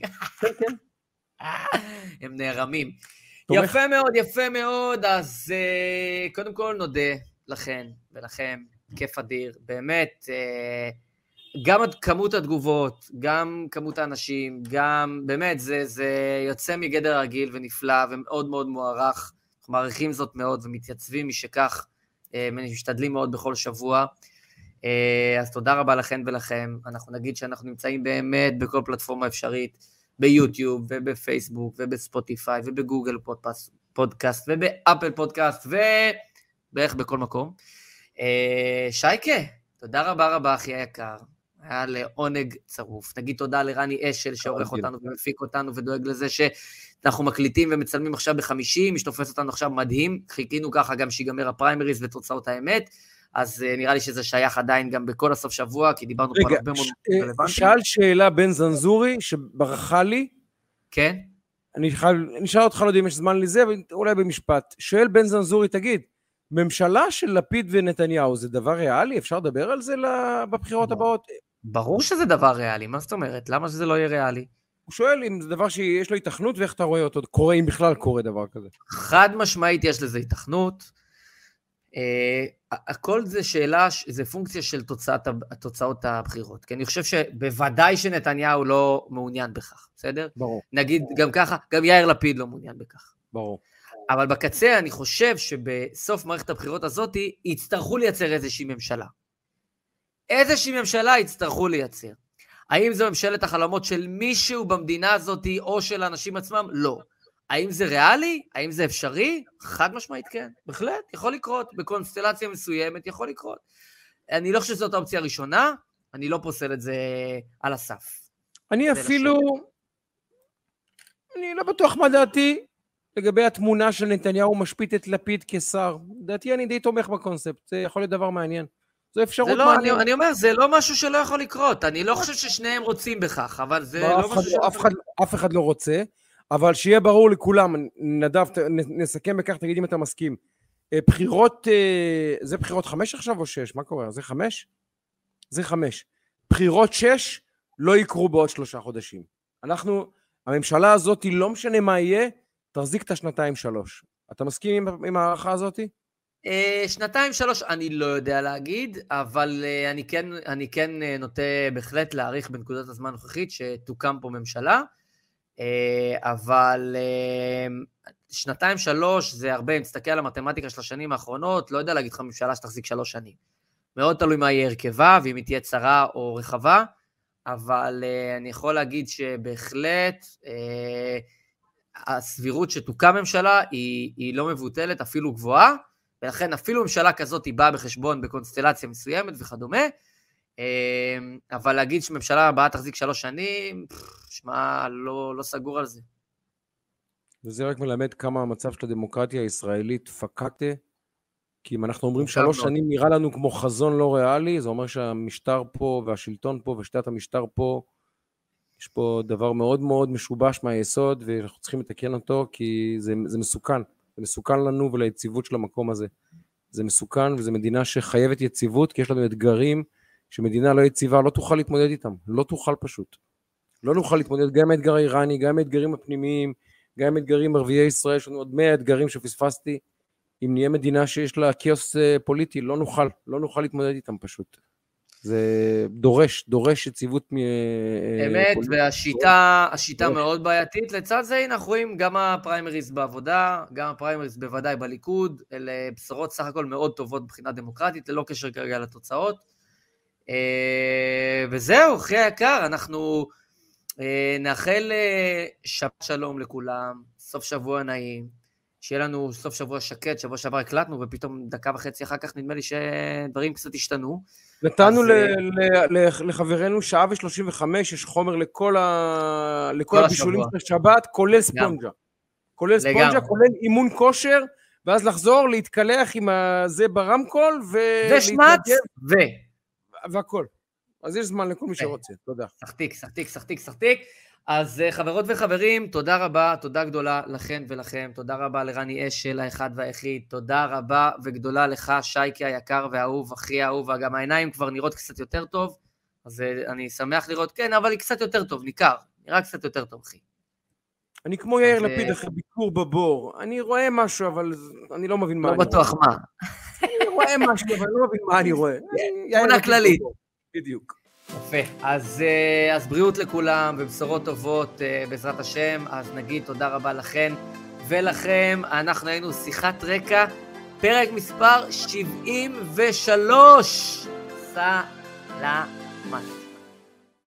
הם נערמים. יפה מאוד, יפה מאוד, אז קודם כל נודה לכן ולכם, כיף אדיר, באמת, גם כמות התגובות, גם כמות האנשים, גם, באמת, זה יוצא מגדר הרגיל ונפלא ומאוד מאוד מוערך, אנחנו מעריכים זאת מאוד ומתייצבים משכך, משתדלים מאוד בכל שבוע, אז תודה רבה לכן ולכם, אנחנו נגיד שאנחנו נמצאים באמת בכל פלטפורמה אפשרית, ביוטיוב ובפייסבוק ובספוטיפיי ובגוגל פודקאסט ובאפל פודקאסט ובערך בכל מקום. שייקה, תודה רבה רבה אחי היקר, היה לעונג צרוף. נגיד תודה לרני אשל שעורך אותנו ומפיק אותנו ודואג לזה שאנחנו מקליטים ומצלמים עכשיו ב50, משתופס אותנו עכשיו מדהים, חיכינו ככה גם שיגמר הפריימריז ותוצאות האמת, אז נראה לי שזה שייך עדיין גם בכל הסוף שבוע, כי דיברנו פה הרבה מאוד רלוונטיים. שאל שאלה בן זנזורי שברכה לי. כן? אני שאל אותך, לא יודע אם יש זמן לזה, אבל אולי במשפט. שואל בן זנזורי, תגיד, ממשלה של לפיד ונתניהו זה דבר ריאלי? אפשר לדבר על זה בבחירות הבאות? ברור שזה דבר ריאלי, מה זאת אומרת? למה שזה לא יהיה ריאלי? הוא שואל אם זה דבר שיש לו התכנות, ואיך אתה רואה אותו קורה, אם בכלל קורה דבר כזה. חד משמעית יש לזה התכנות. הכל זה שאלה, זה פונקציה של תוצאות הבחירות, כי אני חושב שבוודאי שנתניהו לא מעוניין בכך, בסדר? ברור. נגיד גם ככה, גם יאיר לפיד לא מעוניין בכך. ברור. אבל בקצה אני חושב שבסוף מערכת הבחירות הזאת יצטרכו לייצר איזושהי ממשלה. איזושהי ממשלה יצטרכו לייצר. האם זו ממשלת החלומות של מישהו במדינה הזאת או של האנשים עצמם? לא. האם זה ריאלי? האם זה אפשרי? חד משמעית כן. בהחלט, יכול לקרות. בקונסטלציה מסוימת יכול לקרות. אני לא חושב שזאת האופציה הראשונה, אני לא פוסל את זה על הסף. אני אפילו, אני לא בטוח מה דעתי לגבי התמונה של נתניהו משפיט את לפיד כשר. דעתי אני די תומך בקונספט, זה יכול להיות דבר מעניין. זו אפשרות מעניינת. אני אומר, זה לא משהו שלא יכול לקרות. אני לא חושב ששניהם רוצים בכך, אבל זה לא משהו אף אחד לא רוצה. אבל שיהיה ברור לכולם, נדב, נסכם בכך, תגיד אם אתה מסכים. בחירות, זה בחירות 5 עכשיו או 6? מה קורה? זה 5? זה 5. בחירות 6 לא יקרו בעוד 3 חודשים. הממשלה הזאת, לא משנה מה יהיה, תחזיק את השנתיים 3. אתה מסכים עם הערכה הזאת? 2-3 אני לא יודע להגיד, אבל אני כן נוטה בהחלט להעריך בנקודת הזמן הנוכחית שתוקם פה ממשלה, אבל 2-3 זה הרבה, אם תסתכל על המתמטיקה של השנים האחרונות, לא יודע להגיד לך ממשלה שתחזיק 3 שנים. מאוד תלוי מה יהיה הרכבה, ואם היא תהיה צרה או רחבה, אבל אני יכול להגיד שבהחלט הסבירות שתוקם ממשלה היא לא מבוטלת, אפילו גבוהה, ולכן אפילו ממשלה כזאת היא באה בחשבון בקונסטלציה מסוימת וכדומה, אבל להגיד שממשלה הבאה תחזיק 3 שנים, שמה, לא סגור על זה. וזה רק מלמד כמה המצב של הדמוקרטיה הישראלית פקטה, כי אם אנחנו אומרים 3 שנים נראה לנו כמו חזון לא ריאלי, זה אומר שהמשטר פה והשלטון פה ושיטת המשטר פה, יש פה דבר מאוד מאוד משובש מהיסוד, ואנחנו צריכים לתקן אותו, כי זה מסוכן. זה מסוכן לנו וליציבות של המקום הזה. זה מסוכן, וזו מדינה שחייבת יציבות, כי יש לנו אתגרים שמדינה לא יציבה, לא תוכל להתמודד איתם. לא תוכל פשוט. לא נוכל להתמודד גם עם האתגר האיראני, גם עם האתגרים הפנימיים, גם עם האתגרים ערביי ישראל, יש לנו עוד 100 אתגרים שפספסתי. אם נהיה מדינה שיש לה כאוס פוליטי, לא נוכל להתמודד איתם פשוט. זה דורש יציבות אמת, והשיטה מאוד בעייתית. לצד זה, אנחנו רואים גם הפריימריז בעבודה, גם הפריימריז בוודאי בליכוד, אלה בשורות סך הכל מאוד טובות מבחינה דמוקרטית, ללא קשר כרגע לתוצאות. וזהו, אחי היקר, אנחנו נאחל שבת שלום לכולם, סוף שבוע נעים, שיהיה לנו סוף שבוע שקט, שבוע שעבר הקלטנו, ופתאום דקה וחצי אחר כך נדמה לי שדברים קצת השתנו. נתנו לחברנו שעה ו-35, יש חומר לכל הבישולים של השבת, כולל ספונג'ה. כולל אימון כושר, ואז לחזור, להתקלח עם זה ברמקול, ושמץ, והכל. אז יש זמן לכל מי שרוצה, תודה. סחטיק. אז חברות וחברים, תודה רבה, תודה גדולה לכן ולכם, תודה רבה לרני אשל, האחד והיחיד, תודה רבה וגדולה לך, שייקי היקר והאהוב, הכי האהוב, וגם העיניים כבר נראות קצת יותר טוב, אז אני שמח לראות, כן, אבל היא קצת יותר טוב, נראה קצת יותר טוב, אחי. אני כמו יאיר לפיד אחרי ביקור בבור, אני רואה משהו, אבל אני לא מבין מה אני רואה. לא בטוח מה. אני רואה משהו, אבל אני לא מבין מה אני רואה. תמונה כללית. בדיוק. יפה, אז בריאות לכולם ובשורות טובות בעזרת השם, אז נגיד תודה רבה לכן ולכם, אנחנו היינו שיחת רקע, פרק מספר 73, סלמת.